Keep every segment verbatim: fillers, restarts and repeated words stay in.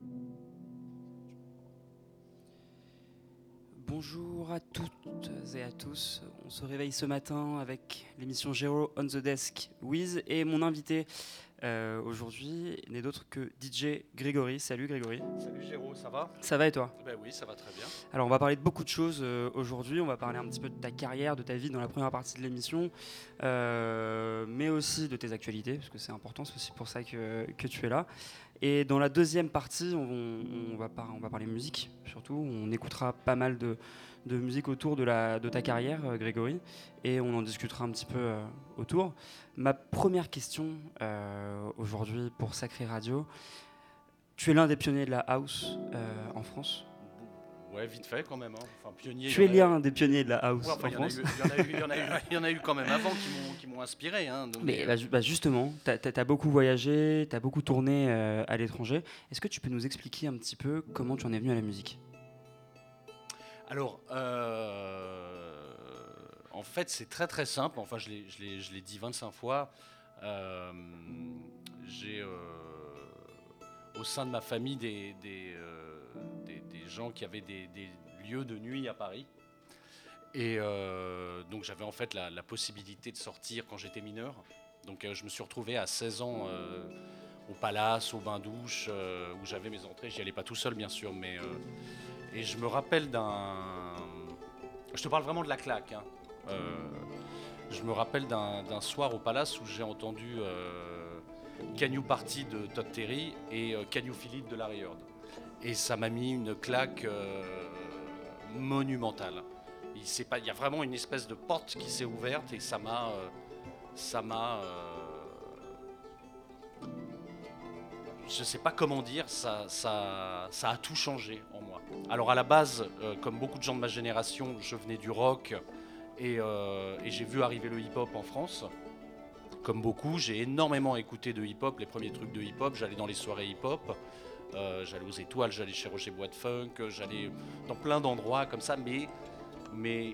Bonjour à toutes et à tous. On se réveille ce matin avec l'émission Gero on the Desk Wiz et mon invité euh, aujourd'hui n'est d'autre que D J Grégory. Salut Grégory. Salut Géraud, ça va? Ça va et toi? Ben oui, ça va très bien. Alors on va parler de beaucoup de choses euh, aujourd'hui. On va parler un petit peu de ta carrière, de ta vie dans la première partie de l'émission, euh, mais aussi de tes actualités, parce que c'est important, c'est aussi pour ça que, que tu es là. Et dans la deuxième partie, on, on, va, par, on va parler musique, surtout. On écoutera pas mal de, de musique autour de, la, de ta carrière, euh, Grégory, et on en discutera un petit peu euh, autour. Ma première question euh, aujourd'hui pour Sacré Radio, tu es l'un des pionniers de la house euh, en France. Ouais, vite fait quand même. Hein. Enfin, pionnier. Tu es l'un des pionniers de la house ouais, enfin, en France. Il y, y en a eu quand même avant qui m'ont inspiré. Hein, donc mais bah, bah justement, tu as beaucoup voyagé, tu as beaucoup tourné euh, à l'étranger. Est-ce que tu peux nous expliquer un petit peu comment tu en es venu à la musique? Alors, euh, en fait, c'est très très simple. Enfin, je l'ai dit vingt-cinq fois. Euh, J'ai, euh, au sein de ma famille, des, des, euh, des, des gens qui avaient des, des lieux de nuit à Paris. Et euh, donc j'avais en fait la, la possibilité de sortir quand j'étais mineur. Donc euh, je me suis retrouvé à seize ans euh, au Palace, au bain-douche, euh, où j'avais mes entrées. J'y allais pas tout seul bien sûr, mais euh, et je me rappelle d'un. Je te parle vraiment de la claque. Hein. Euh, je me rappelle d'un soir au Palace où j'ai entendu euh, Can You Party de Todd Terry et euh, Can You Feel It de Larry Heard. Et ça m'a mis une claque euh, monumentale. Il, pas, il y a vraiment une espèce de porte qui s'est ouverte et ça m'a, euh, ça m'a, euh, je sais pas comment dire, ça, ça, ça a tout changé en moi. Alors à la base, euh, comme beaucoup de gens de ma génération, je venais du rock et, euh, et j'ai vu arriver le hip-hop en France. Comme beaucoup, j'ai énormément écouté de hip-hop, les premiers trucs de hip-hop. J'allais dans les soirées hip-hop, euh, j'allais aux Étoiles, j'allais chez Roger Bois de Funk, j'allais dans plein d'endroits comme ça, mais Mais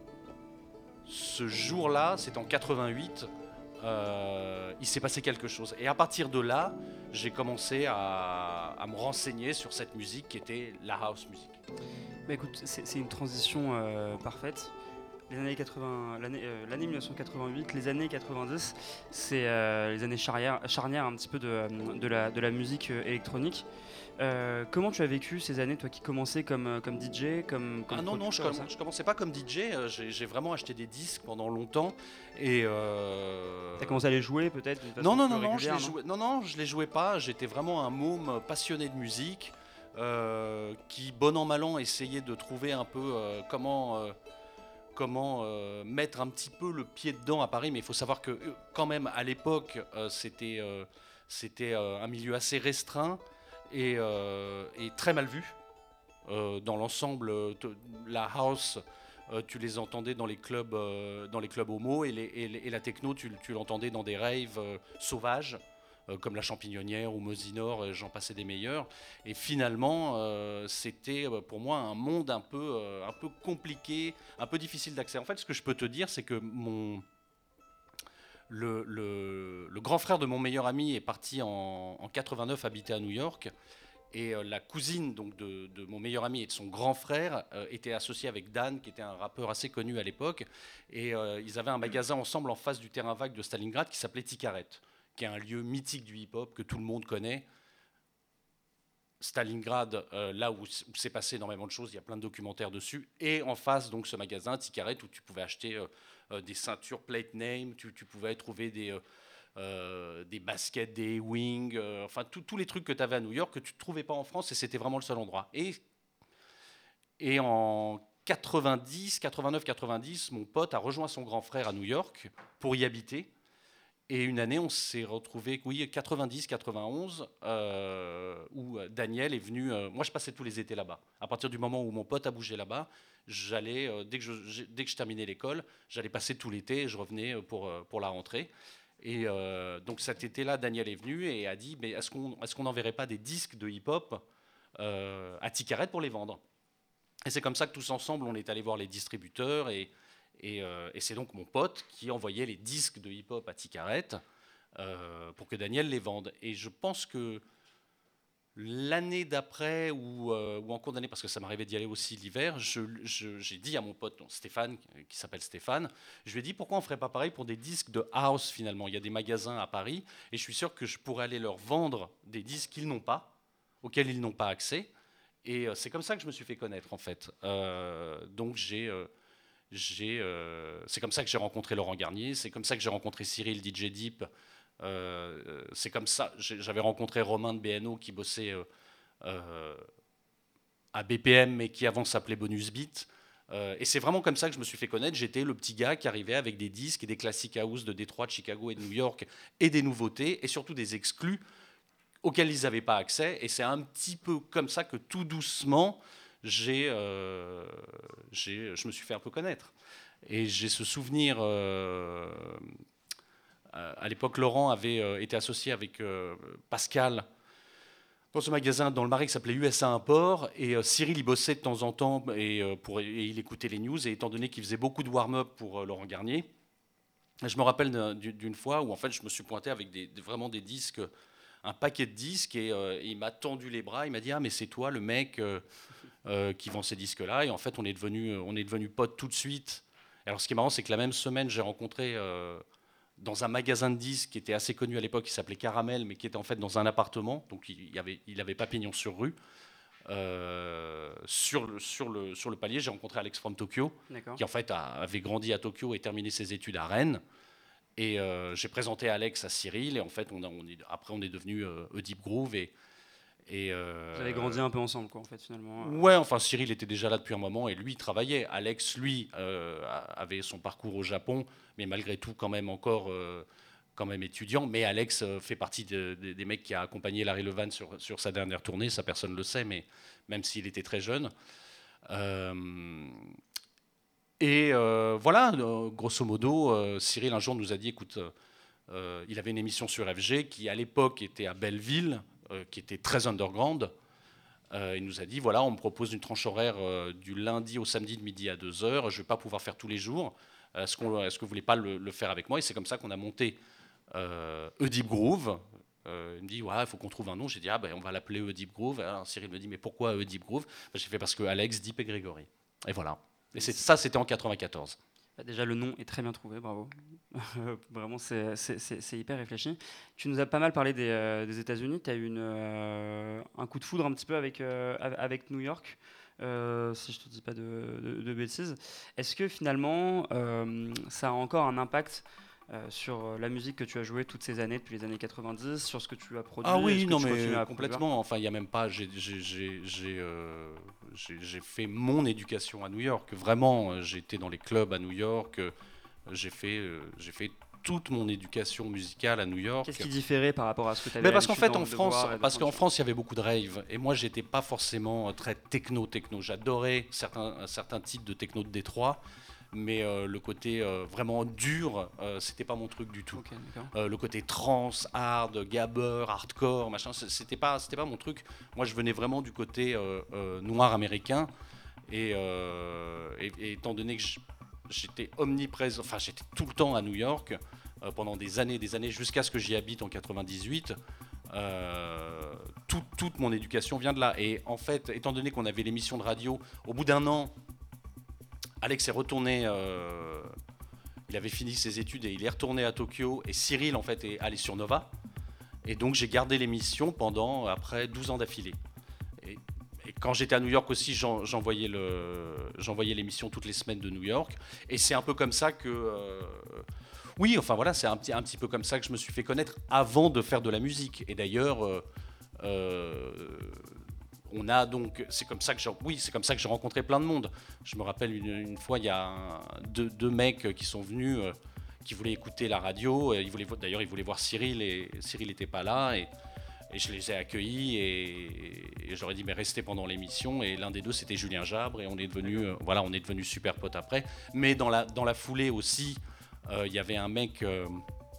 ce jour-là, c'est en quatre-vingt-huit, euh, il s'est passé quelque chose. Et à partir de là, j'ai commencé à, à me renseigner sur cette musique qui était la house music. Bah écoute, c'est une transition euh, parfaite. Les années quatre-vingts, l'année euh, l'année mille neuf cent quatre-vingt-huit, les années quatre-vingt-dix, c'est euh, les années charnières, charnières un petit peu de, de, la, de la musique euh, électronique. Euh, comment tu as vécu ces années, toi qui commençais comme, comme D J, comme, comme Ah non, non, je, comm je commençais pas comme D J, euh, j'ai vraiment acheté des disques pendant longtemps. Et euh... T'as commencé à les jouer peut-être d'une façon non, non, plus non, non, régulière, je les jouais, non, non, je les jouais pas, j'étais vraiment un môme passionné de musique, euh, qui, bon an, mal an, essayait de trouver un peu euh, comment... Euh, comment euh, mettre un petit peu le pied dedans à Paris, mais il faut savoir que quand même à l'époque euh, c'était euh, c'était euh, un milieu assez restreint et, euh, et très mal vu. Euh, dans l'ensemble, la house, euh, tu les entendais dans les clubs, euh, dans les clubs homo et, les, et, les, et la techno, tu, tu l'entendais dans des raves euh, sauvages. Euh, comme la Champignonnière ou Mosinor, euh, j'en passais des meilleurs. Et finalement, euh, c'était euh, pour moi un monde un peu, euh, un peu compliqué, un peu difficile d'accès. En fait, ce que je peux te dire, c'est que mon, le, le, le grand frère de mon meilleur ami est parti en, en quatre-vingt-neuf habiter à New York. Et euh, la cousine donc, de, de mon meilleur ami et de son grand frère euh, était associée avec Dan, qui était un rappeur assez connu à l'époque. Et euh, ils avaient un magasin ensemble en face du terrain vague de Stalingrad qui s'appelait Tikaret, qui est un lieu mythique du hip-hop que tout le monde connaît. Stalingrad, euh, là où, où s'est passé énormément de choses, il y a plein de documentaires dessus. Et en face, donc, ce magasin, Tikaret, où tu pouvais acheter euh, euh, des ceintures plate name, tu, tu pouvais trouver des, euh, euh, des baskets, des wings, euh, enfin, tous les trucs que tu avais à New York que tu ne trouvais pas en France, et c'était vraiment le seul endroit. Et, et en quatre-vingt-dix, quatre-vingt-neuf quatre-vingt-dix, mon pote a rejoint son grand frère à New York pour y habiter. Et une année, on s'est retrouvé, oui, quatre-vingt-dix quatre-vingt-onze, euh, où Daniel est venu. Euh, moi, je passais tous les étés là-bas. À partir du moment où mon pote a bougé là-bas, j'allais, euh, dès que je, dès que je terminais l'école, j'allais passer tout l'été et je revenais pour, pour la rentrée. Et euh, donc cet été-là, Daniel est venu et a dit, mais est-ce qu'on est-ce qu'on n'enverrait pas des disques de hip-hop euh, à Tikaret pour les vendre? Et c'est comme ça que tous ensemble, on est allé voir les distributeurs et Et, euh, et c'est donc mon pote qui envoyait les disques de hip-hop à Tikaret euh, pour que Daniel les vende. Et je pense que l'année d'après ou, euh, ou en cours d'année, parce que ça m'arrivait d'y aller aussi l'hiver, je, je, j'ai dit à mon pote donc Stéphane, qui s'appelle Stéphane, je lui ai dit pourquoi on ne ferait pas pareil pour des disques de house finalement. Il y a des magasins à Paris et je suis sûr que je pourrais aller leur vendre des disques qu'ils n'ont pas, auxquels ils n'ont pas accès. Et euh, c'est comme ça que je me suis fait connaître en fait. Euh, donc j'ai... Euh, j'ai, euh, c'est comme ça que j'ai rencontré Laurent Garnier, c'est comme ça que j'ai rencontré Cyril D J Deep. Euh, c'est comme ça, j'avais rencontré Romain de B N O qui bossait euh, euh, à B P M mais qui avant s'appelait Bonus Beat. Euh, et c'est vraiment comme ça que je me suis fait connaître. J'étais le petit gars qui arrivait avec des disques et des classiques house de Détroit, de Chicago et de New York et des nouveautés et surtout des exclus auxquels ils n'avaient pas accès. Et c'est un petit peu comme ça que tout doucement, j'ai, euh, j'ai, je me suis fait un peu connaître. Et j'ai ce souvenir... Euh, à l'époque, Laurent avait euh, été associé avec euh, Pascal dans ce magasin dans le Marais qui s'appelait U S A Import. Et euh, Cyril y bossait de temps en temps et, euh, pour, et il écoutait les news. Et étant donné qu'il faisait beaucoup de warm-up pour euh, Laurent Garnier, je me rappelle d'une fois où en fait, je me suis pointé avec des, vraiment des disques, un paquet de disques. Et euh, il m'a tendu les bras. Il m'a dit « Ah, mais c'est toi le mec euh, euh, qui vend ces disques-là ». Et en fait, on est devenus on est devenu potes tout de suite. Et alors, ce qui est marrant, c'est que la même semaine, j'ai rencontré... Euh, dans un magasin de disques qui était assez connu à l'époque, qui s'appelait Caramel, mais qui était en fait dans un appartement, donc il n'avait il avait pas pignon sur rue. Euh, sur, le, sur, le, sur le palier, j'ai rencontré Alex from Tokyo, qui en fait a, avait grandi à Tokyo et terminé ses études à Rennes. Et euh, j'ai présenté Alex à Cyril, et en fait, on a, on est, après, on est devenu euh, A Deep Groove. Et, et, euh, Vous avez grandi un peu ensemble, quoi, en fait, finalement. Ouais, enfin, Cyril était déjà là depuis un moment, et lui, il travaillait. Alex, lui, euh, avait son parcours au Japon, mais malgré tout, quand même encore euh, quand même étudiant. Mais Alex euh, fait partie de, de, des mecs qui a accompagné Larry Levan sur, sur sa dernière tournée. Ça, personne ne le sait, mais même s'il était très jeune. Euh, et euh, voilà, euh, grosso modo, euh, Cyril, un jour, nous a dit, écoute, euh, il avait une émission sur F G qui, à l'époque, était à Belleville, euh, qui était très underground. Euh, il nous a dit, voilà, on me propose une tranche horaire euh, du lundi au samedi de midi à deux heures. Je ne vais pas pouvoir faire tous les jours. Est-ce, qu'on, est-ce que vous ne voulez pas le, le faire avec moi? Et c'est comme ça qu'on a monté euh, A Deep Groove. Euh, il me dit, ouais, il faut qu'on trouve un nom. J'ai dit, ah ben, on va l'appeler A Deep Groove. Alors, Cyril me dit, mais pourquoi A Deep Groove? Ben, j'ai fait parce que Alex, Deep et Grégory. Et voilà. Et c'est, ça, c'était en quatre-vingt-quatorze. Déjà, le nom est très bien trouvé, bravo. Vraiment, c'est, c'est, c'est, c'est hyper réfléchi. Tu nous as pas mal parlé des, euh, des États-Unis. Tu as eu une, euh, un coup de foudre un petit peu avec, euh, avec New York, euh, si je ne te dis pas de, de, de bêtises. Est-ce que finalement, euh, ça a encore un impact euh, sur la musique que tu as jouée toutes ces années, depuis les années quatre-vingt-dix, sur ce que tu as produit? Ah oui, non, mais complètement. Produire enfin, il n'y a même pas. J'ai, j'ai, j'ai, j'ai, euh, j'ai, j'ai fait mon éducation à New York. Vraiment, j'ai été dans les clubs à New York. J'ai fait, euh, j'ai fait toute mon éducation musicale à New York. Qu'est-ce qui différait par rapport à ce que tu avais? Mais parce qu'en fait, en France, parce qu'en France, il y avait beaucoup de rave, et moi, j'étais pas forcément très techno, techno. J'adorais certains, certains types de techno de Détroit, mais euh, le côté euh, vraiment dur, euh, c'était pas mon truc du tout. Okay, euh, le côté trance, hard, gabber, hardcore, machin, c'était pas, c'était pas mon truc. Moi, je venais vraiment du côté euh, euh, noir américain, et, euh, et, et étant donné que je, j'étais omniprésent, enfin j'étais tout le temps à New York euh, pendant des années, des années, jusqu'à ce que j'y habite en quatre-vingt-dix-huit. Euh, tout, toute mon éducation vient de là. Et en fait, étant donné qu'on avait l'émission de radio, au bout d'un an, Alex est retourné, euh, il avait fini ses études et il est retourné à Tokyo. Et Cyril, en fait, est allé sur Nova. Et donc j'ai gardé l'émission pendant, après douze ans d'affilée. Et, et quand j'étais à New York aussi, j'en, j'envoyais, le, j'envoyais l'émission toutes les semaines de New York. Et c'est un peu comme ça que... Euh, oui, enfin voilà, c'est un petit, un petit peu comme ça que je me suis fait connaître avant de faire de la musique. Et d'ailleurs, euh, euh, on a donc, c'est comme ça que j'ai, oui, c'est comme ça que j'ai rencontré plein de monde. Je me rappelle une, une fois, il y a un, deux, deux mecs qui sont venus, euh, qui voulaient écouter la radio. Et ils voulaient, d'ailleurs, ils voulaient voir Cyril et Cyril n'était pas là. Et, et je les ai accueillis et, et j'aurais dit mais restez pendant l'émission. Et l'un des deux c'était Julien Jabre et on est devenu, euh, voilà, on est devenu super potes après. Mais dans la dans la foulée aussi. Il euh, y avait un mec, euh,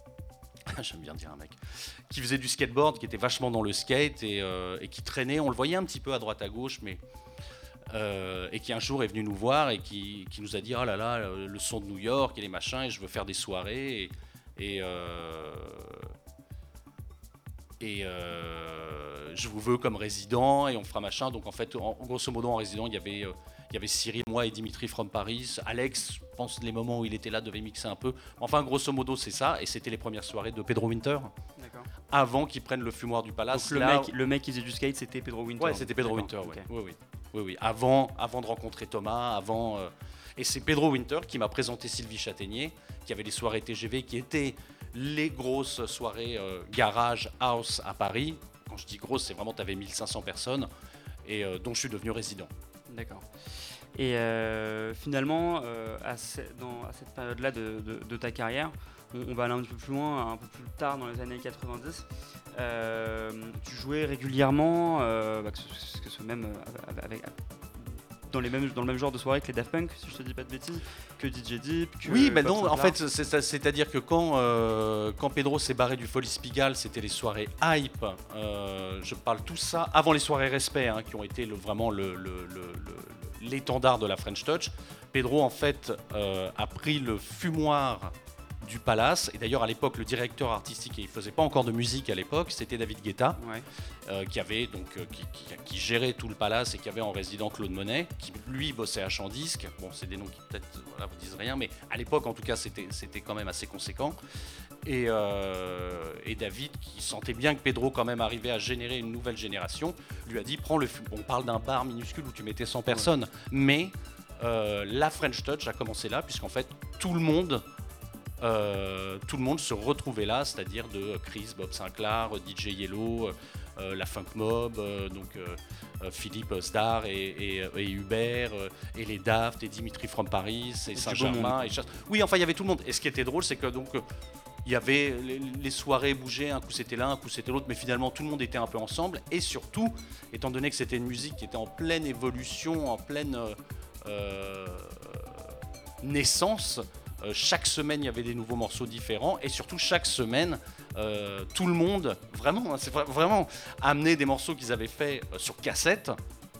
j'aime bien dire un mec, qui faisait du skateboard, qui était vachement dans le skate et, euh, et qui traînait, on le voyait un petit peu à droite à gauche, mais euh, et qui un jour est venu nous voir et qui, qui nous a dit « Oh là là, le son de New York et les machins, et je veux faire des soirées. » Et, et, euh, et euh, je vous veux comme résident et on fera machin. Donc en fait, en, grosso modo, en résident, il y avait, euh, il y avait Cyril, moi et Dimitri from Paris. Alex, je pense les moments où il était là devait mixer un peu. Enfin, grosso modo, c'est ça. Et c'était les premières soirées de Pedro Winter. D'accord. Avant qu'il prenne le fumoir du Palace. Donc le, là, mec, le mec qui faisait du skate, c'était Pedro Winter. Ouais, c'était Pedro Winter, okay. ouais. Oui, oui. Oui, oui. Avant, avant de rencontrer Thomas, avant. Euh... Et c'est Pedro Winter qui m'a présenté Sylvie Châtaignier, qui avait les soirées T G V, qui étaient les grosses soirées euh, garage, house à Paris. Quand je dis grosse, c'est vraiment, tu avais mille cinq cents personnes, et euh, dont je suis devenu résident. D'accord. Et euh, finalement, euh, à, ce, dans, à cette période-là de, de, de ta carrière, on, on va aller un petit peu plus loin, un peu plus tard dans les années quatre-vingt-dix. Euh, tu jouais régulièrement, euh, bah, que, ce, que ce même, avec, avec, dans, les mêmes, dans le même genre de soirée que les Daft Punk, si je te dis pas de bêtises, que D J Deep, que oui, mais non, Sinclair. En fait, c'est, c'est-à-dire que quand, euh, quand Pedro s'est barré du Folies Pigalle, c'était les soirées hype. Euh, je parle tout ça avant les soirées respect, hein, qui ont été le, vraiment le, le, le, le, l'étendard de la French Touch. Pedro, en fait, euh, a pris le fumoir du Palace, et d'ailleurs à l'époque le directeur artistique, et il faisait pas encore de musique à l'époque, c'était David Guetta, ouais. euh, qui avait donc euh, qui, qui, qui gérait tout le Palace et qui avait en résident Claude Monet, qui lui bossait à Champ-Disque. Bon, c'est des noms qui peut-être voilà, vous disent rien, mais à l'époque en tout cas c'était c'était quand même assez conséquent. Et, euh, et David, qui sentait bien que Pedro quand même arrivait à générer une nouvelle génération, lui a dit prends le fum- on parle d'un bar minuscule où tu mettais cent personnes, ouais. mais euh, la French Touch a commencé là, puisqu'en fait tout le monde Euh, tout le monde se retrouvait là, c'est-à-dire de Chris, Bob Sinclair, D J Yellow, euh, la Funk Mob, euh, donc euh, Philippe Starr et, et, et Hubert, euh, et les Daft, et Dimitri from Paris, et Saint-Germain. Et Ch- oui, enfin, il y avait tout le monde. Et ce qui était drôle, c'est que donc il y avait les, les soirées bougeaient, un coup c'était l'un, un coup c'était l'autre, mais finalement tout le monde était un peu ensemble. Et surtout, étant donné que c'était une musique qui était en pleine évolution, en pleine euh, naissance. Euh, chaque semaine, il y avait des nouveaux morceaux différents, et surtout chaque semaine, euh, tout le monde, vraiment, hein, c'est vraiment amené des morceaux qu'ils avaient faits euh, sur cassette,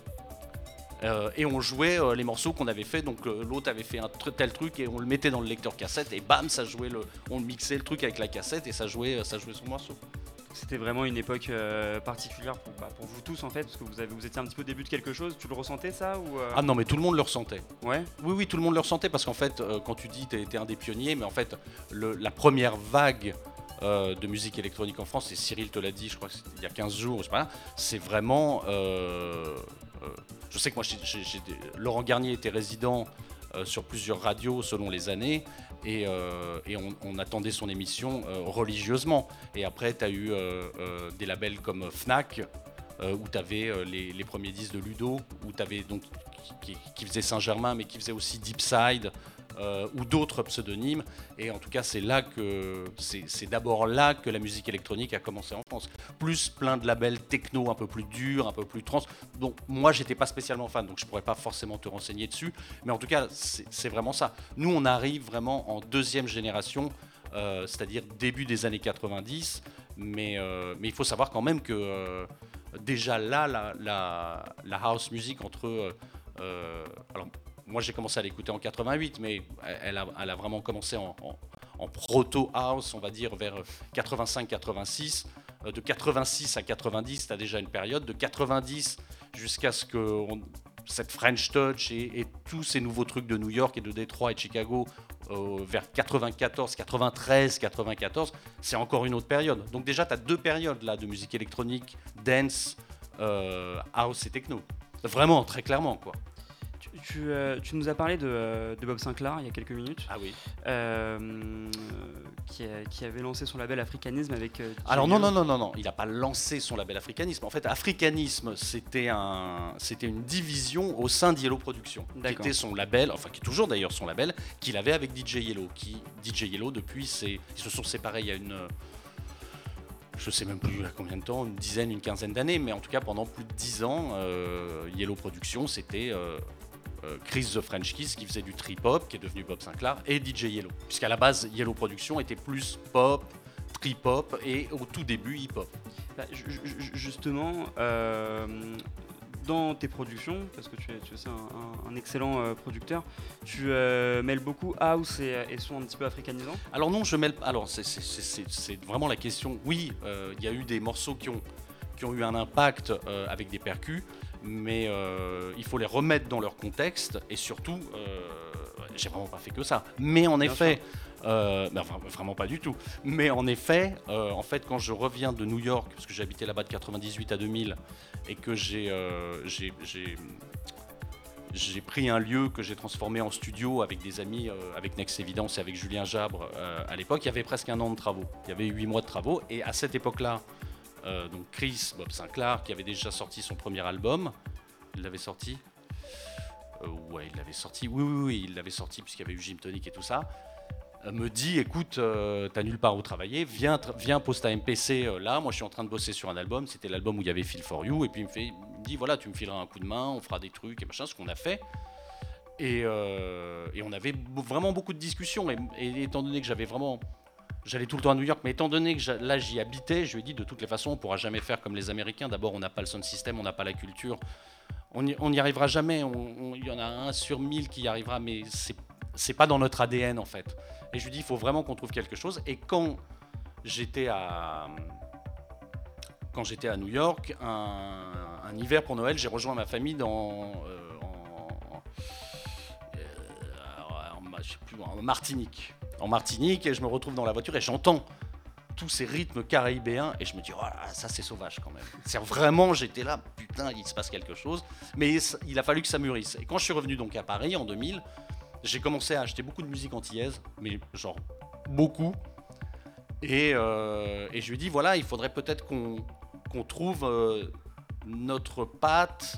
euh, et on jouait euh, les morceaux qu'on avait fait. Donc euh, l'autre avait fait un tr- tel truc et on le mettait dans le lecteur cassette, et bam, ça jouait le, on mixait le truc avec la cassette et ça jouait, ça jouait son morceau. C'était vraiment une époque euh, particulière pour, bah, pour vous tous en fait, parce que vous, avez, vous étiez un petit peu au début de quelque chose. Tu le ressentais ça ou euh... Ah non, mais tout le monde le ressentait. Ouais. Oui, oui, tout le monde le ressentait, parce qu'en fait, euh, quand tu dis t'es, t'es un des pionniers, mais en fait, le, la première vague euh, de musique électronique en France, et Cyril te l'a dit, je crois qu'il y a quinze jours, je sais pas, c'est vraiment... Euh, euh, je sais que moi, j'ai, j'ai, j'ai, Laurent Garnier était résident euh, sur plusieurs radios selon les années, et, euh, et on, on attendait son émission euh, religieusement. Et après, tu as eu euh, euh, des labels comme Fnac, euh, où tu avais euh, les, les premiers disques de Ludo, où tu avais donc qui, qui faisait Saint-Germain, mais qui faisait aussi Deepside, euh, ou d'autres pseudonymes. Et en tout cas, c'est là que c'est, c'est d'abord là que la musique électronique a commencé en France. Plus plein de labels techno un peu plus durs, un peu plus trans. Donc moi, j'étais pas spécialement fan, donc je pourrais pas forcément te renseigner dessus. Mais en tout cas, c'est, c'est vraiment ça. Nous, on arrive vraiment en deuxième génération, euh, c'est-à-dire début des années quatre-vingt-dix. Mais euh, mais il faut savoir quand même que euh, déjà là, la, la, la house music entre euh, euh, alors moi j'ai commencé à l'écouter en quatre-vingt-huit, mais elle a, elle a vraiment commencé en, en, en proto-house, on va dire vers quatre-vingt-cinq quatre-vingt-six. De quatre-vingt-six à quatre-vingt-dix, tu as déjà une période. De quatre-vingt-dix jusqu'à ce que on, cette French Touch et, et tous ces nouveaux trucs de New York et de Détroit et de Chicago, euh, vers quatre-vingt-quatorze, quatre-vingt-treize, quatre-vingt-quatorze, c'est encore une autre période. Donc déjà, tu as deux périodes là de musique électronique, dance, euh, house et techno. Vraiment, très clairement, quoi. Tu, euh, tu nous as parlé de, de Bob Sinclair il y a quelques minutes. Ah oui. Euh, qui, a, qui avait lancé son label Africanisme avec. Euh, Alors non, non, non, non, non, il n'a pas lancé son label Africanisme. En fait, Africanisme, c'était, un, c'était une division au sein d'Yellow Productions, D'accord. qui était son label, enfin qui est toujours d'ailleurs son label, qu'il avait avec D J Yellow. Qui, D J Yellow, depuis, c'est, ils se sont séparés il y a une. Je ne sais même plus à combien de temps, une dizaine, une quinzaine d'années, mais en tout cas pendant plus de dix ans, euh, Yellow Productions, c'était. Euh, Euh, Chris the French Kiss qui faisait du trip-hop, qui est devenu Bob Sinclair, et D J Yellow. Puisqu'à la base, Yellow Productions était plus pop, trip-hop, et au tout début, hip-hop. Bah, ju- ju- justement, euh, dans tes productions, parce que tu es, tu es aussi un, un- un excellent euh, producteur, tu euh, mêles beaucoup house et, et son un petit peu africanisant. Alors non, je mêle. Alors c'est, c'est- c'est- c'est- c'est vraiment la question. Oui, euh, il y a eu des morceaux qui ont, qui ont eu un impact euh, avec des percus, mais euh, il faut les remettre dans leur contexte et surtout, euh, j'ai vraiment pas fait que ça. Mais en Bien effet, euh, ben, vra- vraiment pas du tout. Mais en effet, euh, en fait, quand je reviens de New York, parce que j'ai habité là-bas de quatre-vingt-dix-huit à deux mille, et que j'ai, euh, j'ai, j'ai- j'ai pris un lieu que j'ai transformé en studio avec des amis, euh, avec Next Evidence et avec Julien Jabre euh, à l'époque. Il y avait presque un an de travaux. Il y avait huit mois de travaux. Et à cette époque-là, euh, donc Chris Bob Sinclair, qui avait déjà sorti son premier album, il l'avait sorti. Euh, ouais, il l'avait sorti. Oui, oui, oui, il l'avait sorti puisqu'il y avait eu Gym Tonic et tout ça. Euh, me dit, écoute, euh, t'as nulle part où travailler, viens, tra- viens pose ta M P C euh, là. Moi, je suis en train de bosser sur un album. C'était l'album où il y avait Feel for You. Et puis il me fait, il me dit, voilà, tu me fileras un coup de main, on fera des trucs et machin, ce qu'on a fait. Et, euh, et on avait b- vraiment beaucoup de discussions. Et, et étant donné que j'avais vraiment. J'allais tout le temps à New York, mais étant donné que j'a- là j'y habitais, je lui ai dit de toutes les façons, on pourra jamais faire comme les Américains. D'abord, on n'a pas le sound system, on n'a pas la culture. On n'y arrivera jamais. On- on- Il y en a un sur mille qui y arrivera, mais c'est c'est pas dans notre A D N en fait. Et je lui dis, il faut vraiment qu'on trouve quelque chose. Et quand j'étais à quand j'étais à New York, un, un hiver pour Noël, j'ai rejoint ma famille dans euh, en, euh, en- je sais plus, en Martinique. En Martinique, et je me retrouve dans la voiture et j'entends tous ces rythmes caribéens et je me dis, oh là, ça c'est sauvage quand même. C'est vraiment, j'étais là, putain, il se passe quelque chose. Mais il a fallu que ça mûrisse. Et quand je suis revenu donc à Paris en deux mille, j'ai commencé à acheter beaucoup de musique antillaise, mais genre beaucoup. Et, euh, et je lui dis, voilà, il faudrait peut-être qu'on qu'on trouve euh, notre patte.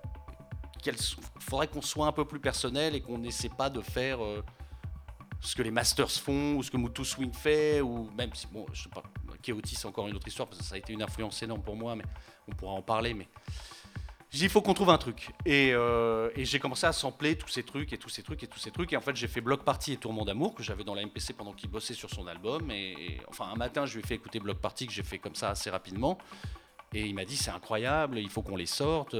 Il faudrait qu'on soit un peu plus personnel et qu'on n'essaie pas de faire euh, ce que les Masters font ou ce que Mutu Swing fait, ou même si, bon, je sais pas, Keoti c'est encore une autre histoire parce que ça a été une influence énorme pour moi, mais on pourra en parler. Mais j'ai dit, il faut qu'on trouve un truc. Et, euh, et j'ai commencé à sampler tous ces trucs et tous ces trucs et tous ces trucs. Et en fait, j'ai fait Bloc Party et Tourment d'amour que j'avais dans la M P C pendant qu'il bossait sur son album. Et, et enfin, un matin, je lui ai fait écouter Bloc Party que j'ai fait comme ça assez rapidement. Et il m'a dit, c'est incroyable, il faut qu'on les sorte.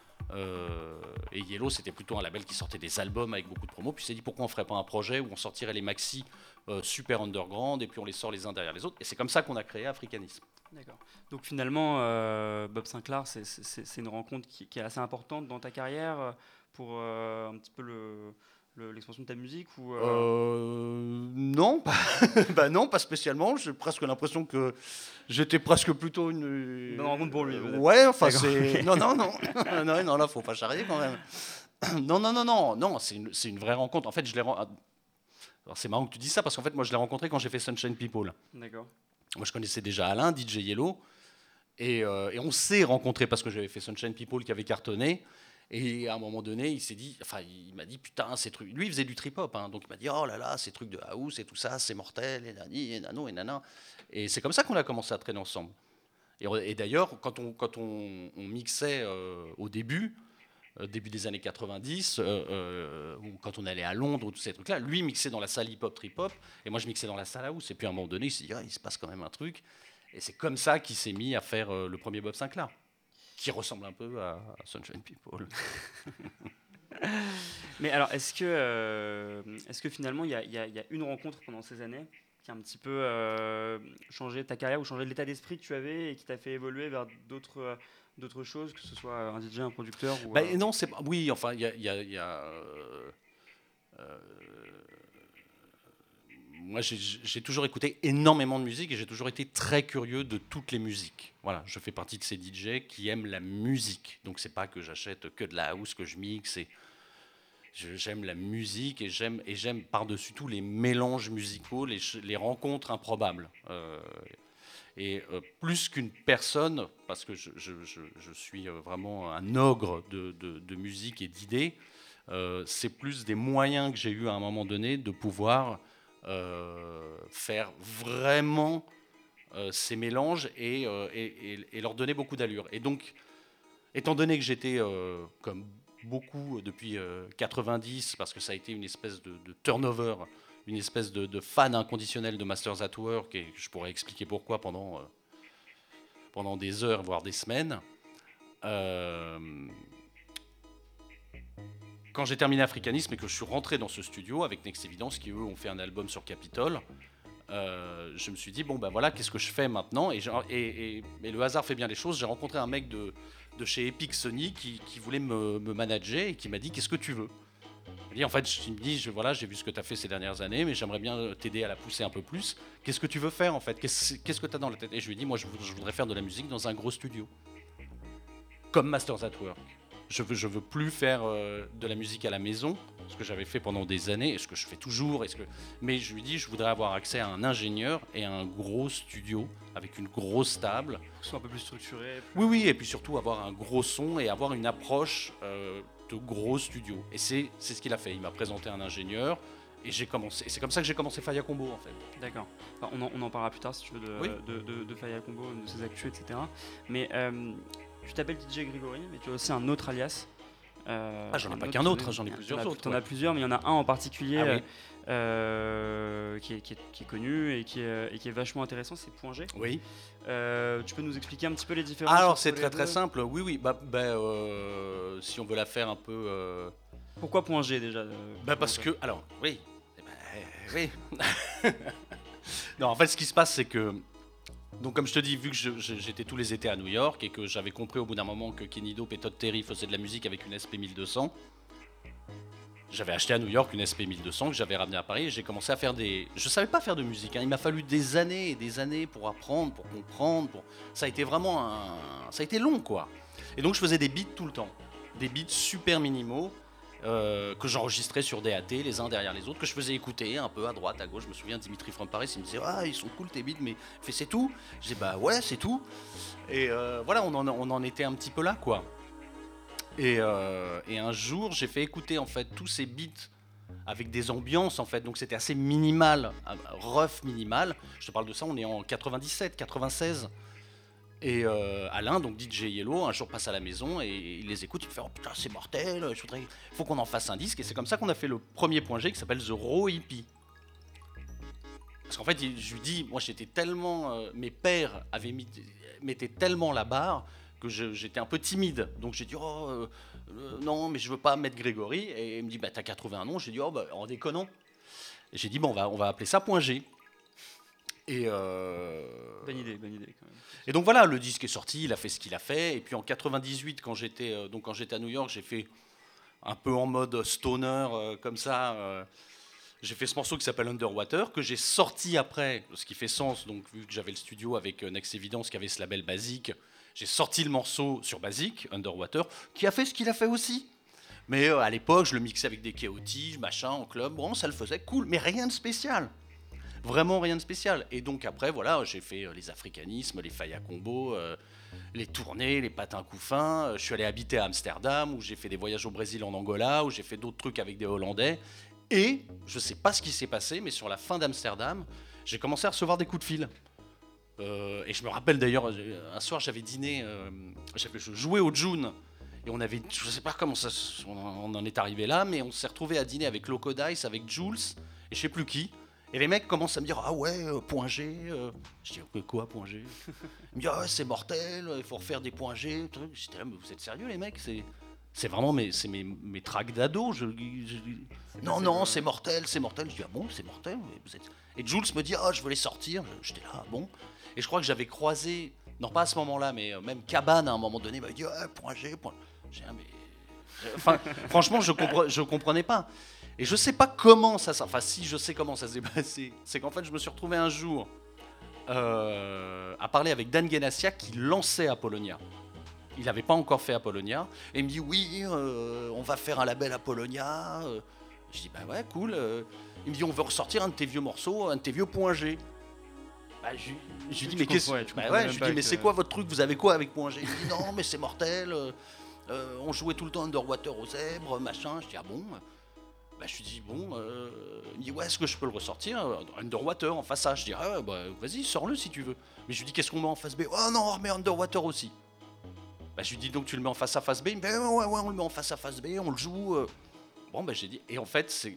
Euh, et Yellow, c'était plutôt un label qui sortait des albums avec beaucoup de promos. Puis il s'est dit, pourquoi on ferait pas un projet où on sortirait les maxi euh, super underground et puis on les sort les uns derrière les autres. Et c'est comme ça qu'on a créé Africanisme. D'accord. Donc finalement, euh, Bob Sinclair, c'est, c'est, c'est une rencontre qui, qui est assez importante dans ta carrière euh, pour euh, un petit peu le, le- l'expansion de ta musique ou euh... Euh, non, pas, bah non, pas spécialement. J'ai presque l'impression que j'étais presque plutôt une. Une bonne rencontre pour lui. Euh, ouais, enfin D'accord. c'est. Non, non, non, non, non, là, faut pas charrier quand même. Non, non, non, non, non, c'est une, c'est une vraie rencontre. En fait, je l'ai. ren- Alors c'est marrant que tu dis ça parce qu'en fait, moi, je l'ai rencontré quand j'ai fait Sunshine People. D'accord. Moi, je connaissais déjà Alain, D J Yellow, et, euh, et on s'est rencontrés parce que j'avais fait Sunshine People qui avait cartonné. Et à un moment donné, il s'est dit, enfin, il m'a dit, putain, ces trucs. Lui, il faisait du trip-hop, hein, donc il m'a dit, oh là là, ces trucs de house et tout ça, c'est mortel, et nani, et nano, et nana. Et c'est comme ça qu'on a commencé à traîner ensemble. Et, et d'ailleurs, quand on, quand on, on mixait euh, au début, euh, début des années quatre-vingt-dix, euh, euh, ou quand on allait à Londres, ou tous ces trucs-là, lui mixait dans la salle hip-hop, trip-hop, et moi je mixais dans la salle house. Et puis à un moment donné, il s'est dit, ah, il se passe quand même un truc. Et c'est comme ça qu'il s'est mis à faire euh, le premier Bob Sinclair, qui ressemble un peu à, à Sunshine People. Mais alors, est-ce que, euh, est-ce que finalement, il y, y, y a une rencontre pendant ces années qui a un petit peu euh, changé ta carrière ou changé l'état d'esprit que tu avais et qui t'a fait évoluer vers d'autres, euh, d'autres choses, que ce soit un D J, un producteur ou, Bah, euh... non, c'est oui, enfin, il y a, y a, y a euh, euh, moi, j'ai, j'ai toujours écouté énormément de musique et j'ai toujours été très curieux de toutes les musiques. Voilà, je fais partie de ces D J qui aiment la musique. Donc, c'est pas que j'achète que de la house, que je mixe. Et je, j'aime la musique et j'aime, et j'aime par-dessus tout les mélanges musicaux, les, les rencontres improbables. Euh, et euh, plus qu'une personne, parce que je, je, je, je suis vraiment un ogre de, de, de musique et d'idées, euh, c'est plus des moyens que j'ai eu à un moment donné de pouvoir euh, faire vraiment euh, ces mélanges et, euh, et, et, et leur donner beaucoup d'allure. Et donc, étant donné que j'étais, euh, comme beaucoup depuis euh, quatre-vingt-dix, parce que ça a été une espèce de, de turnover, une espèce de, de fan inconditionnel de Masters at Work, et je pourrais expliquer pourquoi pendant, euh, pendant des heures, voire des semaines, euh, quand j'ai terminé Africanisme et que je suis rentré dans ce studio avec Next Evidence, qui eux ont fait un album sur Capitol, euh, je me suis dit, bon ben voilà, qu'est-ce que je fais maintenant, et, et, et, et le hasard fait bien les choses, j'ai rencontré un mec de, de chez Epic Sony qui, qui voulait me, me manager et qui m'a dit, qu'est-ce que tu veux? Il dit, en fait, il me dit, je, voilà, j'ai vu ce que tu as fait ces dernières années, mais j'aimerais bien t'aider à la pousser un peu plus. Qu'est-ce que tu veux faire en fait? Qu'est-ce, qu'est-ce que tu as dans la tête? Et je lui ai dit, moi je, je voudrais faire de la musique dans un gros studio, comme Masters at Work. Je veux, je veux plus faire euh, de la musique à la maison, ce que j'avais fait pendant des années, et ce que je fais toujours. Et ce que... Mais je lui dis, je voudrais avoir accès à un ingénieur et à un gros studio avec une grosse table. Que ce soit un peu plus structuré. Plus... Oui, oui, et puis surtout avoir un gros son et avoir une approche euh, de gros studio. Et c'est, c'est ce qu'il a fait. Il m'a présenté un ingénieur. Et j'ai commencé. Et c'est comme ça que j'ai commencé Faya Combo en fait. D'accord. Enfin, on, en, on en parlera plus tard si tu veux de, oui. de, de, de Faya Combo, de ses actus, et cetera. Mais euh, tu t'appelles D J Grégory, mais tu as aussi un autre alias. Euh, ah, j'en ai pas qu'un autre, j'en ai plusieurs t'en autres. T'en ouais. as plusieurs, mais il y en a un en particulier ah, oui. euh, qui, est, qui, est, qui est connu et qui est, et qui est vachement intéressant, c'est Point G. Oui. Euh, tu peux nous expliquer un petit peu les différences? Alors c'est très très simple, oui, oui. Bah, bah euh, si on veut la faire un peu. Euh... Pourquoi Point G déjà? Bah parce que, alors, oui. Oui. Non, en fait, ce qui se passe, c'est que. Donc, comme je te dis, vu que je, je, j'étais tous les étés à New York et que j'avais compris au bout d'un moment que Kenny Dope et Todd Terry faisaient de la musique avec une S P mille deux cents, j'avais acheté à New York une S P mille deux cents que j'avais ramenée à Paris et j'ai commencé à faire des. Je savais pas faire de musique, hein. Il m'a fallu des années et des années pour apprendre, pour comprendre. Pour... Ça a été vraiment un. Ça a été long, quoi. Et donc, je faisais des beats tout le temps. Des beats super minimaux. Euh, que j'enregistrais sur des A T les uns derrière les autres, que je faisais écouter un peu à droite, à gauche. Je me souviens, Dimitri from Paris, il me disait ah ils sont cool tes beats, mais fait c'est tout. Je dis bah ouais c'est tout. Et euh, voilà, on en, on en était un petit peu là quoi. Et, euh, et un jour j'ai fait écouter en fait tous ces beats avec des ambiances en fait, donc c'était assez minimal, rough minimal. Je te parle de ça, on est en quatre-vingt-dix-sept, quatre-vingt-seize. Et euh, Alain, donc D J Yellow, un jour passe à la maison et il les écoute, il me fait oh putain c'est mortel, je voudrais, faut qu'on en fasse un disque. Et c'est comme ça qu'on a fait le premier Point G qui s'appelle The Raw Hippie. Parce qu'en fait, je lui dis, moi j'étais tellement, euh, mes pères avaient mis, mettaient tellement la barre que je, j'étais un peu timide. Donc j'ai dit oh euh, euh, non mais je veux pas mettre Grégory. Et il me dit bah t'as qu'à trouver un nom. J'ai dit oh bah en déconnant. Et j'ai dit bon on va on va appeler ça Point G. Et euh... bonne idée, bonne idée quand même. Et donc voilà, le disque est sorti, il a fait ce qu'il a fait. Et puis en quatre-vingt-dix-huit, quand j'étais, euh, donc quand j'étais à New York, j'ai fait un peu en mode stoner, euh, comme ça. Euh, j'ai fait ce morceau qui s'appelle Underwater, que j'ai sorti après, ce qui fait sens, donc vu que j'avais le studio avec euh, Next Evidence qui avait ce label Basic, j'ai sorti le morceau sur Basic, Underwater, qui a fait ce qu'il a fait aussi. Mais euh, à l'époque, je le mixais avec des chaotiques, machin, en club, bon, ça le faisait cool, mais rien de spécial. Vraiment rien de spécial. Et donc après, voilà, j'ai fait euh, les africanismes, les Faya Combo, euh, les tournées, les patins couffins. Euh, je suis allé habiter à Amsterdam, où j'ai fait des voyages au Brésil, en Angola, où j'ai fait d'autres trucs avec des Hollandais. Et je sais pas ce qui s'est passé, mais sur la fin d'Amsterdam, j'ai commencé à recevoir des coups de fil. Euh, et je me rappelle d'ailleurs, un soir j'avais dîné, euh, j'avais, je jouais au June. Et on avait, je sais pas comment ça, on en est arrivé là, mais on s'est retrouvé à dîner avec Loco Dice, avec Jules, et je sais plus qui. Et les mecs commencent à me dire ah ouais euh, Point G. Euh. Je dis quoi Point G? Ils me disent ah c'est mortel, il faut refaire des Points G. Je dis mais vous êtes sérieux les mecs? C'est c'est vraiment mes c'est mes mes tracks d'ado. Je, je... Non non c'est mortel c'est mortel. Je dis ah bon c'est mortel. Vous êtes... Et Jules me dit ah je veux les sortir. J'étais là ah, bon. Et je crois que j'avais croisé non pas à ce moment-là mais même Cabane à un moment donné m'a dit ah Point G. Point... J'ai dit, ah, mais enfin franchement je compre... je comprenais pas. Et je sais pas comment ça s'est... Enfin, si, je sais comment ça s'est passé. C'est qu'en fait, je me suis retrouvé un jour euh, à parler avec Dan Genassia qui lançait Apollonia. Il n'avait pas encore fait Apollonia. Et il me dit, oui, euh, on va faire un label Apollonia. Je dis, bah ouais, cool. Il me dit, on veut ressortir un de tes vieux morceaux, un de tes vieux Point G. Bah, je lui dis, mais qu'est-ce ouais, bah ouais, je lui dis, mais que... c'est quoi votre truc? Vous avez quoi avec Point G? Il me dit, non, mais c'est mortel. Euh, on jouait tout le temps Underwater aux zèbres, machin. Je dis, ah bon? Bah, je lui dis bon, euh, il me dit ouais est-ce que je peux le ressortir Underwater en face A. Je dis ah bah vas-y sors-le si tu veux. Mais je lui dis qu'est-ce qu'on met en face B? Oh non on remet Underwater aussi. Bah je lui dis donc tu le mets en face A face B. Il me dit ouais ouais on le met en face A face B, on le joue. Euh. Bon bah j'ai dit et en fait c'est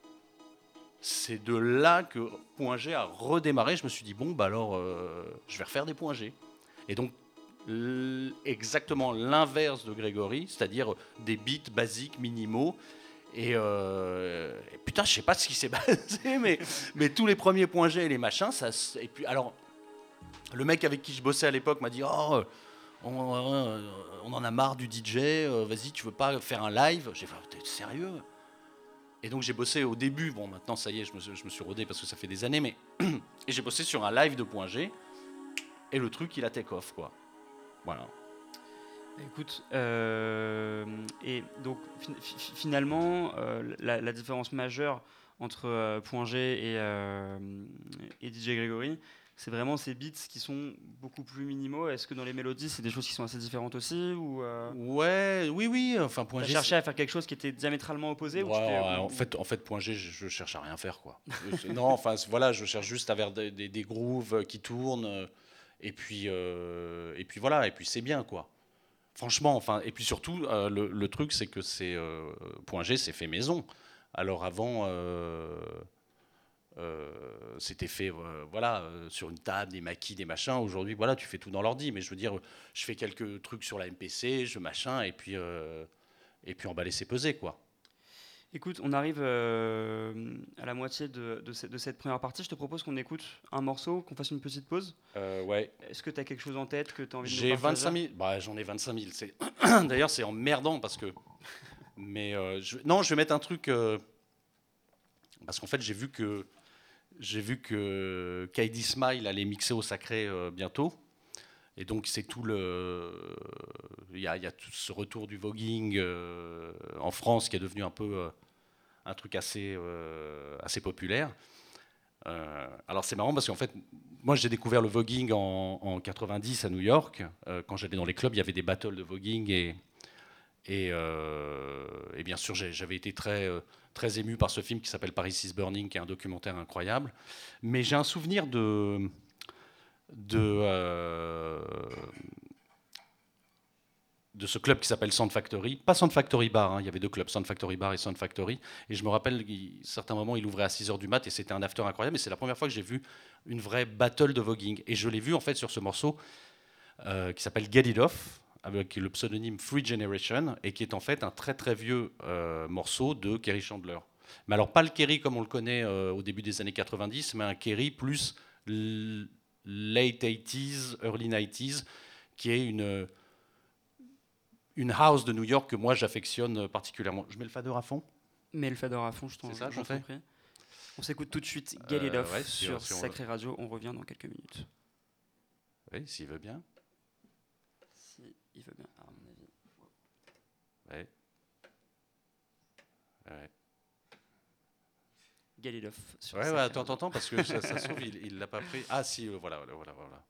c'est de là que Point G a redémarré. Je me suis dit bon bah alors euh, je vais refaire des Points G. Et donc l- exactement l'inverse de Grégory, c'est-à-dire des beats basiques minimaux. Et, euh, et putain, je sais pas ce qui s'est passé, mais, mais tous les premiers points G et les machins, ça. Et puis, alors, le mec avec qui je bossais à l'époque m'a dit oh, on, on en a marre du D J, vas-y, tu veux pas faire un live? J'ai fait t'es sérieux? Et donc, j'ai bossé au début, bon, maintenant, ça y est, je me, je me suis rodé parce que ça fait des années, mais. Et j'ai bossé sur un live de point G, et le truc, il a take off, quoi. Voilà. Écoute, euh, et donc fi- fi- finalement, euh, la, la différence majeure entre euh, Point G et, euh, et D J Gregory, c'est vraiment ces beats qui sont beaucoup plus minimaux. Est-ce que dans les mélodies, c'est des choses qui sont assez différentes aussi ou euh, Ouais, oui, oui. Enfin, point t'as G. cherché à faire quelque chose qui était diamétralement opposé Ouais, ou tu t'es- ouais, ou- en fait, en fait, point G, je, je cherche à rien faire, quoi. Non, enfin, voilà, je cherche juste à faire des, des, des grooves qui tournent, euh, et puis, euh, et puis voilà, et puis c'est bien, quoi. Franchement, enfin, et puis surtout, euh, le, le truc, c'est que c'est euh, point G, c'est fait maison. Alors avant, euh, euh, c'était fait, euh, voilà, euh, sur une table, des maquis, des machins. Aujourd'hui, voilà, tu fais tout dans l'ordi. Mais je veux dire, je fais quelques trucs sur la M P C, je machin, et puis, euh, et puis emballer, c'est peser, quoi. Écoute, on arrive euh, à la moitié de, de, ce- de cette première partie. Je te propose qu'on écoute un morceau, qu'on fasse une petite pause. Euh, ouais. Est-ce que tu as quelque chose en tête que tu as envie de nous J'ai partager? vingt-cinq mille. Bah, j'en ai vingt-cinq mille. C'est... D'ailleurs, c'est emmerdant parce que. Mais euh, je... non, je vais mettre un truc. Euh... Parce qu'en fait, j'ai vu que j'ai vu que Kaidi Smile allait mixer au Sacré euh, bientôt. Et donc, c'est tout le. Il y a, il y a tout ce retour du voguing euh, en France qui est devenu un peu euh, un truc assez euh, assez populaire. Euh, alors c'est marrant parce qu'en fait, moi j'ai découvert le voguing en, en quatre-vingt-dix à New York. Euh, quand j'allais dans les clubs, il y avait des battles de voguing et, et, euh, et bien sûr j'ai, j'avais été très, euh, très ému par ce film qui s'appelle Paris is Burning, qui est un documentaire incroyable. Mais j'ai un souvenir de, de, euh, de ce club qui s'appelle Sound Factory. Pas Sound Factory Bar, hein, il y avait deux clubs, Sound Factory Bar et Sound Factory. Et je me rappelle, à certains moments, il ouvrait à six heures du mat et c'était un after incroyable. Et c'est la première fois que j'ai vu une vraie battle de voguing. Et je l'ai vu en fait sur ce morceau euh, qui s'appelle Get It Off, avec le pseudonyme Free Generation, et qui est en fait un très très vieux euh, morceau de Kerry Chandler. Mais alors pas le Kerry comme on le connaît euh, au début des années quatre-vingt-dix, mais un Kerry plus l- late eighties, early nineties, qui est une... une house de New York que moi j'affectionne particulièrement. Je mets le fader à fond. Mets le fader à fond, je t'en, C'est ça, je j'en t'en fais. prie. On s'écoute tout de suite Get It Euh, Off ouais, si- sur si on Sacré Radio. On revient dans quelques minutes. Oui, s'il veut bien. Si il veut bien, à mon avis. Ouais. Ouais, Get It Off sur ouais, Sacré ouais, attends, Radio. attends, parce que ça, ça se trouve, il ne l'a pas pris. Ah si, euh, voilà, voilà, voilà, voilà.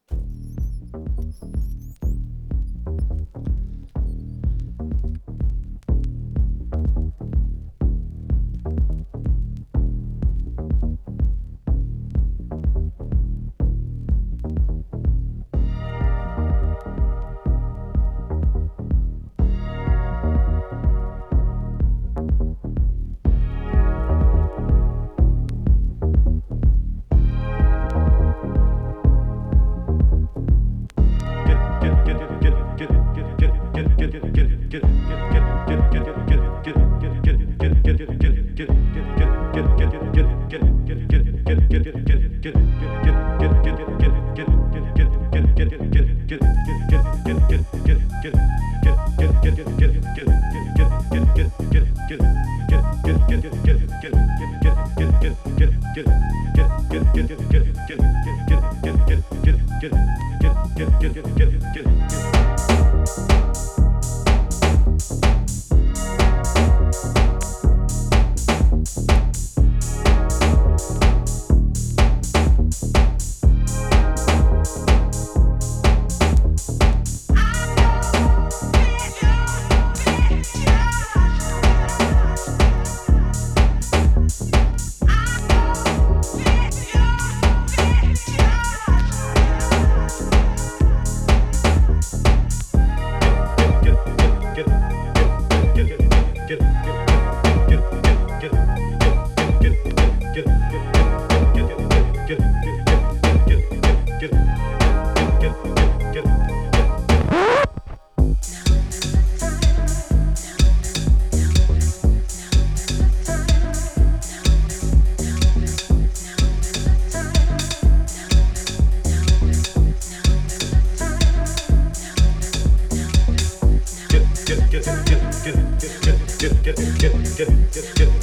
Yeah.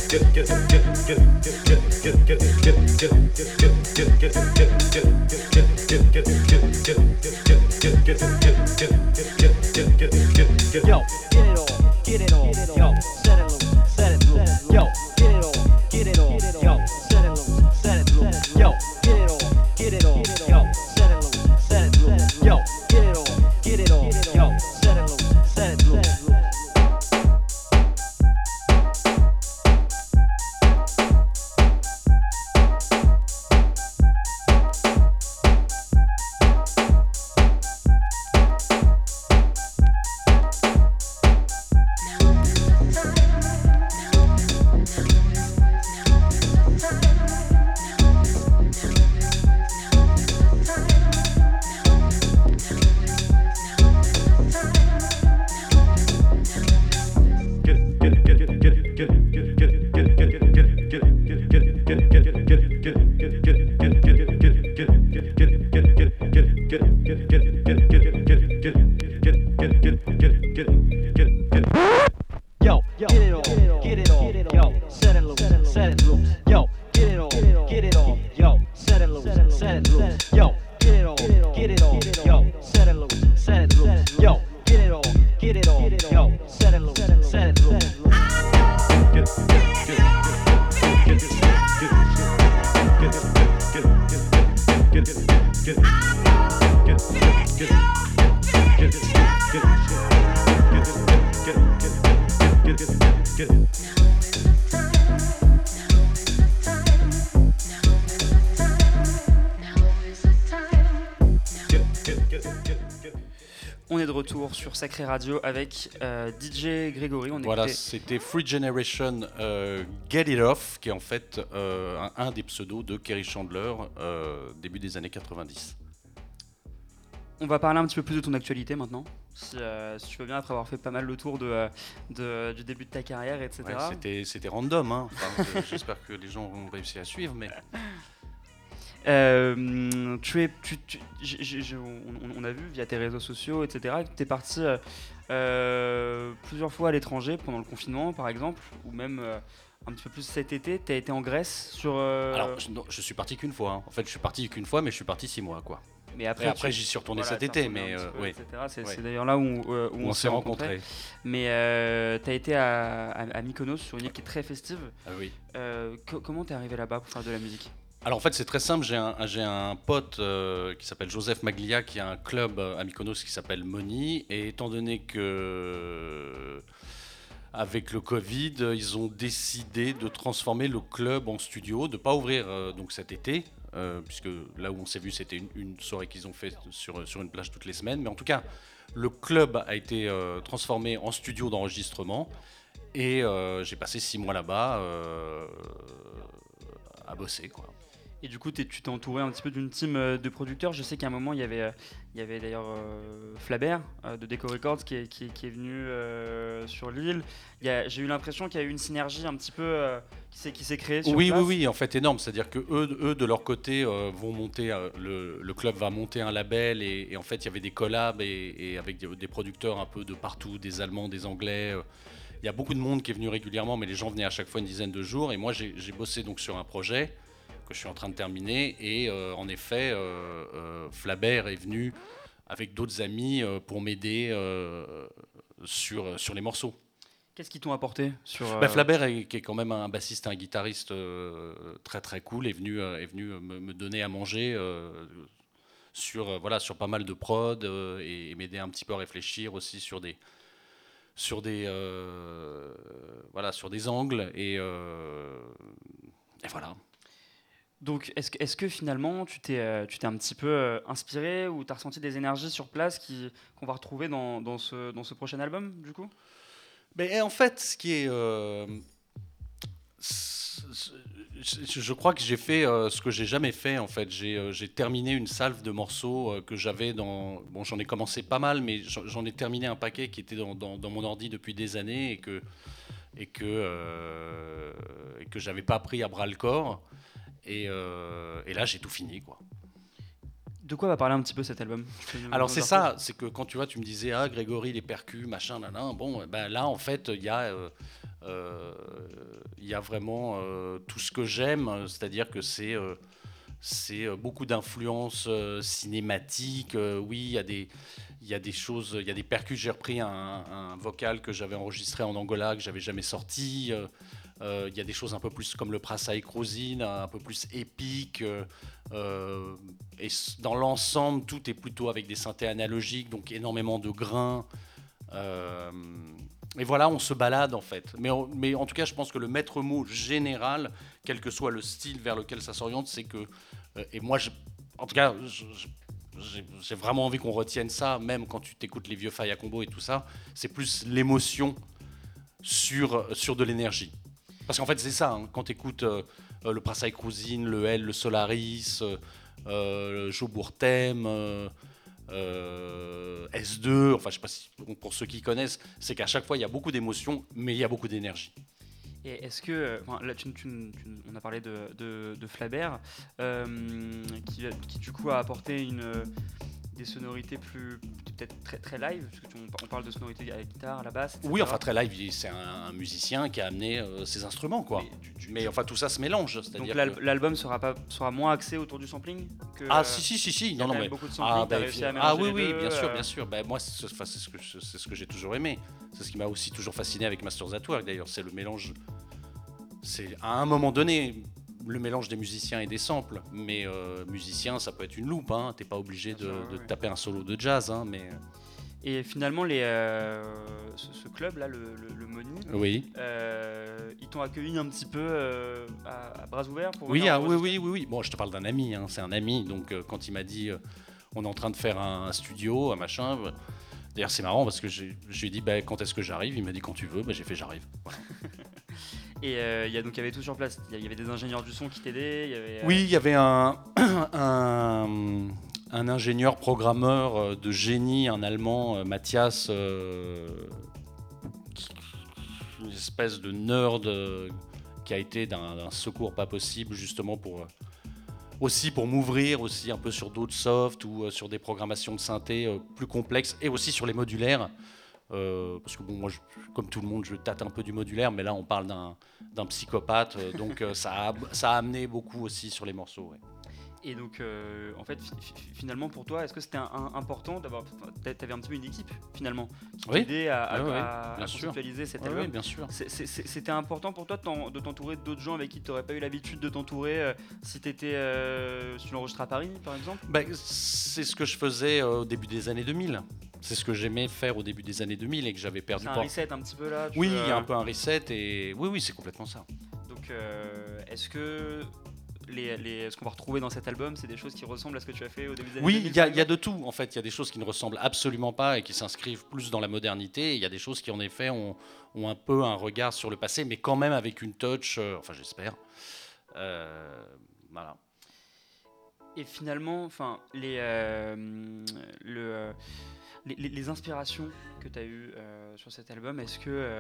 On est de retour sur Sacré Radio avec euh, D J Grégory. On voilà, écoutait... c'était Free Generation euh, Get It Off, qui est en fait euh, un, un des pseudos de Kerry Chandler, euh, début des années quatre-vingt-dix. On va parler un petit peu plus de ton actualité maintenant, si, euh, si tu veux bien, après avoir fait pas mal le tour de, de, du début de ta carrière, et cetera. Ouais, c'était, c'était random, hein. Enfin, j'espère que les gens ont réussi à suivre, mais... Euh, tu es, tu, tu, j', j', j', on, on a vu via tes réseaux sociaux, et cetera, que tu es parti euh, euh, plusieurs fois à l'étranger pendant le confinement, par exemple, ou même euh, un petit peu plus cet été. Tu as été en Grèce sur. Euh... Alors, je, non, je suis parti qu'une fois. Hein. En fait, je suis parti qu'une fois, mais je suis parti six mois, quoi. Mais après, Et après tu... j'y suis retourné voilà, cet été, mais euh, peu, oui. et cetera. C'est, ouais. c'est d'ailleurs là où, euh, où, où on, on s'est rencontrés. rencontrés. Mais euh, tu as été à, à, à Mykonos, sur une île qui est très festive. Ah oui. Euh, co- comment t'es arrivé là-bas pour faire de la musique ? Alors en fait c'est très simple, j'ai un, j'ai un pote euh, qui s'appelle Joseph Maglia qui a un club à Mykonos qui s'appelle Moni, et étant donné que avec le Covid ils ont décidé de transformer le club en studio, de ne pas ouvrir euh, donc cet été, euh, puisque là où on s'est vu c'était une, une soirée qu'ils ont fait sur, sur une plage toutes les semaines, mais en tout cas le club a été euh, transformé en studio d'enregistrement, et euh, j'ai passé six mois là-bas euh, à bosser, quoi. Et du coup, tu t'es entouré un petit peu d'une team de producteurs. Je sais qu'à un moment, il y avait, il y avait d'ailleurs euh, Flabert euh, de Deco Records qui est, qui est, qui est venu euh, sur l'île. Il y a, j'ai eu l'impression qu'il y a eu une synergie un petit peu euh, qui, s'est, qui s'est créée sur oui, place. Oui, oui, en fait énorme. C'est-à-dire que eux, eux de leur côté, euh, vont monter, euh, le, le club va monter un label, et, et en fait, il y avait des collabs et, et avec des, des producteurs un peu de partout, des Allemands, des Anglais. Euh, il y a beaucoup de monde qui est venu régulièrement, mais les gens venaient à chaque fois une dizaine de jours. Et moi, j'ai, j'ai bossé donc sur un projet que je suis en train de terminer, et euh, en effet euh, euh, Flabert est venu avec d'autres amis euh, pour m'aider euh, sur, sur les morceaux. Qu'est-ce qu'ils t'ont apporté sur, euh... bah, Flabert est, qui est quand même un bassiste, un guitariste euh, très très cool, est venu, euh, est venu me, me donner à manger euh, sur, euh, voilà, sur pas mal de prod, euh, et, et m'aider un petit peu à réfléchir aussi sur des sur des euh, voilà, sur des angles, et, euh, et voilà. Donc, est-ce que, est-ce que finalement, tu t'es, euh, tu t'es un petit peu euh, inspiré, ou tu as ressenti des énergies sur place qui, qu'on va retrouver dans, dans, ce, dans ce prochain album, du coup ? Mais en fait, ce qui est... Euh, je crois que j'ai fait euh, ce que j'ai jamais fait, en fait. J'ai, euh, j'ai terminé une salve de morceaux euh, que j'avais dans... Bon, j'en ai commencé pas mal, mais j'en ai terminé un paquet qui était dans, dans, dans mon ordi depuis des années, et que, et que, euh, et que j'avais pas pris à bras-le-corps. Et, euh, et là, j'ai tout fini, quoi. De quoi va parler un petit peu cet album ? Alors c'est ça, c'est que quand tu vois, tu me disais ah Grégory les percus, machin, nan, nan, bon, ben là en fait il y a euh, euh, y a vraiment euh, tout ce que j'aime, c'est-à-dire que c'est, euh, c'est beaucoup d'influences euh, cinématiques. Euh, oui, il y a des, il y a des choses, il y a des percus. J'ai repris un, un vocal que j'avais enregistré en Angola que j'avais jamais sorti. Euh, euh, il y a des choses un peu plus comme le Prasaï Kruzin, un peu plus épique. Euh, et dans l'ensemble, tout est plutôt avec des synthés analogiques, donc énormément de grains. Euh, et voilà, on se balade en fait. Mais, mais en tout cas, je pense que le maître mot général, quel que soit le style vers lequel ça s'oriente, c'est que. Euh, et moi, je, en tout cas, je, je, j'ai, j'ai vraiment envie qu'on retienne ça, même quand tu t'écoutes les vieux Faya Combo et tout ça, c'est plus l'émotion sur, sur de l'énergie. Parce qu'en fait, c'est ça, hein, quand tu écoutes euh, le Prasaï Kruzin, le L, le Solaris, euh, le Joburtem. Euh, Euh, S deux, enfin je sais pas si pour ceux qui connaissent, c'est qu'à chaque fois il y a beaucoup d'émotions, mais il y a beaucoup d'énergie. Et est-ce que, enfin, là tu, tu, tu, on a parlé de, de, de Flabert, euh, qui, qui du coup a apporté une, des sonorités plus peut-être très, très live, parce que tu, on parle de sonorités à la guitare, à la basse, et cetera. Oui, enfin très live, c'est un, un musicien qui a amené euh, ses instruments, quoi. Mais, tu, tu, mais enfin tout ça se mélange. Donc l'al- que... l'album sera, pas, sera moins axé autour du sampling que, Ah euh, si, si, si, si. Non, non, mais... beaucoup de sampling, ah, bah, réussi à ah oui, oui, deux, bien sûr, euh... bien sûr. Bah, moi, c'est, c'est, ce que, c'est ce que j'ai toujours aimé. C'est ce qui m'a aussi toujours fasciné avec Masters at Work, d'ailleurs. C'est le mélange... C'est à un moment donné... le mélange des musiciens et des samples, mais euh, musicien, ça peut être une loupe, hein. T'es pas obligé de, sûr, de ouais. taper un solo de jazz, hein, mais... Et finalement, les, euh, ce, ce club-là, le, le, le Moni, oui. euh, ils t'ont accueilli un petit peu euh, à, à bras ouverts pour oui, ah, oui, oui, oui, oui. Bon, je te parle d'un ami, hein, c'est un ami, donc euh, quand il m'a dit euh, on est en train de faire un, un studio, un machin... Euh, d'ailleurs, c'est marrant parce que j'ai, je lui ai dit bah, quand est-ce que j'arrive, il m'a dit quand tu veux, bah, j'ai fait j'arrive. Voilà. Et euh, y a, donc il y avait tout sur place. Il y avait des ingénieurs du son qui t'aidaient. Y avait, euh... Oui, il y avait un, un, un ingénieur programmeur de génie, un Allemand, Mathias, euh, une espèce de nerd euh, qui a été d'un, d'un secours pas possible, justement pour euh, aussi pour m'ouvrir aussi un peu sur d'autres softs ou euh, sur des programmations de synthé euh, plus complexes et aussi sur les modulaires. Euh, parce que bon, moi, je, comme tout le monde, je tâte un peu du modulaire, mais là, on parle d'un, d'un psychopathe, euh, donc euh, ça, a, ça a amené beaucoup aussi sur les morceaux. Ouais. Et donc, euh, en fait, fi- finalement, pour toi, est-ce que c'était un, un, important d'avoir, t'avais un petit peu une équipe finalement qui oui. t'aidait à, à, oui, oui, à, à conceptualiser cet oui, album. Oui, bien sûr. C'est, c'est, c'était important pour toi de, de t'entourer d'autres gens avec qui tu n'aurais pas eu l'habitude de t'entourer euh, si tu étais, euh, si tu l'enregistrais à Paris, par exemple. Bah, c'est ce que je faisais euh, au début des années deux mille. C'est ce que j'aimais faire au début des années deux mille et que j'avais perdu. C'est un par... reset un petit peu là. Oui, il y a un peu un reset et oui, oui, c'est complètement ça. Donc, euh, est-ce que Les, les, ce qu'on va retrouver dans cet album, c'est des choses qui ressemblent à ce que tu as fait au début des années Oui, deux mille. Oui, il y, y a de tout. En fait, il y a des choses qui ne ressemblent absolument pas et qui s'inscrivent plus dans la modernité. Il y a des choses qui, en effet, ont, ont un peu un regard sur le passé, mais quand même avec une touch. Euh, enfin, j'espère. Euh, voilà. Et finalement, enfin, les, euh, le, euh, les, les, les inspirations que tu as eues euh, sur cet album, est-ce que euh,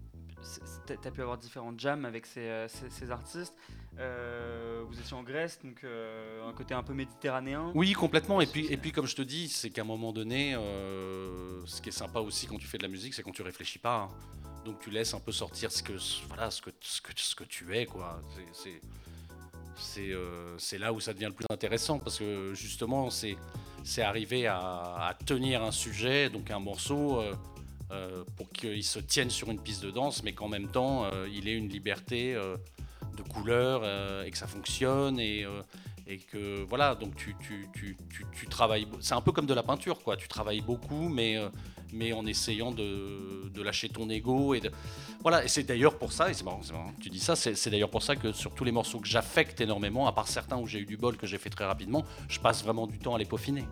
tu as pu avoir différentes jams avec ces, ces, ces artistes? Euh, vous étiez en Grèce, donc euh, un côté un peu méditerranéen. Oui, complètement. Et puis, et puis comme je te dis, c'est qu'à un moment donné, euh, ce qui est sympa aussi quand tu fais de la musique, c'est quand tu réfléchis pas. Hein. Donc tu laisses un peu sortir ce que, voilà, ce que, ce que, ce que tu es, quoi. C'est, c'est, c'est, euh, c'est là où ça devient le plus intéressant, parce que justement, c'est, c'est arriver à, à tenir un sujet, donc un morceau, euh, euh, pour qu'il se tienne sur une piste de danse, mais qu'en même temps, euh, il ait une liberté euh, de couleur euh, et que ça fonctionne et, euh, et que voilà, donc tu, tu, tu, tu, tu travailles, c'est un peu comme de la peinture, quoi. Tu travailles beaucoup, mais, euh, mais en essayant de, de lâcher ton ego et de, voilà. Et c'est d'ailleurs pour ça, et c'est marrant, c'est marrant que tu dis ça, c'est, c'est d'ailleurs pour ça que sur tous les morceaux que j'affecte énormément, à part certains où j'ai eu du bol que j'ai fait très rapidement, je passe vraiment du temps à les peaufiner.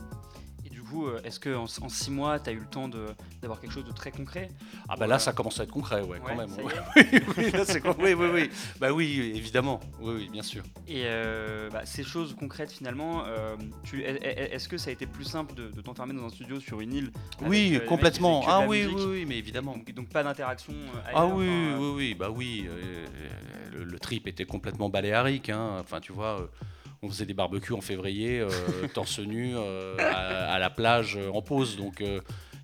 Est-ce qu'en en six mois, tu as eu le temps de, d'avoir quelque chose de très concret? Ah bah là, euh... ça commence à être concret, ouais, ouais quand même. Ça ouais. y est. oui, oui, là, c'est con... oui, oui, oui. Bah oui, évidemment. Oui, oui, bien sûr. Et euh, bah, ces choses concrètes, finalement, euh, tu, est-ce que ça a été plus simple de, de t'enfermer dans un studio sur une île? Oui, avec, euh, complètement. Ah oui, oui, oui, mais évidemment. Donc, donc pas d'interaction ailleurs, Ah oui, enfin, oui, oui, bah oui. Euh, le, le trip était complètement baléarique, hein. Enfin, tu vois... Euh... On faisait des barbecues en février, euh, torse nu, euh, à, à la plage, euh, en pause. Donc, il euh,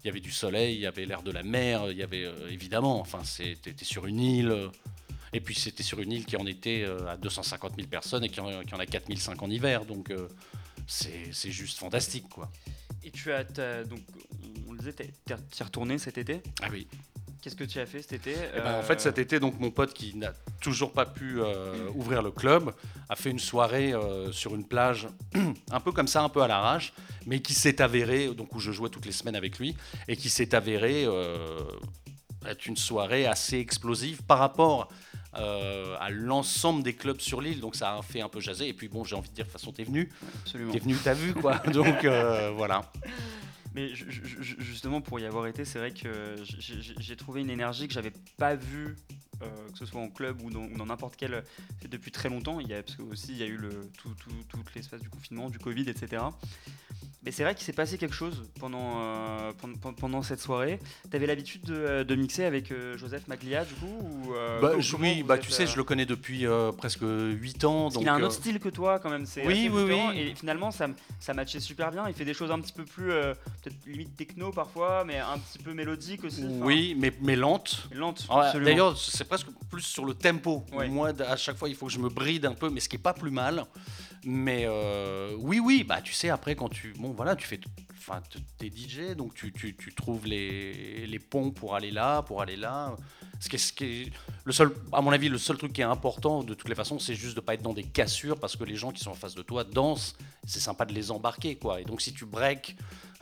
il y avait du soleil, il y avait l'air de la mer, il y avait euh, évidemment, enfin, c'était sur une île. Euh, et puis c'était sur une île qui en était euh, à deux cent cinquante mille personnes et qui en, qui en a quatre mille cinq en hiver. Donc euh, c'est juste fantastique, quoi. Et tu as, donc, on le disait, tu es retourné cet été. Ah oui. Qu'est-ce que tu as fait cet été? Eh ben, en fait, cet été, donc, mon pote qui n'a toujours pas pu euh, ouvrir le club a fait une soirée euh, sur une plage, un peu comme ça, un peu à l'arrache, mais qui s'est avérée, donc où je jouais toutes les semaines avec lui, et qui s'est avérée euh, être une soirée assez explosive par rapport euh, à l'ensemble des clubs sur l'île. Donc ça a fait un peu jaser. Et puis bon, j'ai envie de dire, de toute façon, t'es venu. Absolument. T'es venu, t'as vu, quoi. Donc euh, voilà. Mais je, je, justement, pour y avoir été, c'est vrai que j'ai trouvé une énergie que j'avais pas vue, euh, que ce soit en club ou dans n'importe quel, depuis très longtemps. Il y a, parce que aussi il y a eu le, tout, tout, tout l'espace du confinement, du Covid, et cetera. Mais c'est vrai qu'il s'est passé quelque chose pendant, euh, pendant, pendant cette soirée. Tu avais l'habitude de, de mixer avec euh, Joseph Maglia, du coup ou, euh, bah, comment, Oui, bah, êtes, tu sais, je le connais depuis euh, presque huit ans. Donc, donc, il a un euh... autre style que toi, quand même. Oui, oui, oui. Et finalement, ça, ça matchait super bien. Il fait des choses un petit peu plus, euh, peut-être limite techno parfois, mais un petit peu mélodique aussi. Oui, mais, mais lente. Lente, ouais, d'ailleurs, c'est presque plus sur le tempo. Ouais. Moi, à chaque fois, il faut que je me bride un peu, mais ce qui n'est pas plus mal. Mais euh, oui, oui, bah tu sais, après, quand tu. Bon, voilà, tu fais. Enfin, t'es D J, donc tu, tu, tu trouves les, les ponts pour aller là, pour aller là. Ce qui est, ce qui est, le seul, à mon avis, le seul truc qui est important, de toutes les façons, c'est juste de ne pas être dans des cassures, parce que les gens qui sont en face de toi dansent, c'est sympa de les embarquer, quoi. Et donc, si tu breaks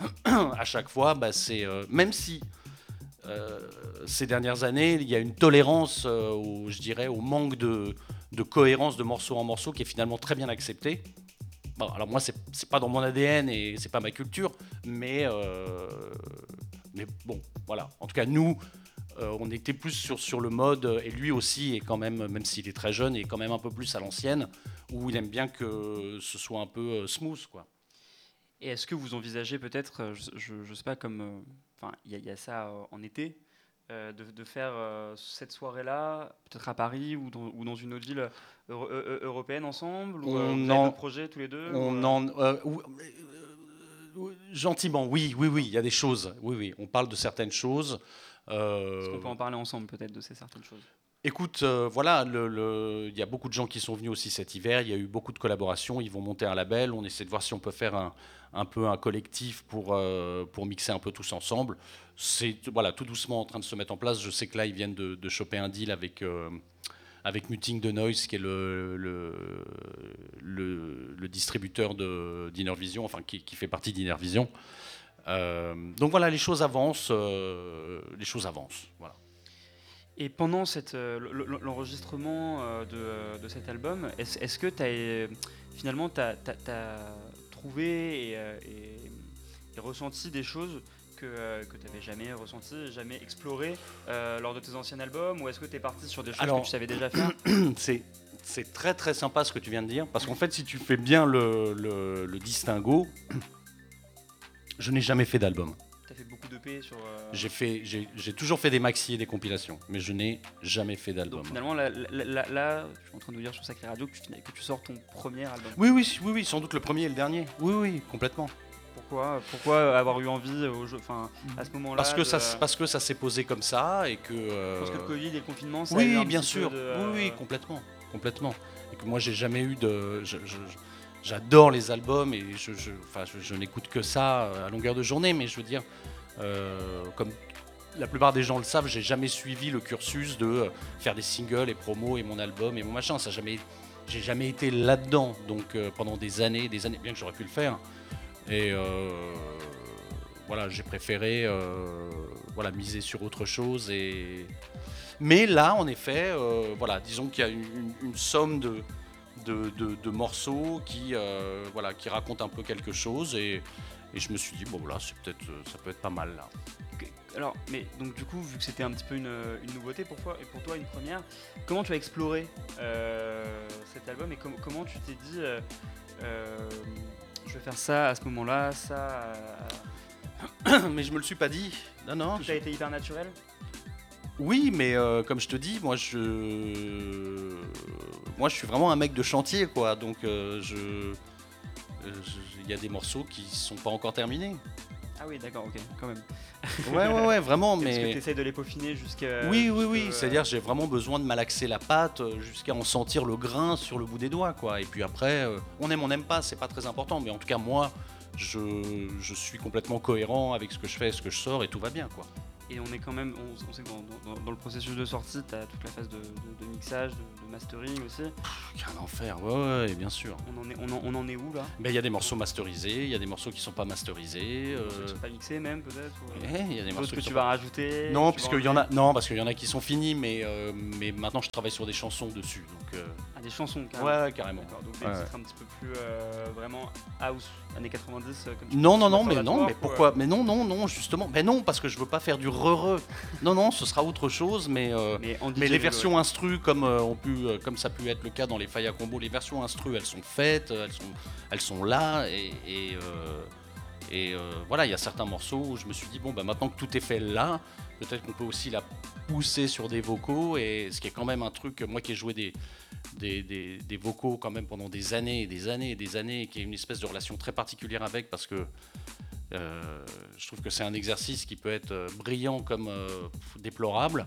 à chaque fois, bah, c'est. Euh, même si. Euh, ces dernières années, il y a une tolérance, euh, au, je dirais, au manque de, de cohérence de morceau en morceau qui est finalement très bien accepté. Bon, alors moi, c'est, c'est pas dans mon A D N et c'est pas ma culture, mais, euh, mais bon, voilà. En tout cas, nous, euh, on était plus sur, sur le mode, et lui aussi est quand même, même s'il est très jeune, est quand même un peu plus à l'ancienne, où il aime bien que ce soit un peu smooth, quoi. Et est-ce que vous envisagez peut-être, je ne sais pas, comme, enfin, il y, y a ça euh, en été, euh, de, de faire euh, cette soirée-là, peut-être à Paris ou dans, ou dans une autre ville euro, euh, européenne ensemble, ou euh, vous avez d'autres projets tous les deux? On ou, en, euh, ou, euh, gentiment, oui, oui, oui, il y a des choses. Oui, oui, on parle de certaines choses. Euh, Est-ce qu'on peut en parler ensemble peut-être de ces certaines choses? Écoute, euh, voilà, le, le, il y a beaucoup de gens qui sont venus aussi cet hiver, il y a eu beaucoup de collaborations, ils vont monter un label, on essaie de voir si on peut faire un, un peu un collectif pour, euh, pour mixer un peu tous ensemble. C'est voilà, tout doucement en train de se mettre en place. Je sais que là, ils viennent de, de choper un deal avec, euh, avec Muting de Noise, qui est le, le, le, le distributeur d'Innervision, enfin qui, qui fait partie d'Innervision. Euh, donc voilà, les choses avancent, euh, les choses avancent, voilà. Et pendant cette, euh, l'enregistrement euh, de, de cet album, est-ce, est-ce que tu as finalement t'as, t'as, t'as trouvé et, euh, et, et ressenti des choses que, euh, que tu n'avais jamais ressenties, jamais explorées euh, lors de tes anciens albums, ou est-ce que tu es parti sur des choses Alors, que tu savais déjà faire? c'est, c'est très très sympa ce que tu viens de dire, parce qu'en fait, si tu fais bien le, le, le distinguo, je n'ai jamais fait d'album. T'as fait beaucoup d'E P sur... Euh... J'ai, fait, j'ai, j'ai toujours fait des maxi et des compilations, mais je n'ai jamais fait d'album. Donc finalement, là, là, là, je suis en train de vous dire sur Sacré Radio que tu, que tu sors ton premier album. Oui, oui, oui, oui, sans doute le premier et le dernier. Oui, oui, complètement. Pourquoi, pourquoi avoir eu envie au jeu, à ce moment-là parce que, de... ça, parce que ça s'est posé comme ça et que... Euh... Parce que le Covid et le confinement, ça oui, a eu un bien petit sûr. peu de... Oui, oui, complètement, complètement. Et que moi, j'ai jamais eu de... Je, je, j'adore les albums et je, je, enfin, je, je n'écoute que ça à longueur de journée, mais je veux dire... Euh, comme la plupart des gens le savent, j'ai jamais suivi le cursus de euh, faire des singles et promos et mon album et mon machin. Ça jamais, j'ai jamais été là-dedans. Donc euh, pendant des années, des années, bien que j'aurais pu le faire. Et euh, voilà, j'ai préféré euh, voilà miser sur autre chose. Et mais là, en effet, euh, voilà, disons qu'il y a une, une, une somme de de, de de morceaux qui euh, voilà qui racontent un peu quelque chose et Et je me suis dit, bon voilà, c'est peut-être, ça peut être pas mal là. Alors, mais donc du coup, vu que c'était un petit peu une, une nouveauté pour toi, et pour toi une première, comment tu as exploré euh, cet album et com- comment tu t'es dit, euh, euh, je vais faire ça à ce moment-là, ça... À... mais je me le suis pas dit. Non, non. Tout je... a été hyper naturel? Oui, mais euh, comme je te dis, moi je, moi je suis vraiment un mec de chantier, quoi. Donc euh, je, il y a des morceaux qui sont pas encore terminés. Ah oui, d'accord, ok, quand même. Ouais, ouais, ouais, vraiment, Parce que mais... tu essaies de les peaufiner jusqu'à... Oui, oui, jusque, oui, euh, c'est-à-dire j'ai vraiment besoin de malaxer la pâte euh, jusqu'à en sentir le grain sur le bout des doigts, quoi. Et puis après, euh, on aime, on n'aime pas, c'est pas très important, mais en tout cas, moi, je, je suis complètement cohérent avec ce que je fais, ce que je sors, et tout va bien, quoi. Et on est quand même, on, on sait que dans, dans- dans le processus de sortie, tu as toute la phase de, de- de mixage, de, de mastering aussi. Quel enfer, ouais, ouais, ouais, bien sûr. On en est, on en, on en est où là? Ben, il y a des morceaux masterisés, il y a des morceaux qui sont pas masterisés. Des morceaux euh, qui sont pas mixés même peut-être ou, euh, ouais, il y a des d'autres morceaux que qui tu sont vas pas- rajouter? Non, que tu vas puisqu'il y en a, enlever. non, parce qu'il y en a qui sont finis, mais, euh, mais maintenant je travaille sur des chansons dessus. Donc, euh, Ah, des chansons carrément. ouais, carrément. D'accord, donc des Ouais, titres un petit peu plus euh, vraiment house, années quatre-vingt-dix. euh, Comme tu Non, peux- non, tu non, vas mais faire la non, tour, mais ou, pourquoi euh, Mais non, non, non, justement. Mais non, parce que je veux pas faire du re-re. Non, non, ce sera autre chose, mais, euh, Mais, en mais D J, les ouais. versions instru, comme, euh, ont pu, euh, comme ça a pu être le cas dans les Faya Combo, les versions instru, elles sont faites, euh, elles sont, elles sont là, et, et, euh, et, euh, voilà, il y a certains morceaux où je me suis dit, bon, bah, maintenant que tout est fait là, peut-être qu'on peut aussi la pousser sur des vocaux, et ce qui est quand même un truc, moi qui ai joué des, des, des, des vocaux quand même pendant des années et des années et des années, et qui a une espèce de relation très particulière avec, parce que euh, je trouve que c'est un exercice qui peut être euh, brillant comme euh, déplorable.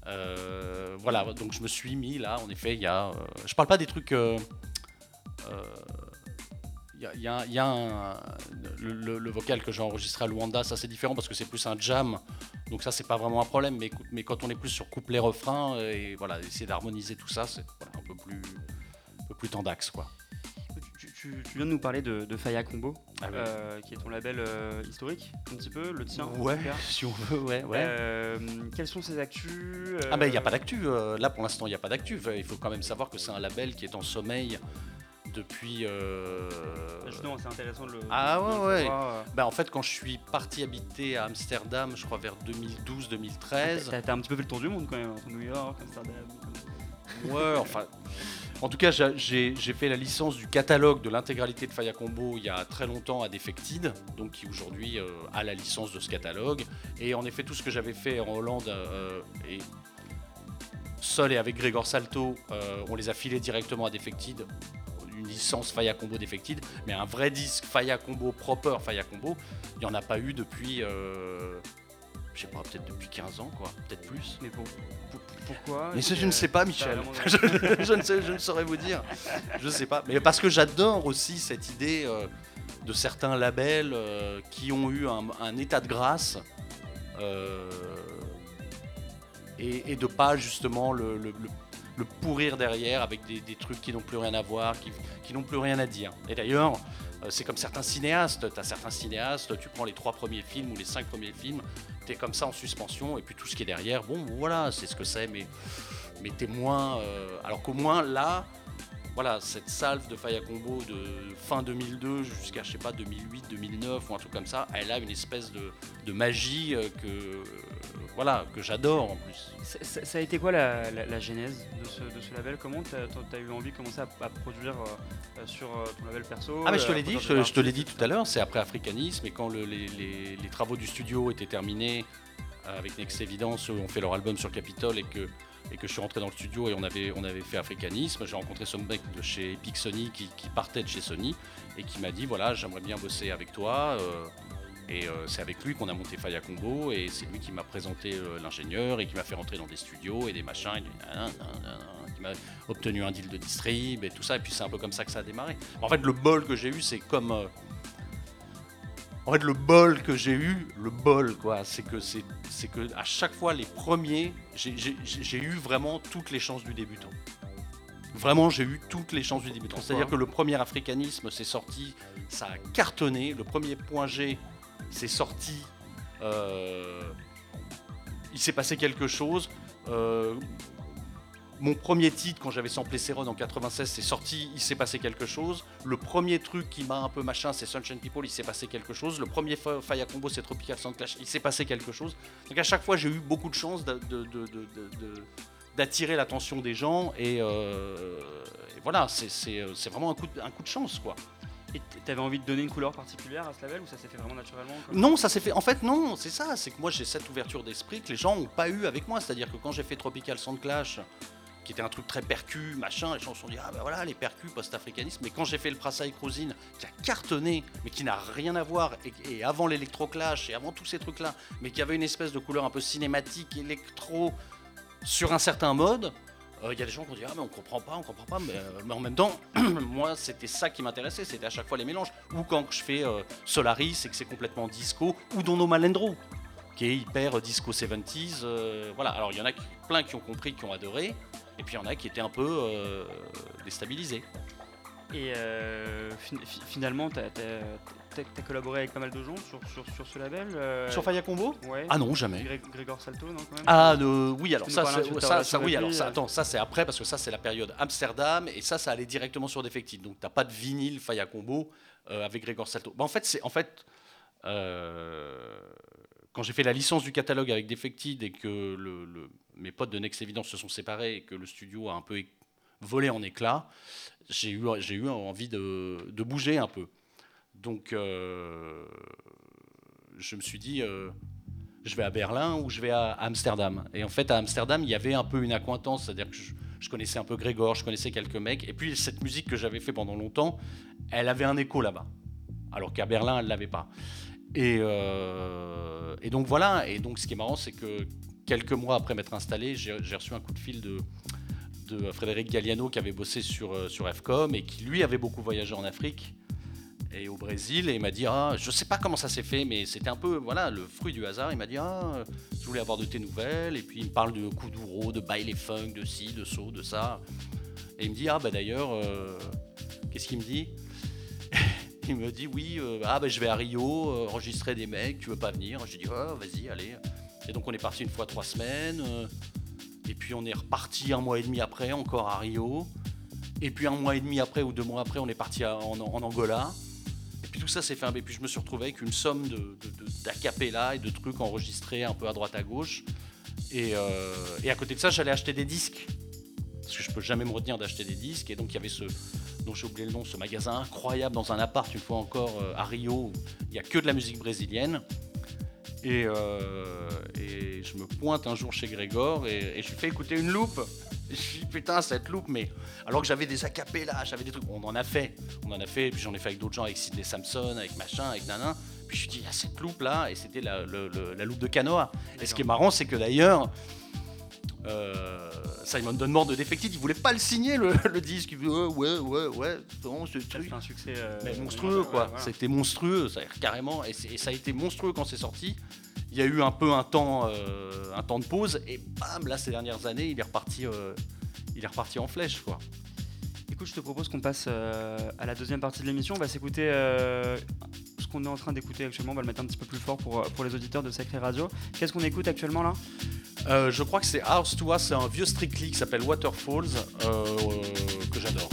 Euh, voilà, donc je me suis mis là, en effet, il y a... euh, je parle pas des trucs... euh, euh, Il y a, il y a- il y a un- le, le- le vocal que j'ai enregistré à Luanda, ça c'est différent parce que c'est plus un jam, donc ça c'est pas vraiment un problème, mais, mais quand on est plus sur couplet-refrain, et voilà, essayer d'harmoniser tout ça, c'est voilà, un peu plus, un peu plus tendax, quoi. Tu, tu- tu viens de nous parler de, de Faya Combo, Ah oui. euh, qui est ton label euh, historique, un petit peu, le tien. en Ouais, tout cas. si on veut, ouais, ouais. Euh, quelles sont ses actus euh, Ah ben il n'y a pas d'actu, euh, là pour l'instant il n'y a pas d'actu, il faut quand même savoir que c'est un label qui est en sommeil depuis... euh, Justement, c'est intéressant de le. Ah de le ouais, ouais. savoir, euh. bah, en fait quand je suis parti habiter à Amsterdam, je crois vers deux mille douze deux mille treize, T'as t'as un petit peu fait le tour du monde quand même, entre New York, Amsterdam. ouais, enfin... En tout cas, j'ai- j'ai j'ai fait la licence du catalogue de l'intégralité de Faya Combo il y a très longtemps à Defected, donc qui aujourd'hui euh, a la licence de ce catalogue. Et en effet, tout ce que j'avais fait en Hollande euh, et seul et avec Grégor Salto, euh, on les a filés directement à Defected, une licence Faya Combo Defected, mais un vrai disque Faya Combo proper Faya Combo, il n'y en a pas eu depuis, euh, je sais pas, peut-être depuis quinze ans, quoi, peut-être plus. Mais pour, pour- pourquoi Mais ça, je euh, ne sais pas, t'as Michel. vraiment- je, je ne sais, je ne saurais vous dire. Je ne sais pas. Mais parce que j'adore aussi cette idée euh, de certains labels euh, qui ont eu un, un état de grâce euh, et, et de pas justement le, le- le- le pourrir derrière avec des, des trucs qui n'ont plus rien à voir, qui, qui n'ont plus rien à dire. Et d'ailleurs, euh, c'est comme certains cinéastes. Tu as certains cinéastes, tu prends les trois premiers films ou les cinq premiers films, tu es comme ça en suspension, et puis tout ce qui est derrière, bon, voilà, c'est ce que c'est, mais, mais t'es moins... euh, alors qu'au moins, là, voilà, cette salve de Faya Combo de fin deux mille deux jusqu'à, je sais pas, deux mille huit, deux mille neuf ou un truc comme ça, elle a une espèce de, de magie euh, que, euh, voilà, que j'adore en plus. Ça, ça- ça a été quoi la, la- la genèse de ce, de ce label? Comment t'as as eu envie de commencer à, à produire euh, sur euh, ton label perso? Ah mais je te euh, l'ai dit, produire je, des je te l'ai dit artistes, tout à l'heure, c'est après Africanisme, et quand le- les, les- les travaux du studio étaient terminés, euh, avec Next Evidence, eux ont fait leur album sur Capitol, et que, et que je suis rentré dans le studio et on avait, on avait fait Africanisme, j'ai rencontré ce mec de chez Epic Sony qui, qui partait de chez Sony, et qui m'a dit, voilà, j'aimerais bien bosser avec toi, euh, et euh, c'est avec lui qu'on a monté Faya Combo, et c'est lui qui m'a présenté euh, l'ingénieur, et qui m'a fait rentrer dans des studios, et des machins, et des nan, nan, nan, qui m'a obtenu un deal de distrib, et tout ça, et puis c'est un peu comme ça que ça a démarré. En fait, le bol que j'ai eu, c'est comme... euh, En fait, le bol que j'ai eu, le bol, quoi, c'est que c'est, c'est que à chaque fois les premiers, j'ai, j'ai- j'ai eu vraiment toutes les chances du débutant. Vraiment, j'ai eu toutes les chances du débutant. Pourquoi ? C'est-à-dire que le premier Africanisme, c'est sorti, ça a cartonné. Le premier point G, c'est sorti. euh, il s'est passé quelque chose. Euh, mon premier titre, quand j'avais samplé Céron en quatre-vingt-seize, c'est sorti, il s'est passé quelque chose. Le premier truc qui m'a un peu machin, c'est Sunshine People, il s'est passé quelque chose. Le premier Fa- Faya Combo, c'est Tropical Sound Clash, il s'est passé quelque chose. Donc à chaque fois, j'ai eu beaucoup de chance de- de- de- de- de- de- d'attirer l'attention des gens. Et, euh, et voilà, c'est, c'est, c'est vraiment un coup, de, un coup de chance, quoi. Et t'avais envie de donner une couleur particulière à ce label ou ça s'est fait vraiment naturellement comme- Non, ça s'est fait. En fait, non, c'est ça. C'est que moi, j'ai cette ouverture d'esprit que les gens n'ont pas eu avec moi. C'est-à-dire que quand j'ai fait Tropical Sound Clash, qui était un truc très percu, machin. Les gens se sont dit, ah ben voilà, les percus post-africanisme. Mais quand j'ai fait le Prasaï Kruzin, qui a cartonné, mais qui n'a rien à voir, et, et avant l'électroclash, et avant tous ces trucs-là, mais qui avait une espèce de couleur un peu cinématique, électro, sur un certain mode, il euh, y a des gens qui ont dit, ah mais on comprend pas, on comprend pas, mais, euh, mais en même temps, moi c'était ça qui m'intéressait, c'était à chaque fois les mélanges. Ou quand je fais euh, Solaris, et que c'est complètement disco, ou Dono Malendro, qui est hyper disco soixante-dix, euh, voilà. Alors il y en a qui, plein qui ont compris, qui ont adoré, et puis il y en a qui étaient un peu euh, déstabilisés. Et euh, fin, finalement, tu as collaboré avec pas mal de gens sur, sur, sur ce label euh... Sur Faya Combo? Ouais. Ah non, jamais. Gré Grégor Salto, non quand même. Ah euh, oui, alors ça, ça, ça, ça oui, alors lui, ça, attends, ça c'est après, parce que ça c'est la période Amsterdam, et ça, ça allait directement sur Defected. Donc t'as pas de vinyle Faya Combo euh, avec Grégor Salto. Bah, en fait, c'est en fait. Euh, Quand j'ai fait la licence du catalogue avec Defected et que le, le, mes potes de Next Evidence se sont séparés et que le studio a un peu volé en éclats, j'ai eu, j'ai eu envie de, de bouger un peu. Donc euh, je me suis dit, euh, je vais à Berlin ou je vais à Amsterdam. Et en fait, à Amsterdam, il y avait un peu une accointance, c'est-à-dire que je, je connaissais un peu Grégor, je connaissais quelques mecs. Et puis cette musique que j'avais fait pendant longtemps, elle avait un écho là-bas, alors qu'à Berlin, elle ne l'avait pas. Et, euh, et donc voilà, et donc ce qui est marrant, c'est que quelques mois après m'être installé, j'ai, j'ai reçu un coup de fil de, de Frédéric Galliano qui avait bossé sur, sur F com et qui lui avait beaucoup voyagé en Afrique et au Brésil, et il m'a dit, ah, je sais pas comment ça s'est fait, mais c'était un peu voilà, le fruit du hasard. Il m'a dit, ah, je voulais avoir de tes nouvelles, et puis il me parle de Kuduro, de baile funk, de ci, de so, de ça, et il me dit, ah bah d'ailleurs, euh, qu'est-ce qu'il me dit? Il me dit oui, euh, ah ben je vais à Rio euh, enregistrer des mecs, tu veux pas venir? J'ai dit oh, vas-y, allez. Et donc on est parti une fois trois semaines, euh, et puis on est reparti un mois et demi après encore à Rio, et puis un mois et demi après ou deux mois après on est parti à, en, en Angola. Et puis tout ça s'est fait un... Et puis je me suis retrouvé avec une somme de, de, de, d'acapella et de trucs enregistrés un peu à droite à gauche. Et, euh, et à côté de ça, j'allais acheter des disques, parce que je peux jamais me retenir d'acheter des disques. Et donc il y avait ce, dont j'ai oublié le nom, ce magasin incroyable dans un appart, une fois encore, euh, à Rio, où il n'y a que de la musique brésilienne. Et, euh, et je me pointe un jour chez Grégor et, et je lui fais écouter une loupe. Et je dis putain, cette loupe, mais alors que j'avais des acapellas, j'avais des trucs, on en a fait, on en a fait, et puis j'en ai fait avec d'autres gens, avec Sidney Samson, avec machin, avec nanan. Puis je lui dis, il y a cette loupe là, et c'était la, le, le, la loupe de Canoa. Et ce qui est marrant, c'est que d'ailleurs, euh, Simon Dunmore de Defected, il voulait pas le signer le, le disque. Il dit ouais, ouais, ouais, ouais, non, c'est c'est un succès euh, mais monstrueux, quoi. Ouais, voilà. C'était monstrueux, ça, carrément, et, et ça a été monstrueux quand c'est sorti. Il y a eu un peu un temps, euh, un temps de pause, et bam, là, ces dernières années, il est reparti, euh, il est reparti en flèche, quoi. Écoute, je te propose qu'on passe euh, à la deuxième partie de l'émission. On va s'écouter euh, ce qu'on est en train d'écouter actuellement. On va le mettre un petit peu plus fort pour, pour les auditeurs de Sacré Radio. Qu'est-ce qu'on écoute actuellement là ? euh, Je crois que c'est House to Us, c'est un vieux Strictly qui s'appelle Waterfalls, euh, euh, que j'adore.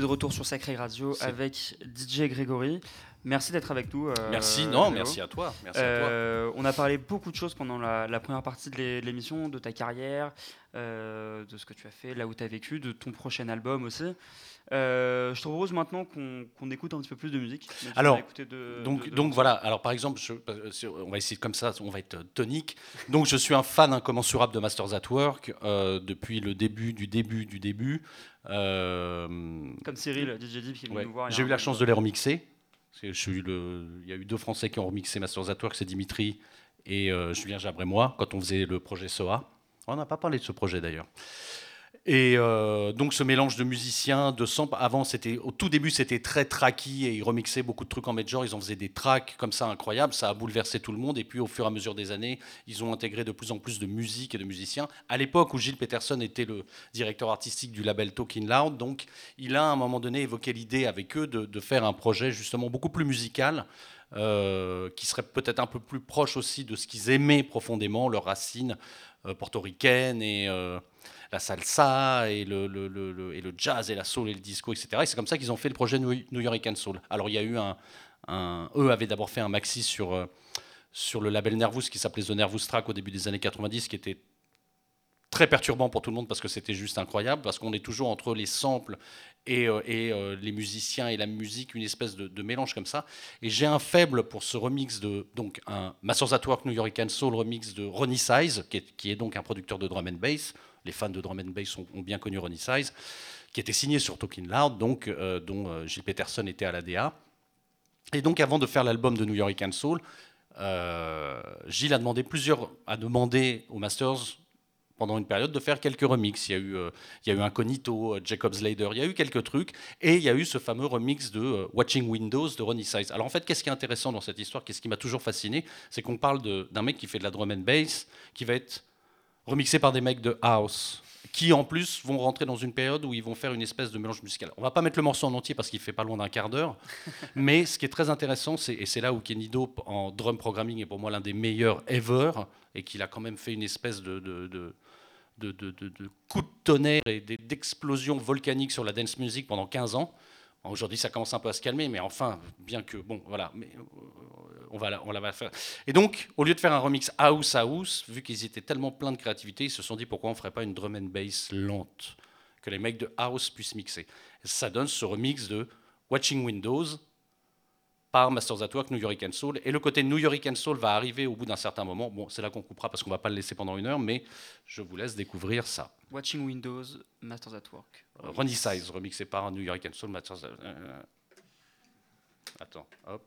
de retour sur Sacré Radio C'est... avec D J Grégory. Merci d'être avec nous. Euh, merci, non, Léo. merci à toi. Merci euh, à toi. On a parlé beaucoup de choses pendant la, la première partie de l'émission, de ta carrière, euh, de ce que tu as fait, là où tu as vécu, de ton prochain album aussi. Euh, je te propose maintenant qu'on qu'on écoute un petit peu plus de musique. Alors, de, donc, de, de donc voilà. Alors par exemple, je, on va essayer comme ça, on va être tonique. Donc je suis un fan incommensurable de Masters at Work euh, depuis le début du début du début. Euh, comme Cyril, D J Deep qui est venu ouais. nous voir. J'ai eu la chance de les remixer. Je suis le, il y a eu deux Français qui ont remixé Masters at Work, c'est Dimitri et euh, Julien Jabre et moi, quand on faisait le projet S O A. On n'a pas parlé de ce projet d'ailleurs. Et euh, donc ce mélange de musiciens, de samples, avant c'était, au tout début c'était très tracky et ils remixaient beaucoup de trucs en major, ils en faisaient des tracks comme ça incroyables, ça a bouleversé tout le monde et puis au fur et à mesure des années, ils ont intégré de plus en plus de musique et de musiciens. À l'époque où Gilles Peterson était le directeur artistique du label Talking Loud, donc il a à un moment donné évoqué l'idée avec eux de, de faire un projet justement beaucoup plus musical, euh, qui serait peut-être un peu plus proche aussi de ce qu'ils aimaient profondément, leurs racines euh, portoricaines et... Euh, la salsa et le, le, le, le, et le jazz et la soul et le disco, et cetera. Et c'est comme ça qu'ils ont fait le projet New York Soul. Alors il y a eu un, un eux avaient d'abord fait un maxi sur euh, sur le label Nervous qui s'appelait The Nervous Track au début des années quatre-vingt-dix, qui était très perturbant pour tout le monde parce que c'était juste incroyable, parce qu'on est toujours entre les samples et, euh, et euh, les musiciens et la musique, une espèce de, de mélange comme ça. Et j'ai un faible pour ce remix de donc un Masters at Work New York Soul remix de Ronnie Size, qui est, qui est donc un producteur de drum and bass. Les fans de drum and bass ont, ont bien connu Ronnie Size, qui était signé sur Talking Loud, donc, euh, dont euh, Gilles Peterson était à l'A D A. Et donc, avant de faire l'album de New York Soul, euh, Gilles a demandé, plusieurs, a demandé aux Masters, pendant une période, de faire quelques remixes. Il y a eu, euh, il y a eu Incognito, Jacob Slater, il y a eu quelques trucs, et il y a eu ce fameux remix de euh, Watching Windows de Ronnie Size. Alors en fait, qu'est-ce qui est intéressant dans cette histoire, qu'est-ce qui m'a toujours fasciné, c'est qu'on parle de, d'un mec qui fait de la drum and bass, qui va être remixé par des mecs de house, qui en plus vont rentrer dans une période où ils vont faire une espèce de mélange musical. On va pas mettre le morceau en entier parce qu'il fait pas loin d'un quart d'heure, mais ce qui est très intéressant, c'est, et c'est là où Kenny Dope en drum programming est pour moi l'un des meilleurs ever, et qu'il a quand même fait une espèce de, de, de, de, de, de, de coup de tonnerre et d'explosion volcanique sur la dance music pendant quinze ans. Aujourd'hui, ça commence un peu à se calmer, mais enfin, bien que, bon, voilà, mais on va, on la va faire. Et donc, au lieu de faire un remix house house, vu qu'ils étaient tellement pleins de créativité, ils se sont dit pourquoi on ne ferait pas une drum and bass lente, que les mecs de house puissent mixer. Et ça donne ce remix de Watching Windows par Masters at Work New York Soul. Et le côté New York Soul va arriver au bout d'un certain moment. Bon, c'est là qu'on coupera parce qu'on ne va pas le laisser pendant une heure, mais je vous laisse découvrir ça. Watching Windows, Masters at Work. Euh, Ronnie Size, remixé par New York Soul, Masters at... Euh... Attends, hop.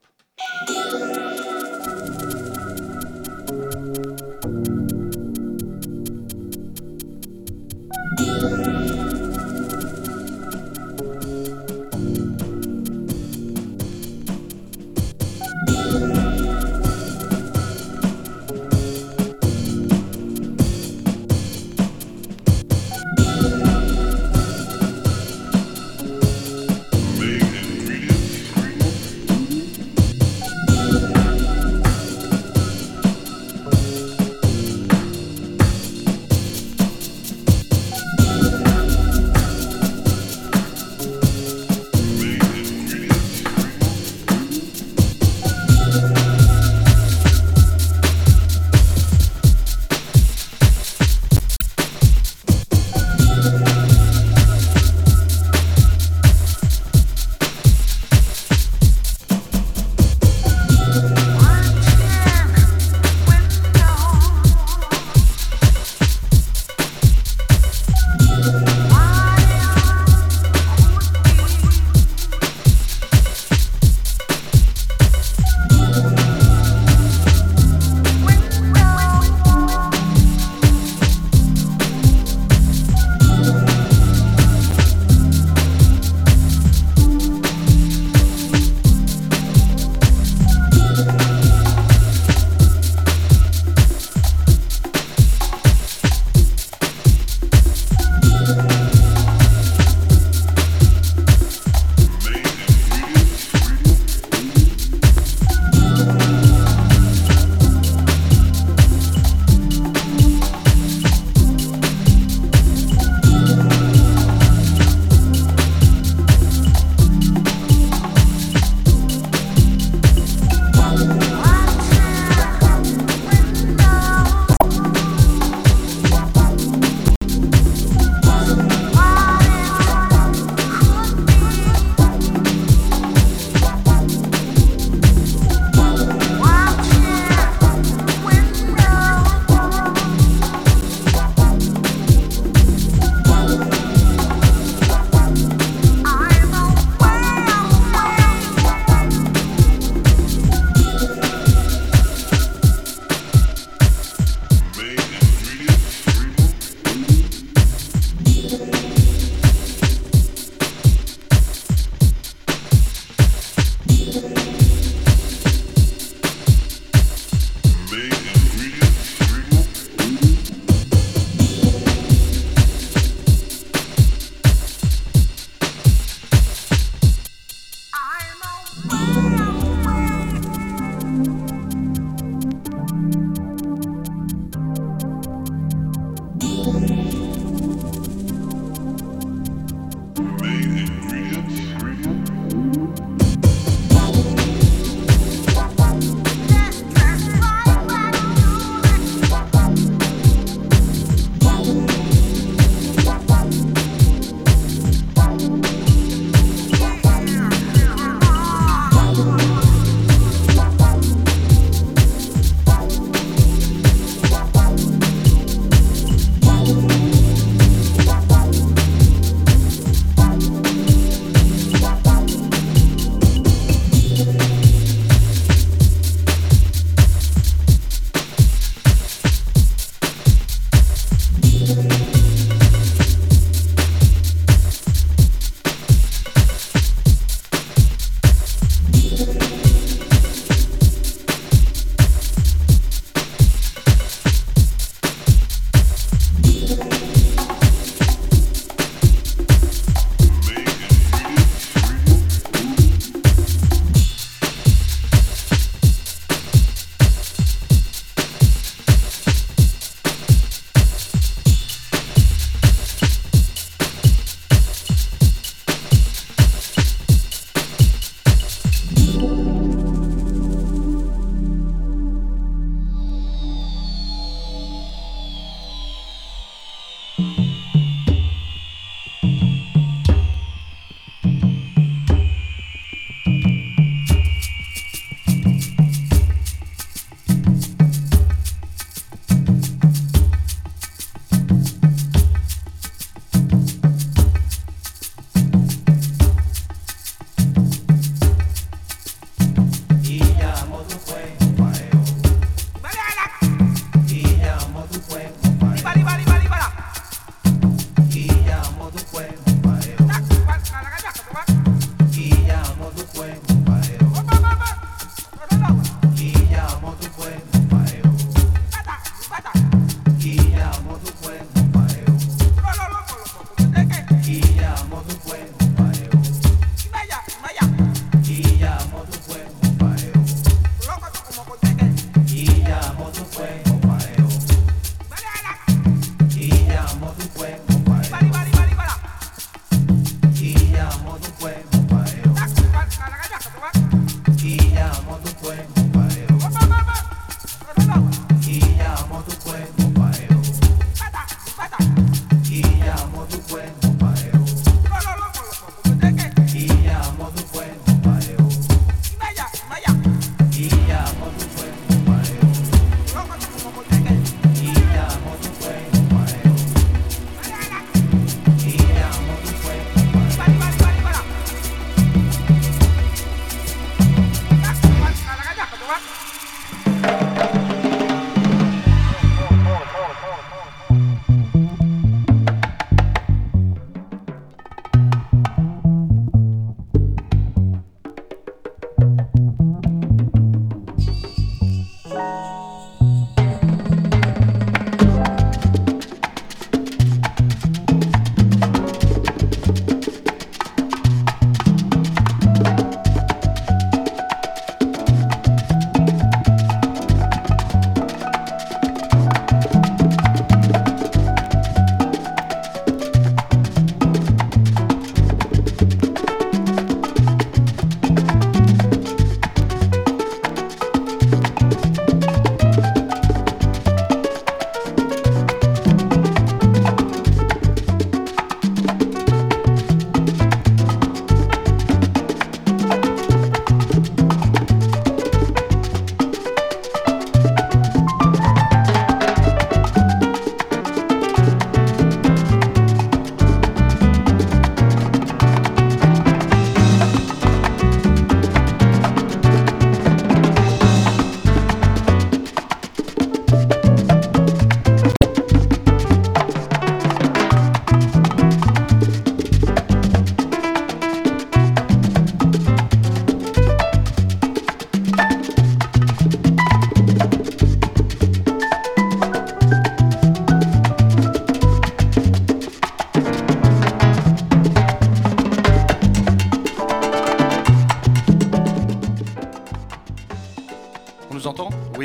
We'll be right back.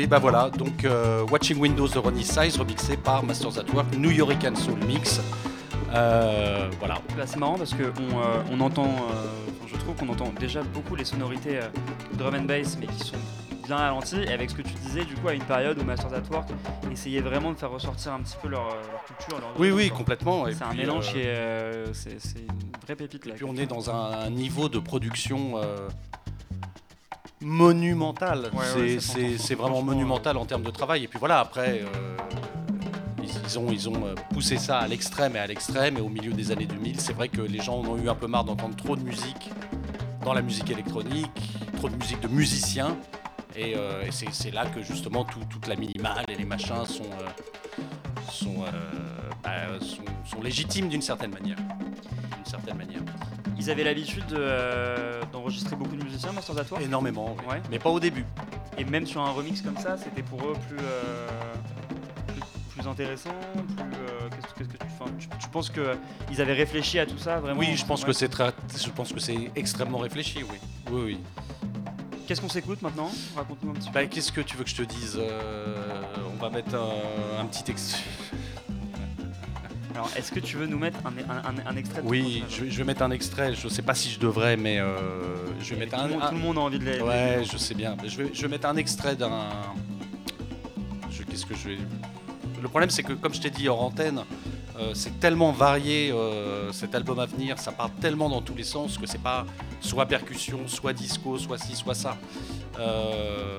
et ben voilà, donc euh, Watching Windows de Ronnie Size remixé par Masters at Work, New Yorican Soul Mix. Euh, voilà. Bah, c'est marrant parce qu'on euh, on entend, euh, je trouve qu'on entend déjà beaucoup les sonorités euh, drum and bass, mais qui sont bien ralenties. Et avec ce que tu disais, du coup, à une période où Masters at Work essayait vraiment de faire ressortir un petit peu leur, leur culture. Leur oui, vie, oui, quoi. complètement. C'est un puis, mélange euh, qui est, euh, c'est, c'est une vraie pépite. Et Là, puis on est dans un, un niveau de production euh, monumental. Ouais, c'est, ouais, ça c'est, s'entend. c'est vraiment Franchement, monumental en termes de travail. Et puis voilà, après, euh, ils, ils ont, ils ont poussé ça à l'extrême et à l'extrême. Et au milieu des années deux mille, c'est vrai que les gens en ont eu un peu marre d'entendre trop de musique dans la musique électronique, trop de musique de musiciens. Et, euh, et c'est, c'est là que justement tout, toute la minimale et les machins sont, euh, sont, euh, bah, sont, sont légitimes d'une certaine manière. D'une certaine manière. Ils avaient l'habitude de, euh, d'enregistrer beaucoup de musiciens, Masters at Work. Énormément, oui. Ouais. Mais pas au début. Et même sur un remix comme ça, c'était pour eux plus, euh, plus, plus intéressant, plus, euh, qu'est-ce, qu'est-ce que tu, enfin, tu, tu penses qu'ils avaient réfléchi à tout ça vraiment? Oui, je pense ouais. que c'est très, je pense que c'est extrêmement réfléchi, oui. Oui, oui. Qu'est-ce qu'on s'écoute maintenant? Raconte-nous un petit peu. Bah, qu'est-ce que tu veux que je te dise? euh, On va mettre un, un petit extrait. Alors, est-ce que tu veux nous mettre un, un, un, un extrait de Oui, je vais, je vais mettre un extrait. Je sais pas si je devrais, mais euh, je vais mettre tout un, le monde, un- tout le monde a envie de les. Ouais, je sais bien. Mais je vais, je vais mettre un extrait d'un. Je- Qu'est-ce que je vais. Le problème, c'est que, comme je t'ai dit hors antenne, euh, c'est tellement varié euh, cet album à venir, ça part tellement dans tous les sens que c'est pas soit percussion, soit disco, soit ci, soit ça. Euh,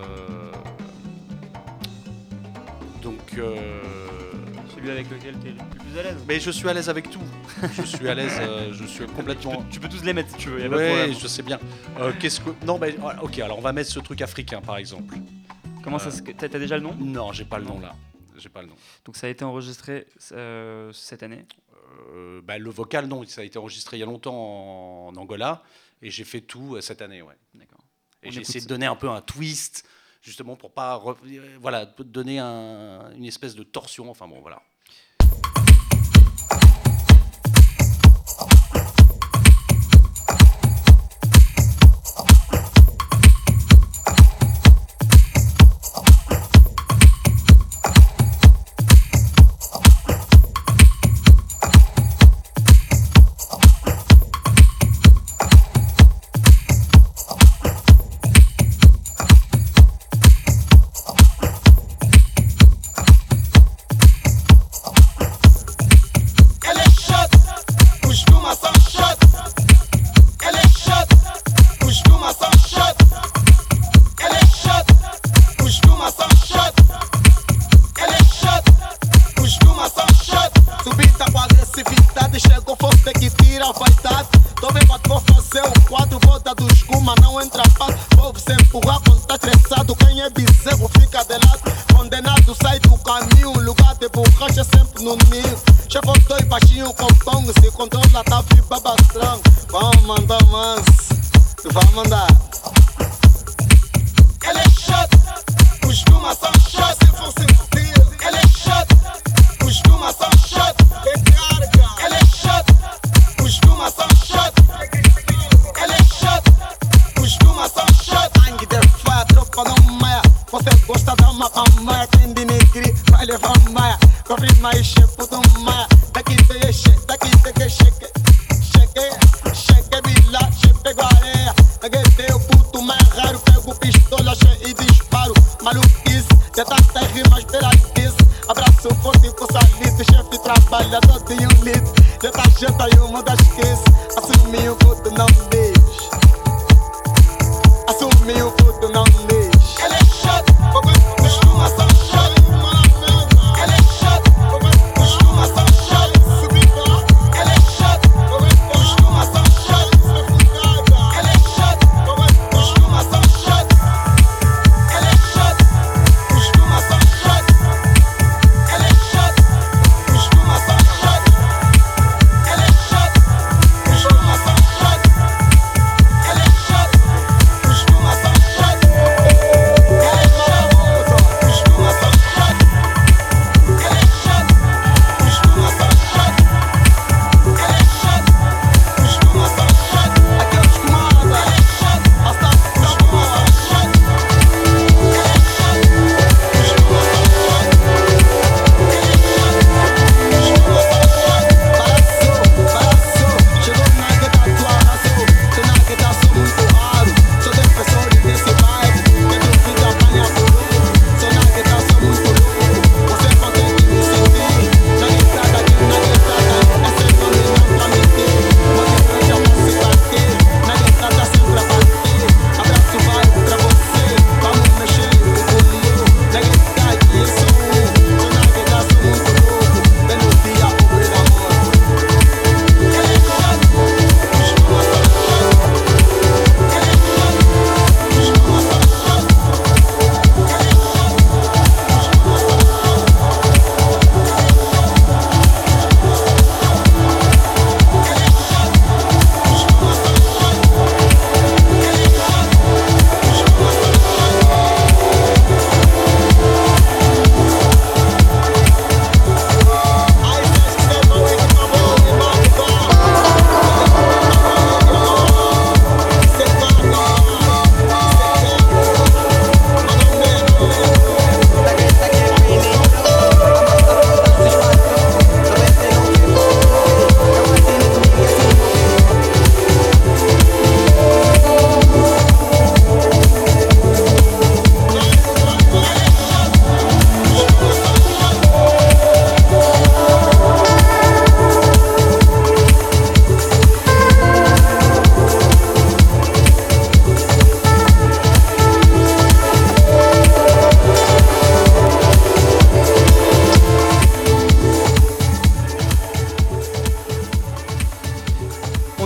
Donc. euh, Celui avec lequel tu es le plus à l'aise. Mais je suis à l'aise avec tout. Je suis à l'aise, euh, je suis Tu complètement. peux, tu peux tous les mettre si tu veux, y a pas de Ouais, problème. je sais bien. Euh, qu'est-ce que. Non, mais. Ok, alors on va mettre ce truc africain par exemple. Comment ça se... T'as, t'as déjà le nom? Non, j'ai pas le nom là. J'ai pas le nom. Donc ça a été enregistré euh, cette année. Euh, bah, le vocal, non, ça a été enregistré il y a longtemps en, en Angola et j'ai fait tout euh, cette année, ouais. D'accord. Et On j'ai écoute essayé de ça. donner un peu un twist, justement pour pas, re- voilà, donner un- une espèce de torsion. Enfin bon, voilà.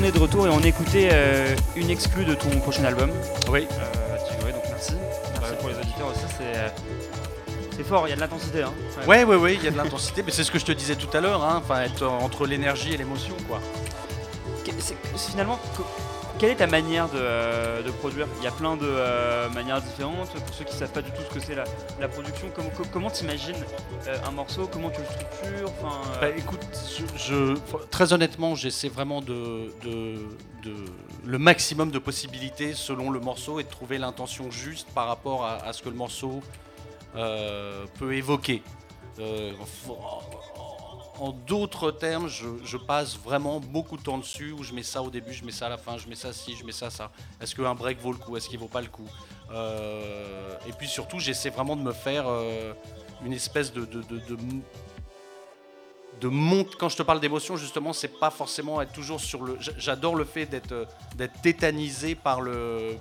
est de retour et on écoutait euh, une exclue de ton prochain album. Oui. Euh, Tigoré, donc merci. Merci ouais. pour les auditeurs aussi. C'est, euh, c'est fort, il y a de l'intensité. Hein. Ouais, ouais, ouais, il y a de l'intensité. Mais c'est ce que je te disais tout à l'heure. Hein. Enfin, être entre l'énergie et l'émotion, quoi. C'est, c'est finalement, quelle est ta manière de, euh, de produire ? Il y a plein de euh, manières différentes. Pour ceux qui ne savent pas du tout ce que c'est la, la production, comment, comment t'imagines euh, un morceau ? Comment tu le structures ? Enfin, euh... bah, écoute, je, je, très honnêtement, j'essaie vraiment de, de, de le maximum de possibilités selon le morceau et de trouver l'intention juste par rapport à, à ce que le morceau euh, peut évoquer. Euh, En d'autres termes, je, je passe vraiment beaucoup de temps dessus, où je mets ça au début, je mets ça à la fin, je mets ça ci, je mets ça ça. Est-ce qu'un break vaut le coup ? Est-ce qu'il vaut pas le coup ? euh, Et puis surtout, j'essaie vraiment de me faire euh, une espèce de... de, de, de de monte. Quand je te parle d'émotion, justement, c'est pas forcément être toujours sur le... J'adore le fait d'être, d'être tétanisé par le,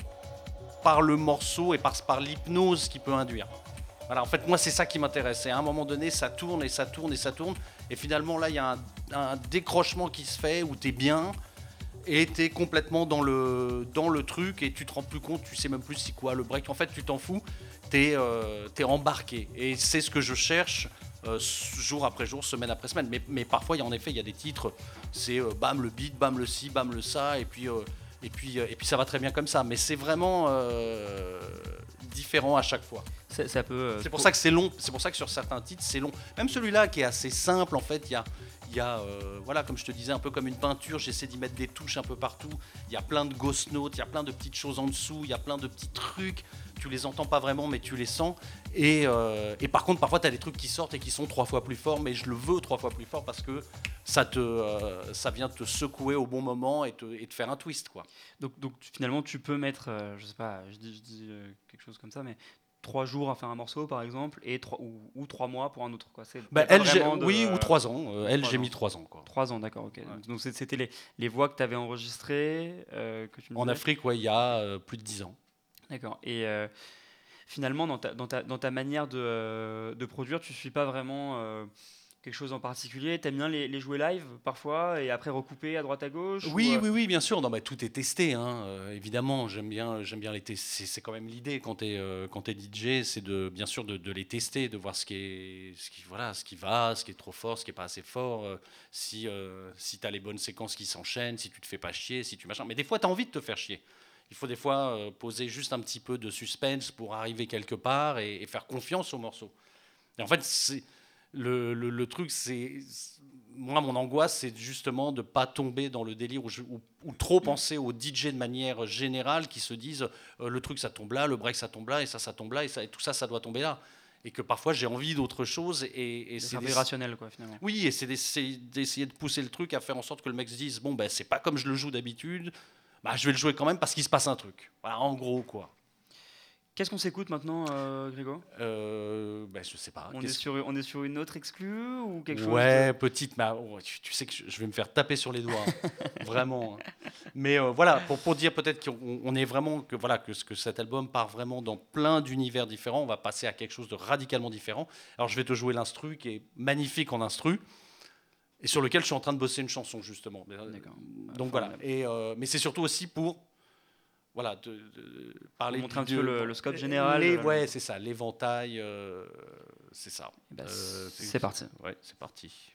par le morceau et par, par l'hypnose qu'il peut induire. Voilà, en fait, moi, c'est ça qui m'intéresse. Et à un moment donné, ça tourne et ça tourne et ça tourne. Et finalement, là, il y a un, un décrochement qui se fait où tu es bien et tu es complètement dans le, dans le truc et tu te rends plus compte, tu sais même plus c'est quoi le break. En fait, tu t'en fous, tu es euh, embarqué. Et c'est ce que je cherche euh, jour après jour, semaine après semaine. Mais, mais parfois, y a, en effet, il y a des titres, c'est euh, bam le beat, bam le ci, bam le ça. Et puis, euh, et puis, euh, et puis ça va très bien comme ça. Mais c'est vraiment euh, différent à chaque fois. Ça, ça peut, euh, c'est pour ça que c'est long, c'est pour ça que sur certains titres c'est long. Même celui-là qui est assez simple en fait, il y a, il y a euh, voilà, comme je te disais, un peu comme une peinture, j'essaie d'y mettre des touches un peu partout. Il y a plein de ghost notes, il y a plein de petites choses en dessous, il y a plein de petits trucs, tu les entends pas vraiment mais tu les sens. Et, euh, et par contre parfois tu as des trucs qui sortent et qui sont trois fois plus forts, mais je le veux trois fois plus fort parce que ça, te, euh, ça vient te secouer au bon moment et te, et te faire un twist, quoi. Donc, donc finalement tu peux mettre, euh, je sais pas, je dis, je dis euh, quelque chose comme ça, mais trois jours à faire un morceau par exemple et trois, ou, ou trois mois pour un autre, quoi. C'est bah, elle, de, oui, euh, ou trois ans. Euh, elle, j'ai ans. mis trois ans, quoi. Trois ans, d'accord, ok. Ouais. Donc c'était les, les voix que tu avais enregistrées euh, que tu me en Afrique, ouais, il y a euh, plus de dix ans. D'accord. Et euh, finalement, dans ta, dans, ta, dans ta manière de, euh, de produire, tu ne suis pas vraiment euh, quelque chose en particulier. Tu aimes bien les, les jouer live parfois et après recouper à droite à gauche ? Oui, ou, euh... oui, oui, bien sûr. Non, bah, tout est testé, hein. euh, évidemment. J'aime bien, j'aime bien les tester. C'est, c'est quand même l'idée quand tu es euh, quand t'es D J, c'est de, bien sûr de, de les tester, de voir ce qui, est, ce, qui, voilà, ce qui va, ce qui est trop fort, ce qui n'est pas assez fort, euh, si, euh, si tu as les bonnes séquences qui s'enchaînent, si tu te fais pas chier, si tu machin. Mais des fois, tu as envie de te faire chier. Il faut des fois euh, poser juste un petit peu de suspense pour arriver quelque part et, et faire confiance au morceau. Et en fait, c'est, le, le, le truc, c'est... Moi, mon angoisse, c'est justement de ne pas tomber dans le délire où, je, où, où trop penser aux D J de manière générale qui se disent euh, le truc, ça tombe là, le break, ça tombe là, et ça, ça tombe là, et, ça, et tout ça, ça doit tomber là. Et que parfois, j'ai envie d'autre chose. Et, et c'est un peu irrationnel, quoi, finalement. Oui, et c'est d'essayer, d'essayer de pousser le truc à faire en sorte que le mec se dise bon, ben, c'est pas comme je le joue d'habitude. Bah, je vais le jouer quand même parce qu'il se passe un truc. Voilà, en gros, quoi. Qu'est-ce qu'on s'écoute maintenant, euh, Grégo ? euh, bah, Je sais pas. On est, sur, on est sur une autre exclue ou quelque chose ? Ouais, de... petite, mais oh, tu, tu sais que je vais me faire taper sur les doigts, hein. Vraiment. Hein. Mais euh, voilà, pour, pour dire peut-être qu'on on est vraiment que voilà que, que cet album part vraiment dans plein d'univers différents. On va passer à quelque chose de radicalement différent. Alors je vais te jouer l'instru qui est magnifique en instru. Et sur lequel je suis en train de bosser une chanson, justement. D'accord. Donc ah, voilà. Et, euh, mais c'est surtout aussi pour, voilà, de, de parler... Pour montrer de, un peu le, le scope général. Les, ouais, c'est ça. L'éventail, euh, c'est ça. Ben, euh, c'est, c'est parti. Ouais, c'est parti.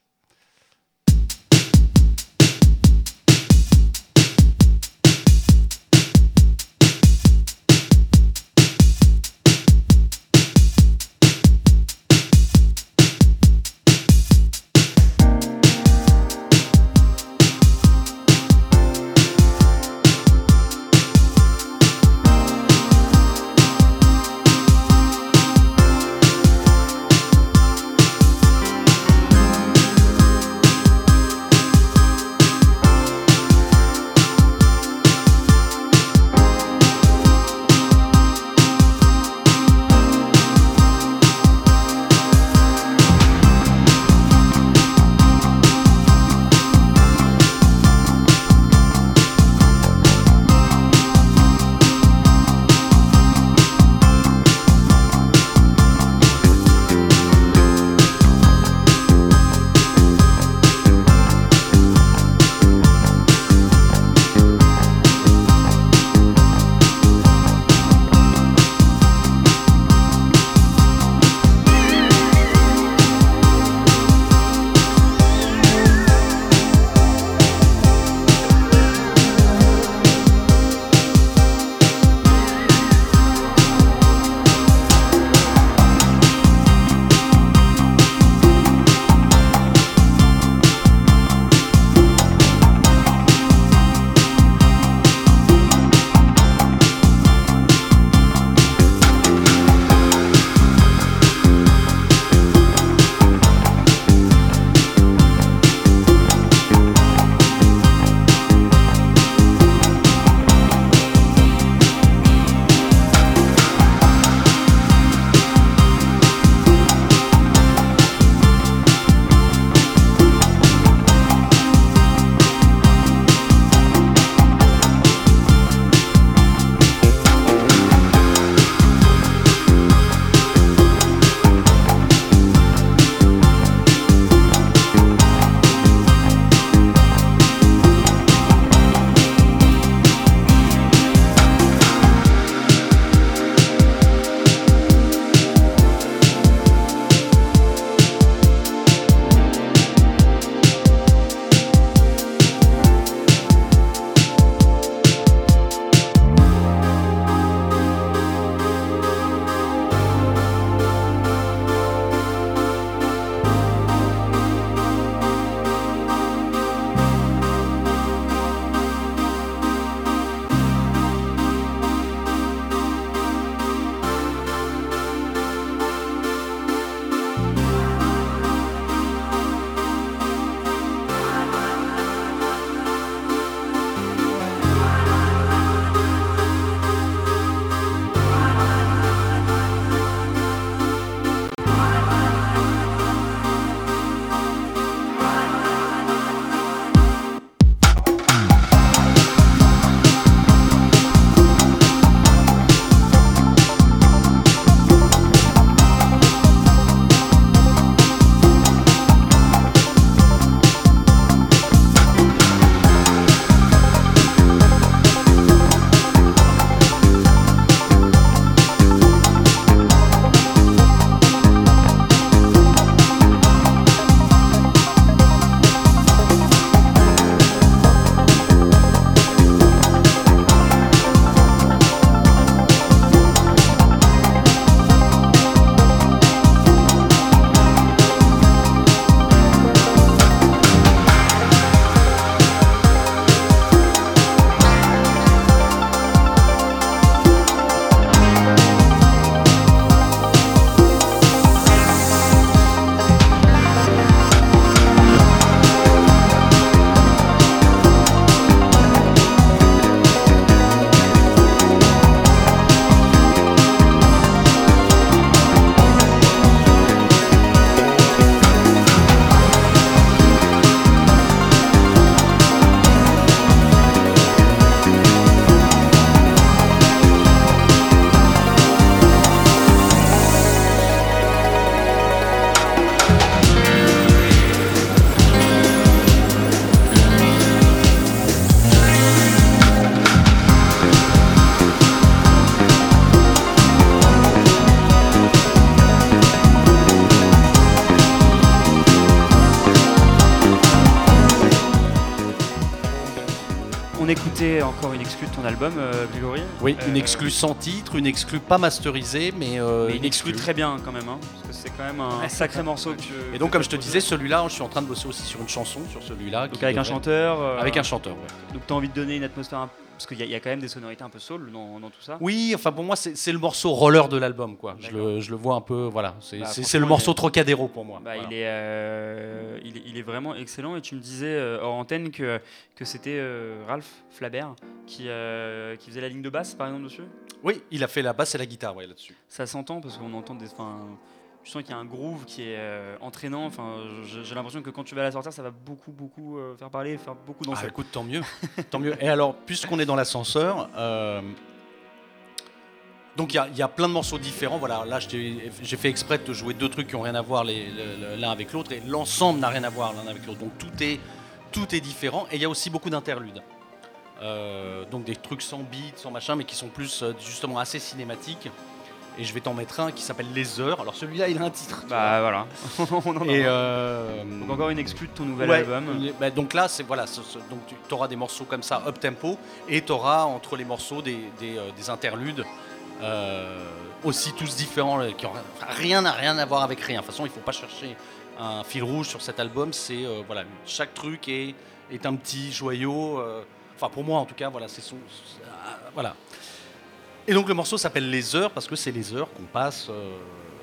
on écoutait encore une exclue de ton album, euh, Grégory. Oui, une Euh, exclue sans titre, une exclue pas masterisée, mais, euh, mais une exclue très bien quand même, hein, parce que c'est quand même un Ouais, sacré c'est morceau. Que tu, Et donc, que comme tu je te as disais, posé. celui-là, je suis en train de bosser aussi sur une chanson, sur celui-là. Donc qui avec un devrait- chanteur. euh, Avec un chanteur, ouais. Donc tu as envie de donner une atmosphère, un- parce qu'il y, a- il y a quand même des sonorités un peu soul dans, dans tout ça. Oui, enfin pour moi, c'est c'est le morceau roller de l'album, quoi. Je D'accord. le, je le vois un peu, voilà. C'est Bah, c'est- c'est franchement, le morceau il est- Trocadéro pour moi. Bah, Voilà. il, est, euh, il, est, il est vraiment excellent et tu me disais euh, hors antenne que, que c'était euh, Ralph Flabert qui, euh, qui faisait la ligne de basse par exemple dessus. Oui, il a fait la basse et la guitare, ouais, là-dessus. Ça s'entend parce qu'on entend des... Enfin, je sens qu'il y a un groove qui est euh, entraînant. Enfin, j'ai j'ai l'impression que quand tu vas la sortir, ça va beaucoup, beaucoup euh, faire parler, faire beaucoup danser. Ah, écoute, tant mieux, tant mieux. Et alors, puisqu'on est dans l'ascenseur, euh, donc il y, a- il y a plein de morceaux différents. Voilà, là, je t'ai- j'ai fait exprès de te jouer deux trucs qui n'ont rien à voir les- le- le- l'un avec l'autre, et l'ensemble n'a rien à voir l'un avec l'autre. Donc tout est, tout est différent. Et il y a aussi beaucoup d'interludes. Euh, donc des trucs sans beat, sans machin, mais qui sont plus euh, justement assez cinématiques. Et je vais t'en mettre un qui s'appelle Les Heures. Alors celui-là, il a un titre. tu Bah voilà. On en a Et un. euh, Donc encore une exclue de ton nouvel ouais, album. les- bah, donc là, c'est voilà, ce- ce- donc tu auras des morceaux comme ça up tempo, et tu auras entre les morceaux des, des, euh, des interludes euh, aussi tous différents, euh, qui ont enfin, rien n'a rien à voir avec rien. De toute façon, il faut pas chercher un fil rouge sur cet album. C'est euh, voilà, chaque truc est, est un petit joyau. euh, Enfin pour moi en tout cas, voilà, c'est son, c'est- ah, voilà. Et donc le morceau s'appelle Les Heures parce que c'est les heures qu'on passe, euh,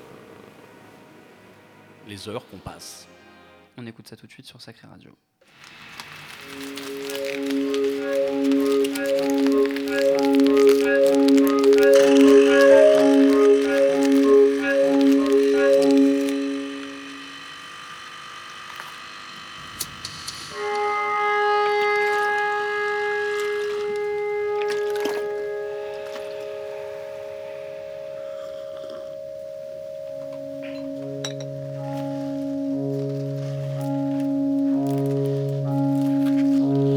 les heures qu'on passe. On écoute ça tout de suite sur Sacré Radio. Thank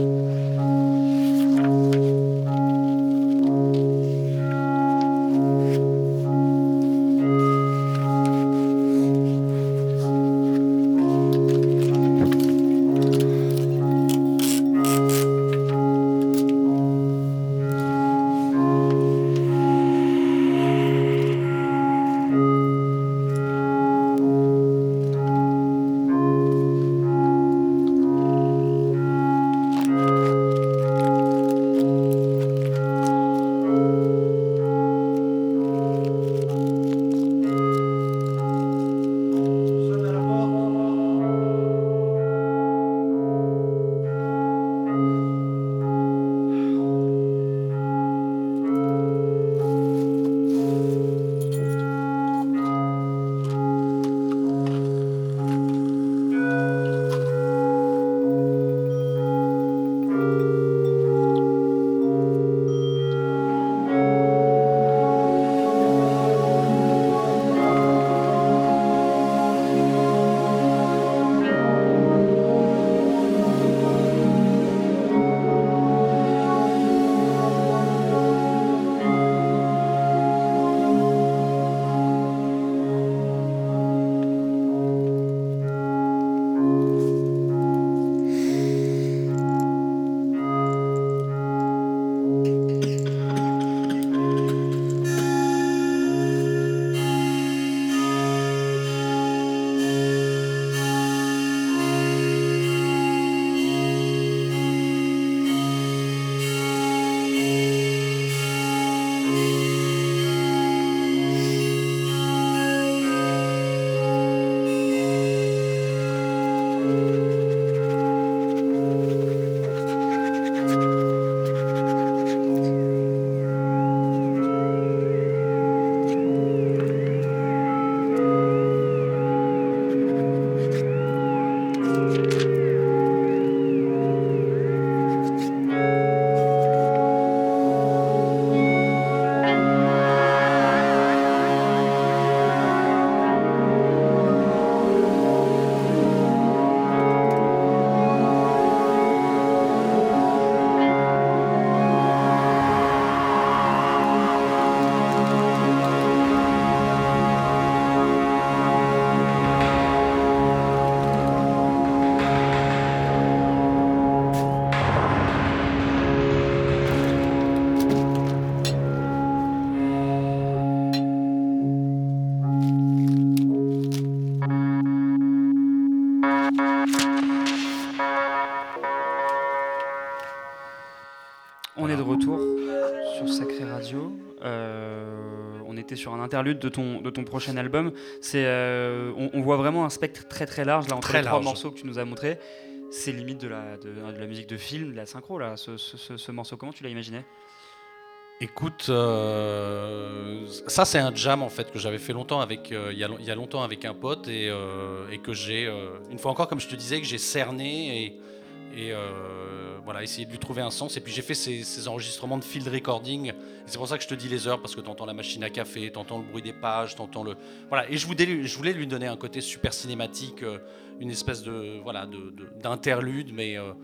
On est de retour sur Sacré Radio. Euh, on était sur un interlude de ton, de ton prochain album. C'est, euh, on, on voit vraiment un spectre très très large là, entre Très les trois large. morceaux que tu nous as montrés. C'est limite de la, de, de la musique de film, de la synchro, là, ce, ce, ce, ce morceau. Comment tu l'as imaginé ? Écoute, euh, ça c'est un jam en fait que j'avais fait longtemps avec, euh, il y a, il y a longtemps avec un pote et, euh, et que j'ai, euh, une fois encore comme je te disais, que j'ai cerné et, et euh, voilà, essayé de lui trouver un sens. Et puis j'ai fait ces, ces enregistrements de field recording. Et c'est pour ça que je te dis les heures, parce que tu entends la machine à café, tu entends le bruit des pages, tu entends le... Voilà, et je voulais, je voulais lui donner un côté super cinématique, euh, une espèce de, voilà, de, de, d'interlude, mais... Euh,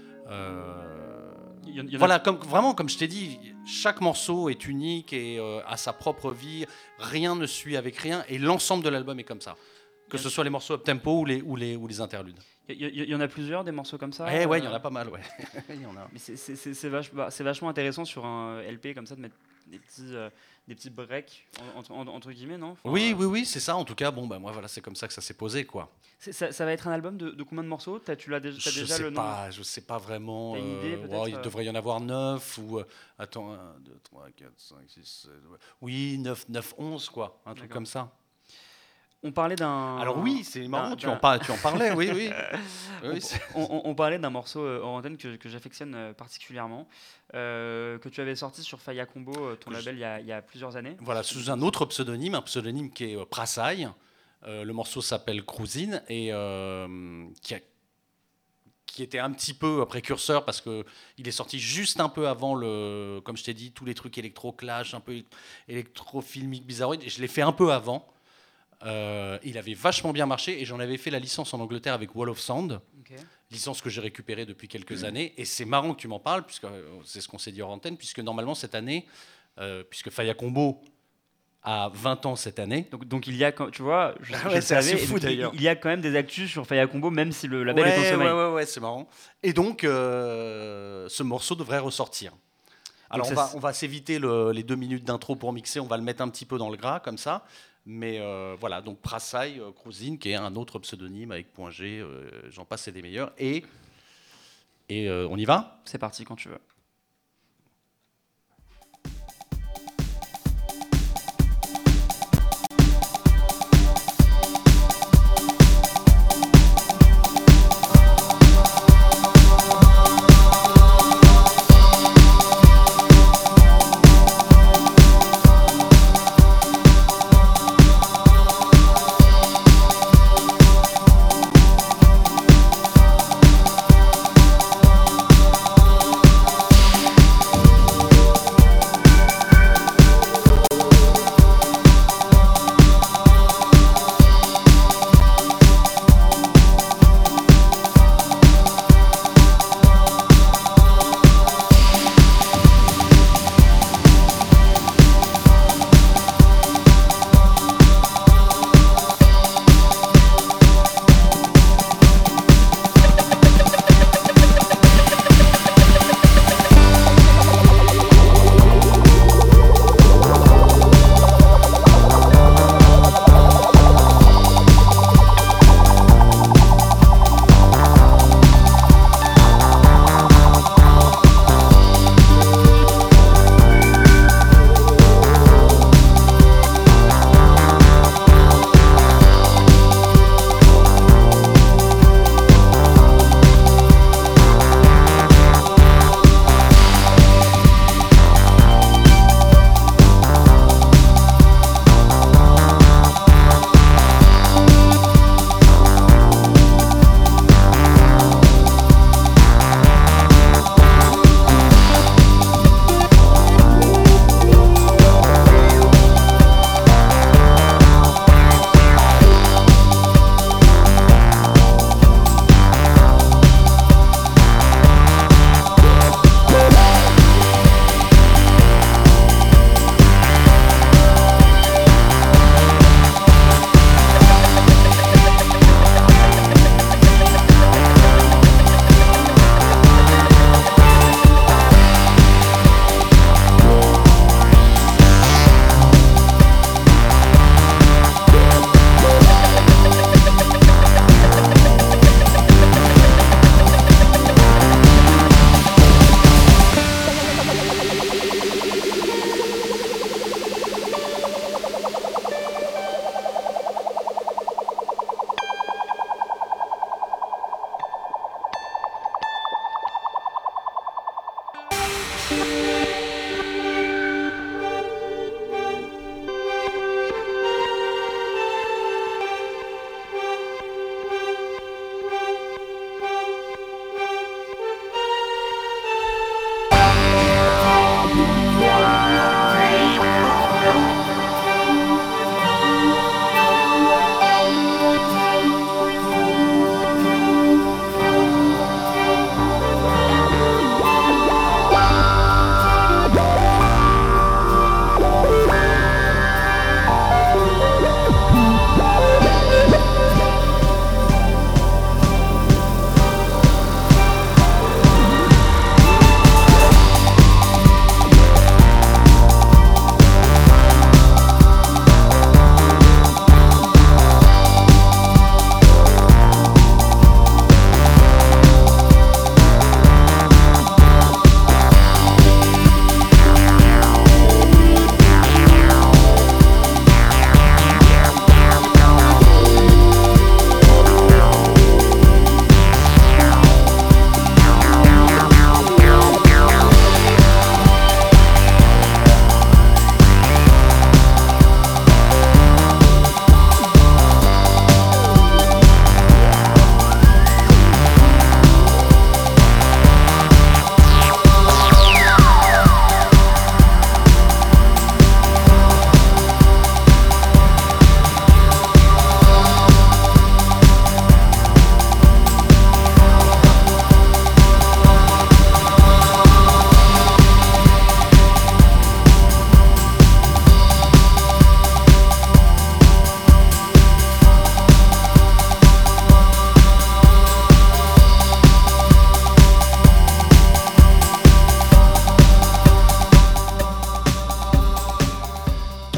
euh, Il y en- il y en a- Voilà, comme, vraiment, comme je t'ai dit, chaque morceau est unique et euh, a sa propre vie. Rien ne suit avec rien et l'ensemble de l'album est comme ça. Que ce soit les morceaux up-tempo ou les, ou, les, ou les interludes. Il y, il y en a plusieurs, des morceaux comme ça. Eh ouais, il y euh, en a pas mal, ouais. Il y en a. Mais c'est, c'est, c'est, c'est, vach- bah, c'est vachement intéressant sur un L P comme ça de mettre des petits, euh, des petits breaks en- entre, en- entre guillemets, non ? Enfin, Oui, euh, oui, oui, c'est ça. En tout cas, bon, bah, moi, voilà, c'est comme ça que ça s'est posé, quoi. c'est- ça, ça va être un album de, de combien de morceaux ? T'as, tu l'as déjà, t'as Je déjà sais le nom ? pas, je sais pas vraiment. T'as une idée, peut-être, ouais, il euh devrait y en avoir neuf ou. euh, attends, un, deux, trois, quatre, cinq, six, sept. Ouais. Oui, neuf, neuf, onze, quoi. Un truc D'accord. comme ça. On parlait d'un. Alors, oui, c'est marrant, d'un- tu en, d'un- par- tu en parlais, oui, oui. on, Oui, c'est- on- on- on parlait d'un morceau euh, hors antenne que, que j'affectionne euh, particulièrement, euh, que tu avais sorti sur Faya Combo, euh, ton Que je- label, il y, a, il y a plusieurs années. Voilà, sous un autre pseudonyme, un pseudonyme qui est euh, Prasaï. Euh, le morceau s'appelle Cruisine et euh, qui, a- qui était un petit peu euh, précurseur parce que il est sorti juste un peu avant le, comme je t'ai dit, tous les trucs électro-clash, un peu électro-filmique, bizarroïde. Et je l'ai fait un peu avant. Euh, il avait vachement bien marché et j'en avais fait la licence en Angleterre avec Wall of Sound, Ok. licence que j'ai récupérée depuis quelques années. Et c'est marrant que tu m'en parles, puisque euh, c'est ce qu'on s'est dit hors antenne, puisque normalement cette année, euh, puisque Faya Combo a vingt ans cette année. Donc, donc il y a, quand- tu vois, je, Ah je ouais, le c'est assez savais, et fou, donc, il- d'ailleurs. Il y a quand même des actus sur Faya Combo, même si le label est en ouais, sommeil. ouais, ouais, ouais, c'est marrant. Et donc, euh, ce morceau devrait ressortir. Alors, ça, on va, c'est- on va s'éviter le- les deux minutes d'intro pour mixer, on va le mettre un petit peu dans le gras, comme ça. Mais euh, voilà, donc Prasaï, euh, Cruisine, qui est un autre pseudonyme avec point G, euh, j'en passe, c'est des meilleurs. Et, et euh, on y va ? C'est parti quand tu veux. Cruising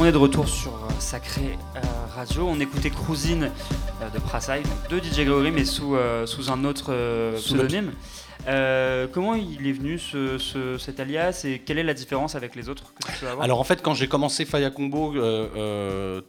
est de retour sur euh, Sacré euh, Radio. On écoutait Cruisine euh, de Prasaï, donc de D J Grégory, mais sous, euh, sous un autre euh, pseudonyme. Euh, comment il est venu ce, ce, cet alias et quelle est la différence avec les autres que tu peux avoir ? Alors en fait, quand j'ai commencé Faya Combo, euh, euh,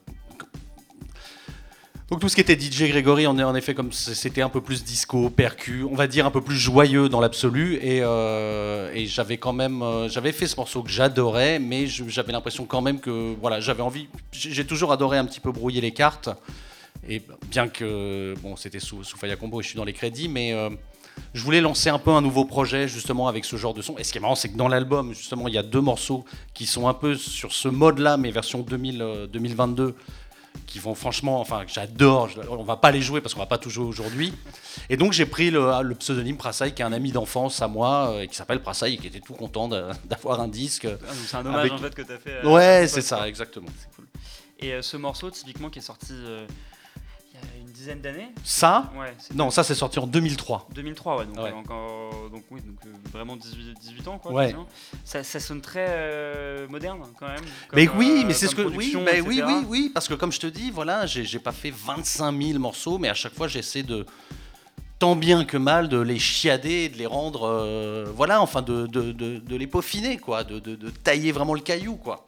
donc tout ce qui était D J Grégory, en, en effet, comme c'était un peu plus disco, percu, on va dire un peu plus joyeux dans l'absolu, et, euh, et j'avais quand même, euh, j'avais fait ce morceau que j'adorais, mais je, j'avais l'impression quand même que, voilà, j'avais envie, j'ai toujours adoré un petit peu brouiller les cartes, et bien que, bon, c'était sous, sous Faya Combo et je suis dans les crédits, mais euh, je voulais lancer un peu un nouveau projet justement avec ce genre de son. Et ce qui est marrant, c'est que dans l'album, justement, il y a deux morceaux qui sont un peu sur ce mode-là, mais version deux mille, euh, deux mille vingt-deux. Qui vont franchement, enfin j'adore, on va pas les jouer parce qu'on va pas tout jouer aujourd'hui. Et donc j'ai pris le, le pseudonyme Prasaï, qui est un ami d'enfance à moi, euh, qui s'appelle Prasaï, et qui était tout content de, d'avoir un disque. Ah, donc c'est un hommage avec... en fait que tu as fait. Euh, ouais, c'est ça, exactement. C'est cool. Et euh, ce morceau typiquement qui est sorti euh, il y a une dizaine d'années. Ça ouais, Non, ça c'est sorti en deux mille trois. deux mille trois, ouais, donc ouais. Euh, encore, donc oui, donc euh, vraiment dix-huit, dix-huit ans quoi. Ouais. Ça, ça sonne très euh, moderne quand même. Comme, mais oui, euh, mais c'est ce que oui, mais oui, oui, oui, parce que comme je te dis, voilà, j'ai, j'ai pas fait vingt-cinq mille morceaux, mais à chaque fois j'essaie de tant bien que mal de les chiader, de les rendre, euh, voilà, enfin de, de, de, de les peaufiner quoi, de, de, de tailler vraiment le caillou quoi.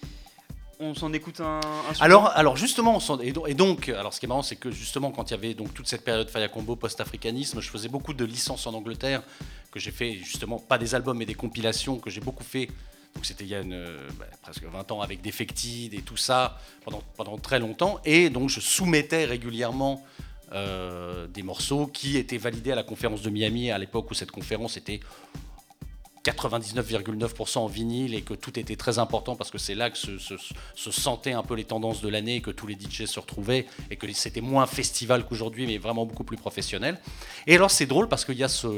On s'en écoute un, un alors, alors justement, on s'en, et, donc, et donc, alors ce qui est marrant, c'est que justement, quand il y avait donc toute cette période Faya Combo, post-africanisme, je faisais beaucoup de licences en Angleterre, que j'ai fait justement, pas des albums, mais des compilations, que j'ai beaucoup fait. Donc c'était il y a une, bah, presque vingt ans avec Defected et tout ça, pendant, pendant très longtemps. Et donc je soumettais régulièrement euh, des morceaux qui étaient validés à la conférence de Miami, à l'époque où cette conférence était quatre-vingt-dix-neuf virgule neuf pour cent en vinyle et que tout était très important parce que c'est là que se, se, se sentaient un peu les tendances de l'année, que tous les D Js se retrouvaient et que c'était moins festival qu'aujourd'hui mais vraiment beaucoup plus professionnel. Et alors c'est drôle parce qu'il y a ce...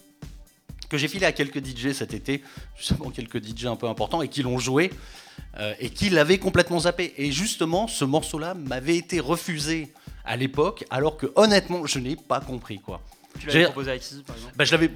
que j'ai filé à quelques D Js cet été, justement quelques D Js un peu importants et qui l'ont joué euh, et qui l'avaient complètement zappé. Et justement ce morceau-là m'avait été refusé à l'époque alors que honnêtement je n'ai pas compris quoi. Tu l'avais proposé à qui par exemple ? Bah, je l'avais...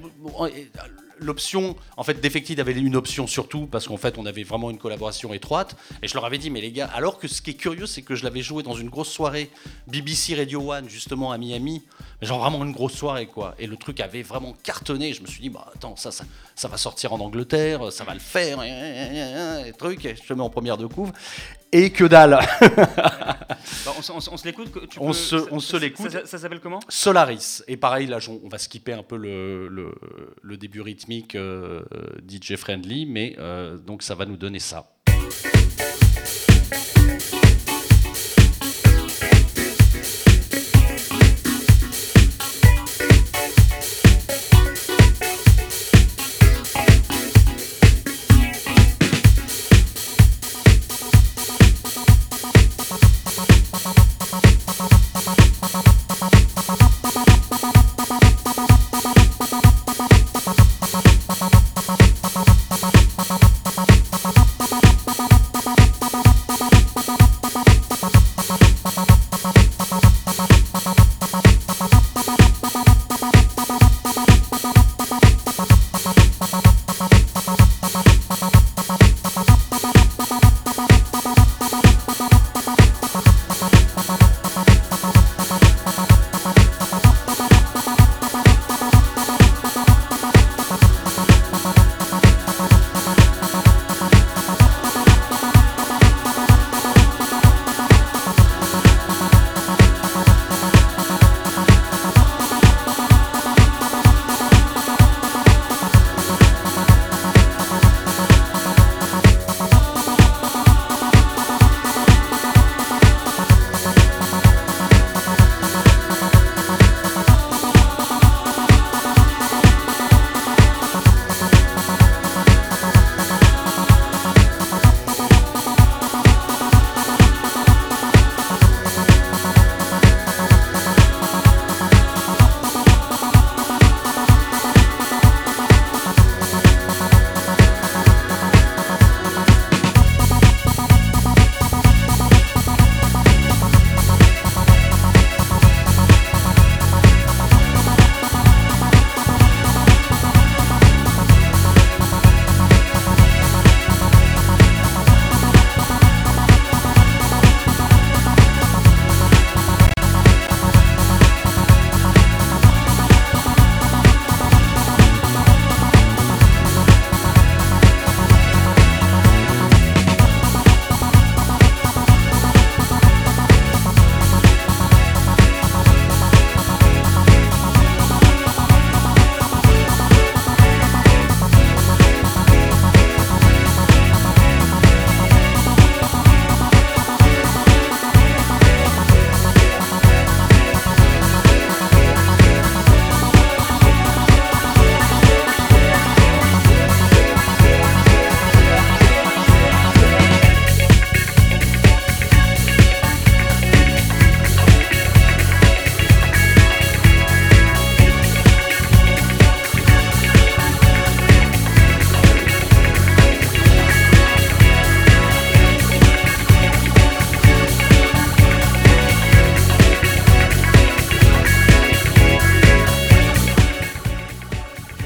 L'option, en fait, Defected avait une option surtout parce qu'en fait, on avait vraiment une collaboration étroite. Et je leur avais dit, mais les gars, alors que ce qui est curieux, c'est que je l'avais joué dans une grosse soirée B B C Radio One, justement à Miami, genre vraiment une grosse soirée, quoi. Et le truc avait vraiment cartonné. Je me suis dit, bah attends, ça, ça, ça va sortir en Angleterre, ça va le faire, et truc, et je te mets en première de couve. Et que dalle. Bah, on, on, on se l'écoute. Tu on peux, se, ça, on ça, se l'écoute. Ça, ça, ça s'appelle comment ? Solaris. Et pareil, là, on va skipper un peu le, le, le début rythmique euh, D J friendly, mais euh, donc ça va nous donner ça.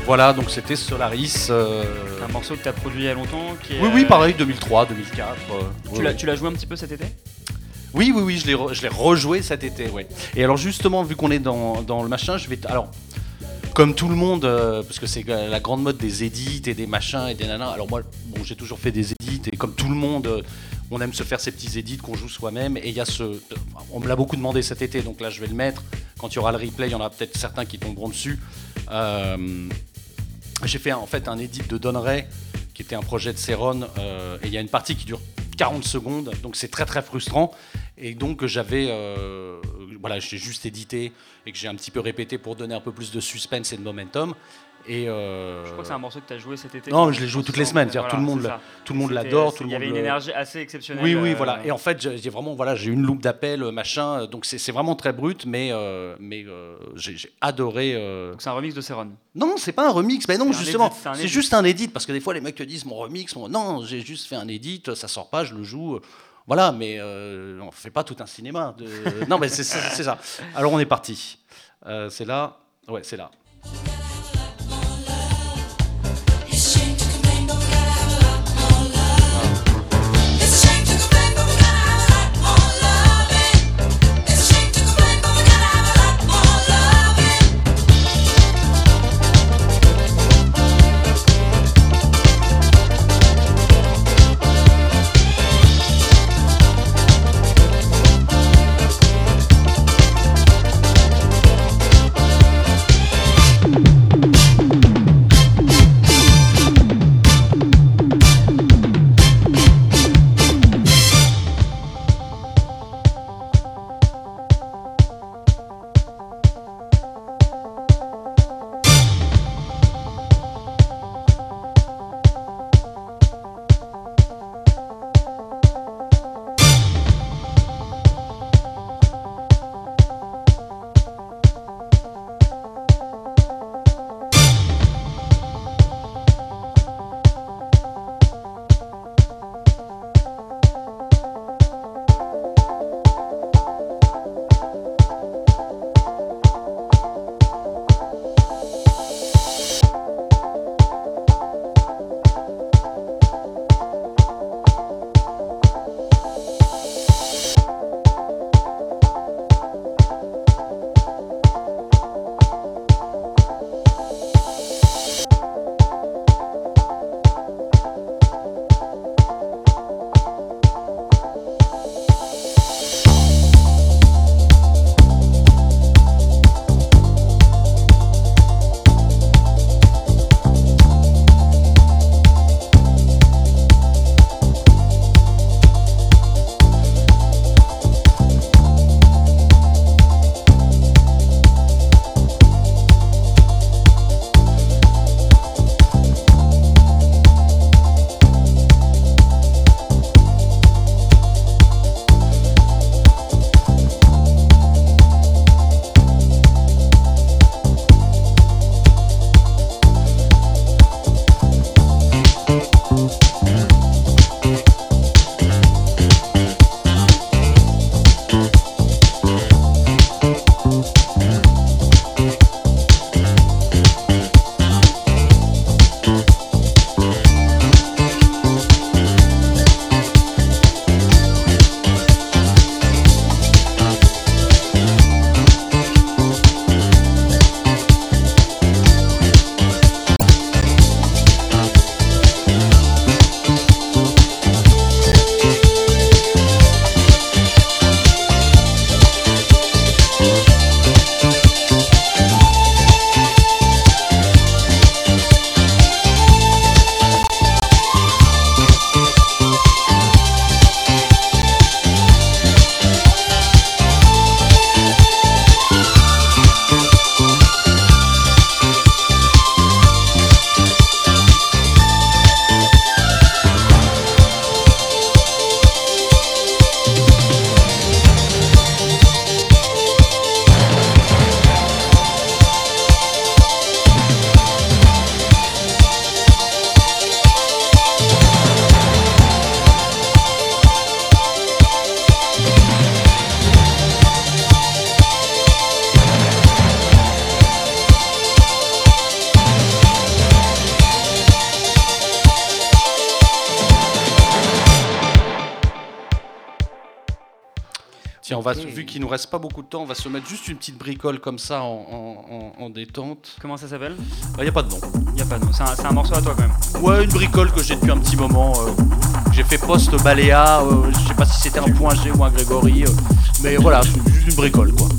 Voilà, donc c'était Solaris. Euh... Un morceau que tu as produit il y a longtemps qui est, Oui, oui, pareil, deux mille trois, deux mille quatre. Euh, tu, ouais, l'as, ouais. tu l'as joué un petit peu cet été ? Oui, oui, oui, je l'ai, re- je l'ai rejoué cet été, ouais. Et alors justement, vu qu'on est dans, dans le machin, je vais... T- alors, comme tout le monde, euh, parce que c'est la grande mode des edits et des machins et des nanas, alors moi, bon, j'ai toujours fait des edits, et comme tout le monde, euh, on aime se faire ces petits edits qu'on joue soi-même, et il y a ce... On me l'a beaucoup demandé cet été, donc là, je vais le mettre. Quand il y aura le replay, il y en aura peut-être certains qui tomberont dessus. Euh, j'ai fait en fait un edit de Don Ray, qui était un projet de Céron, euh, et il y a une partie qui dure quarante secondes, donc c'est très très frustrant. Et donc j'avais, euh, voilà, j'ai juste édité et que j'ai un petit peu répété pour donner un peu plus de suspense et de momentum. Et euh... Je crois que c'est un morceau que tu as joué cet été. Non, je l'ai joué toutes les semaines. Voilà, tout le monde, c'est ça. tout le monde C'était- l'adore, c'est- tout le Il y monde. avait une le- énergie assez exceptionnelle. Oui, oui, euh, voilà. Et en fait, j'ai j'ai vraiment, voilà, j'ai une loupe d'appel, machin. Donc c'est c'est vraiment très brut, mais euh, mais euh, j'ai j'ai adoré. euh, Donc c'est un remix de Céron. Non, c'est pas un remix. Mais non, C'est un justement, edit, c'est un c'est edit. juste un edit parce que des fois les mecs te disent mon remix. Mon... Non, j'ai juste fait un edit. Ça sort pas, je le joue. Voilà, mais euh, on fait pas tout un cinéma. De... non, mais c'est c'est- c'est ça. Alors on est parti. Euh, c'est là. Ouais, c'est là. It's a shame to complain, but we gotta have a lot more love. It's a shame to complain, but we gotta have a lot more loving. It's a shame to complain, but we gotta have a lot more loving. Tiens, on va, Ok. vu qu'il nous reste pas beaucoup de temps, on va se mettre juste une petite bricole comme ça en, en- en- en détente. Comment ça s'appelle? Il n'y a pas de nom. Y a pas de nom. C'est un, c'est un morceau à toi quand même. Ouais, une bricole que j'ai depuis un petit moment. euh, que j'ai fait post-baléa. Euh, je sais pas si c'était un point G ou un Grégory. euh, mais voilà, c'est juste une bricole quoi.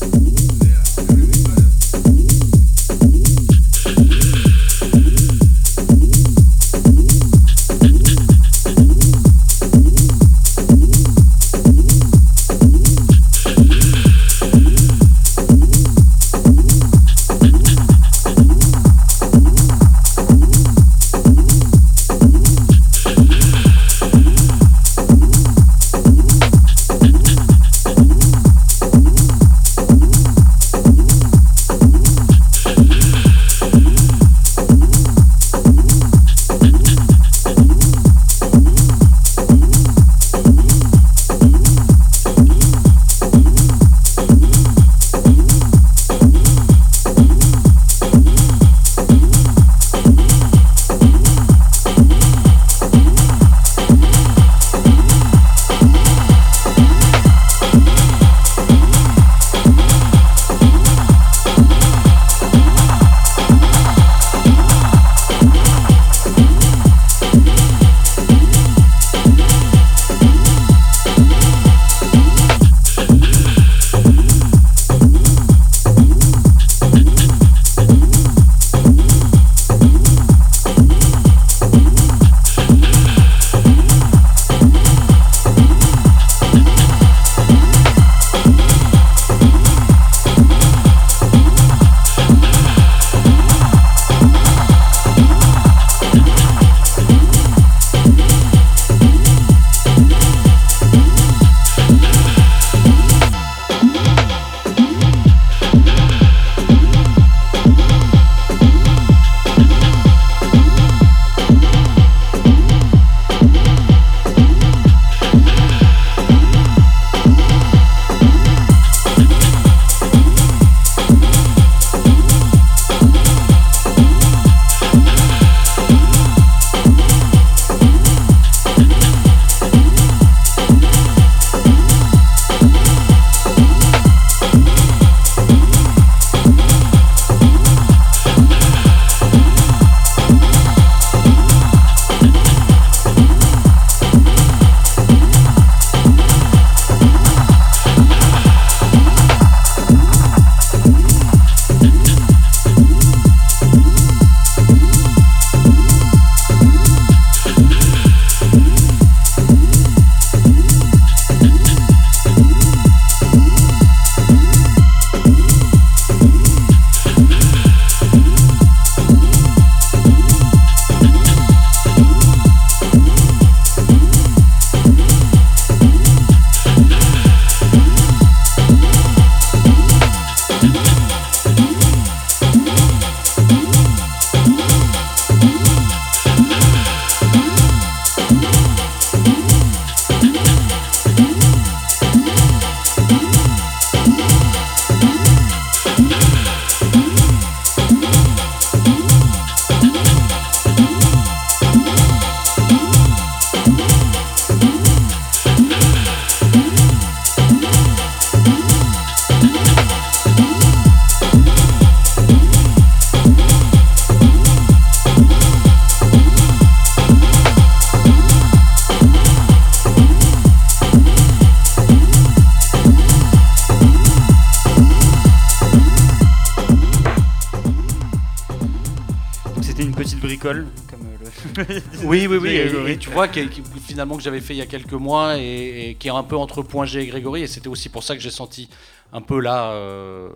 bricole, comme euh, le. Oui, oui, oui. disait Et, Grégory. et tu vois, que, que- finalement, que j'avais fait il y a quelques mois et, et qui est un peu entre Point G et Grégory. Et c'était aussi pour ça que j'ai senti un peu là euh,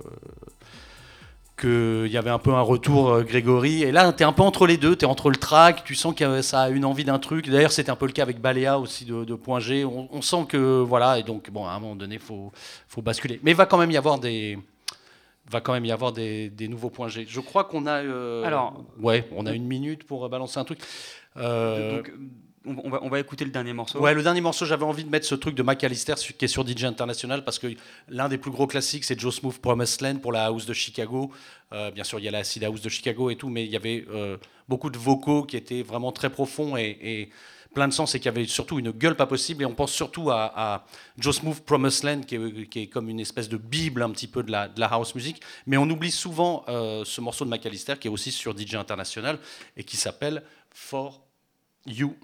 qu'il y avait un peu un retour euh, Grégory. Et là, tu es un peu entre les deux. Tu es entre le track, tu sens que euh, ça a une envie d'un truc. D'ailleurs, c'était un peu le cas avec Baléa aussi de, de Point G. On, on sent que, voilà, et donc, bon, à un moment donné, il faut, faut basculer. Mais il va quand même y avoir des. Va quand même y avoir des, des nouveaux points G. Je crois qu'on a. euh, Alors- ouais, on a une minute pour balancer un truc. Euh, Donc, on, on va, on va écouter le dernier morceau. Ouais, le dernier morceau, j'avais envie de mettre ce truc de McAllister qui est sur D J International parce que l'un des plus gros classiques, c'est Joe Smooth Promised Land pour la house de Chicago. Euh, bien sûr, il y a la acid house de Chicago et tout, mais il y avait euh, beaucoup de vocaux qui étaient vraiment très profonds et, et plein de sens et qui avait surtout une gueule pas possible. Et on pense surtout à, à Joe Smooth Promised Land, qui est, qui est comme une espèce de bible un petit peu de la, de la house music. Mais on oublie souvent euh, ce morceau de McAllister qui est aussi sur D J International et qui s'appelle For You.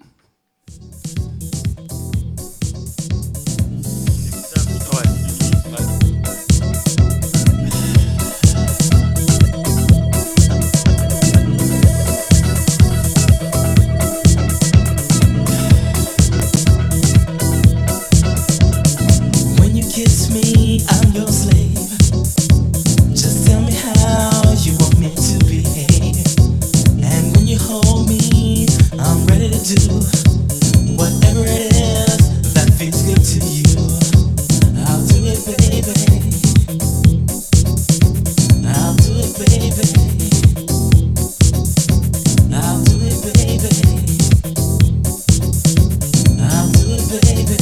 Kiss me, I'm your slave. Just tell me how you want me to behave. And when you hold me, I'm ready to do whatever it is that feels good to you. I'll do it, baby. I'll do it, baby. I'll do it, baby. I'll do it, baby.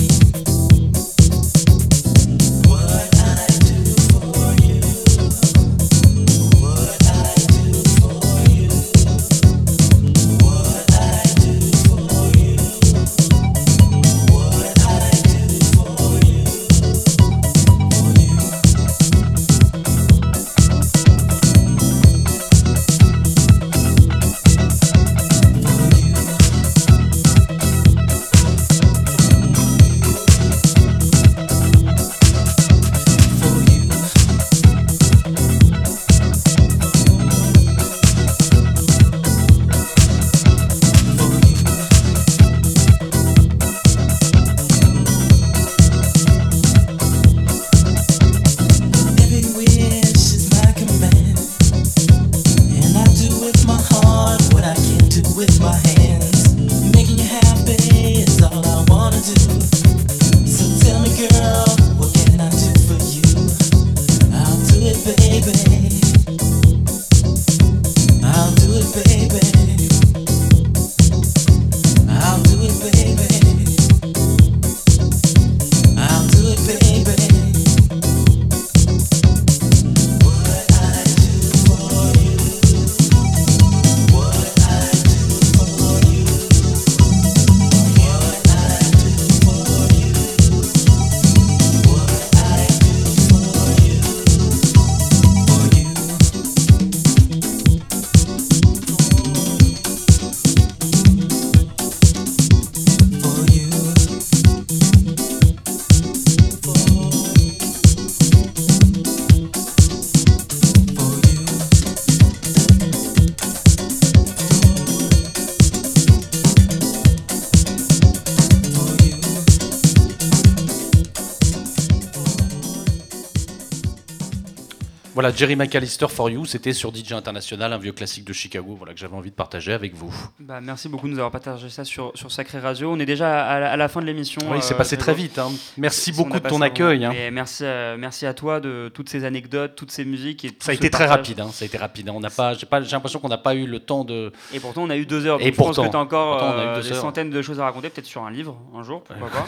Voilà, Jerry McAllister For You, c'était sur D J International, un vieux classique de Chicago, voilà, que j'avais envie de partager avec vous. Bah, merci beaucoup de nous avoir partagé ça sur, sur Sacré Radio. On est déjà à la, à la fin de l'émission. Oui, c'est euh, passé très Grégory. vite. Hein. Merci On beaucoup a de passé ton un accueil. moment. Hein. Et merci, à, merci à toi de toutes ces anecdotes, toutes ces musiques. Et tout Ça a ce été très partage. rapide. Hein. Ça a été rapide. On n'a pas, j'ai pas, j'ai l'impression qu'on n'a pas eu le temps de. Et pourtant, on a eu deux heures. Donc Et je pourtant, pense que tu as encore pourtant, on a eu euh, deux des heures. centaines de choses à raconter, peut-être sur un livre un jour, pourquoi pas.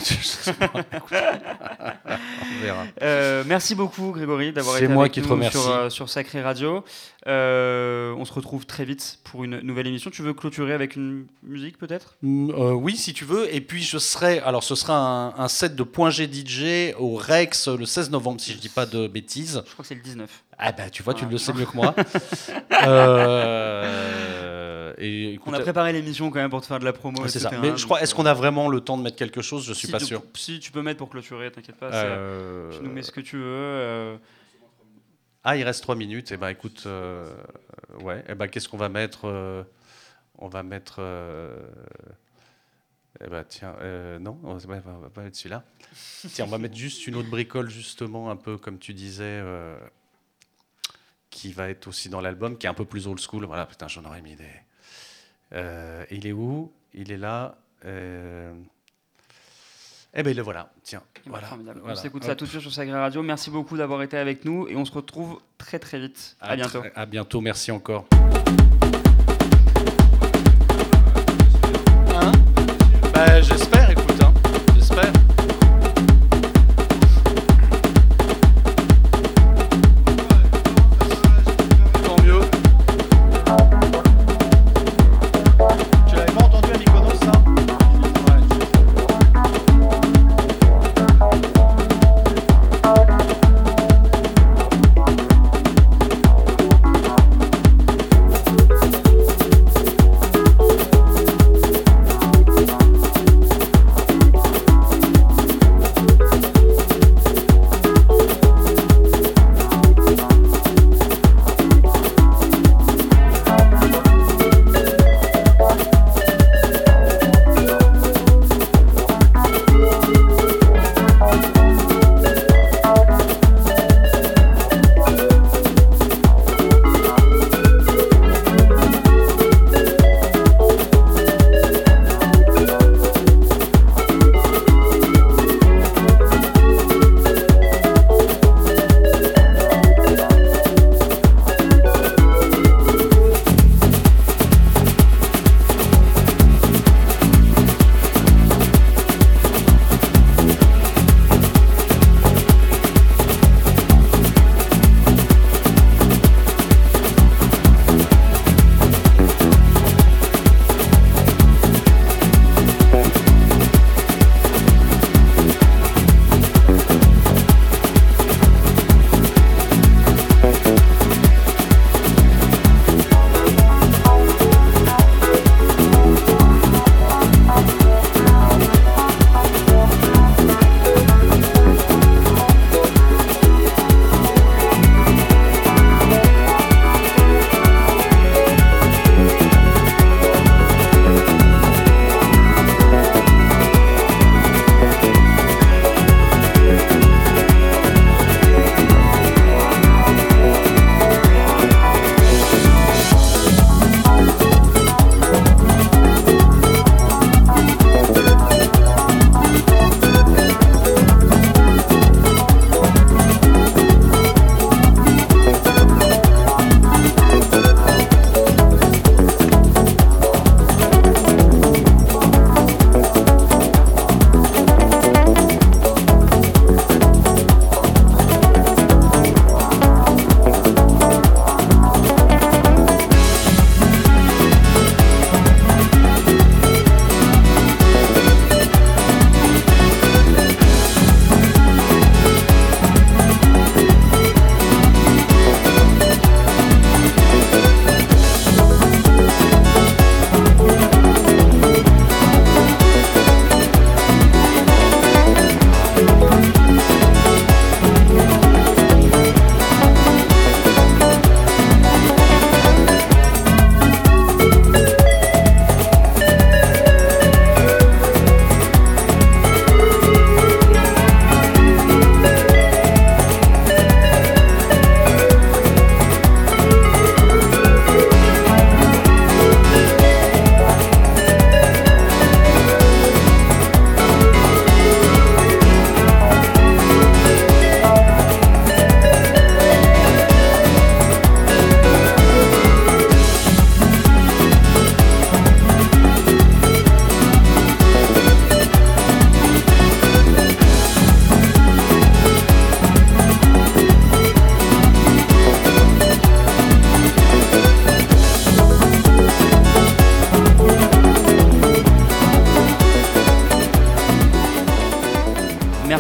On verra. Euh, merci beaucoup Grégory d'avoir C'est été moi avec qui te nous remercie. sur, euh, sur Sacré Radio. Euh, on se retrouve très vite pour une nouvelle émission. Tu veux clôturer avec une musique peut-être ? Mm, euh, oui, si tu veux. Et puis je serai. Alors, ce sera un, un set de Point G D J au Rex le seize novembre, si je dis pas de bêtises. Je crois que c'est le dix-neuf. Ah bah, tu vois, tu Voilà. le sais mieux que moi. euh, et écoute, On a préparé l'émission quand même pour te faire de la promo. ouais, c'est ça. et cetera. Mais je crois. Donc, Est-ce qu'on a vraiment le temps de mettre quelque chose ? Je suis si pas tu- sûr. Si tu peux mettre pour clôturer, t'inquiète pas. c'est- Euh, Tu nous mets ce que tu veux. euh, Ah, il reste trois minutes. Et ben, écoute, euh, ouais. Et ben, qu'est-ce qu'on va mettre euh, On va mettre. Euh, eh ben, tiens, euh, non, on va, on va pas mettre celui-là. Tiens, on va mettre juste une autre bricole, justement, un peu comme tu disais, euh, qui va être aussi dans l'album, qui est un peu plus old school. Voilà, putain, j'en aurais mis des. Euh, il est où ? Il est là. Euh, Eh ben, le voilà. Tiens, voilà. Formidable. voilà. On s'écoute Hop. ça tout de suite sur Sacré Radio. Merci beaucoup d'avoir été avec nous et on se retrouve très très vite. À, bientôt. très- à bientôt. Merci encore. Hein ? Bah, j'espère, écoute, hein. J'espère. Tant mieux. Tu l'avais pas entendu à Mykonos, ça ?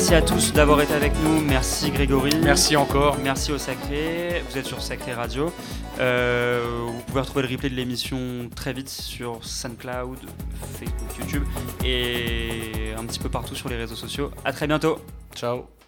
Merci à tous d'avoir été avec nous. Merci Grégory. Merci encore. Merci au Sacré. Vous êtes sur Sacré Radio. Euh, vous pouvez retrouver le replay de l'émission très vite sur SoundCloud, Facebook, YouTube et un petit peu partout sur les réseaux sociaux. À très bientôt. Ciao.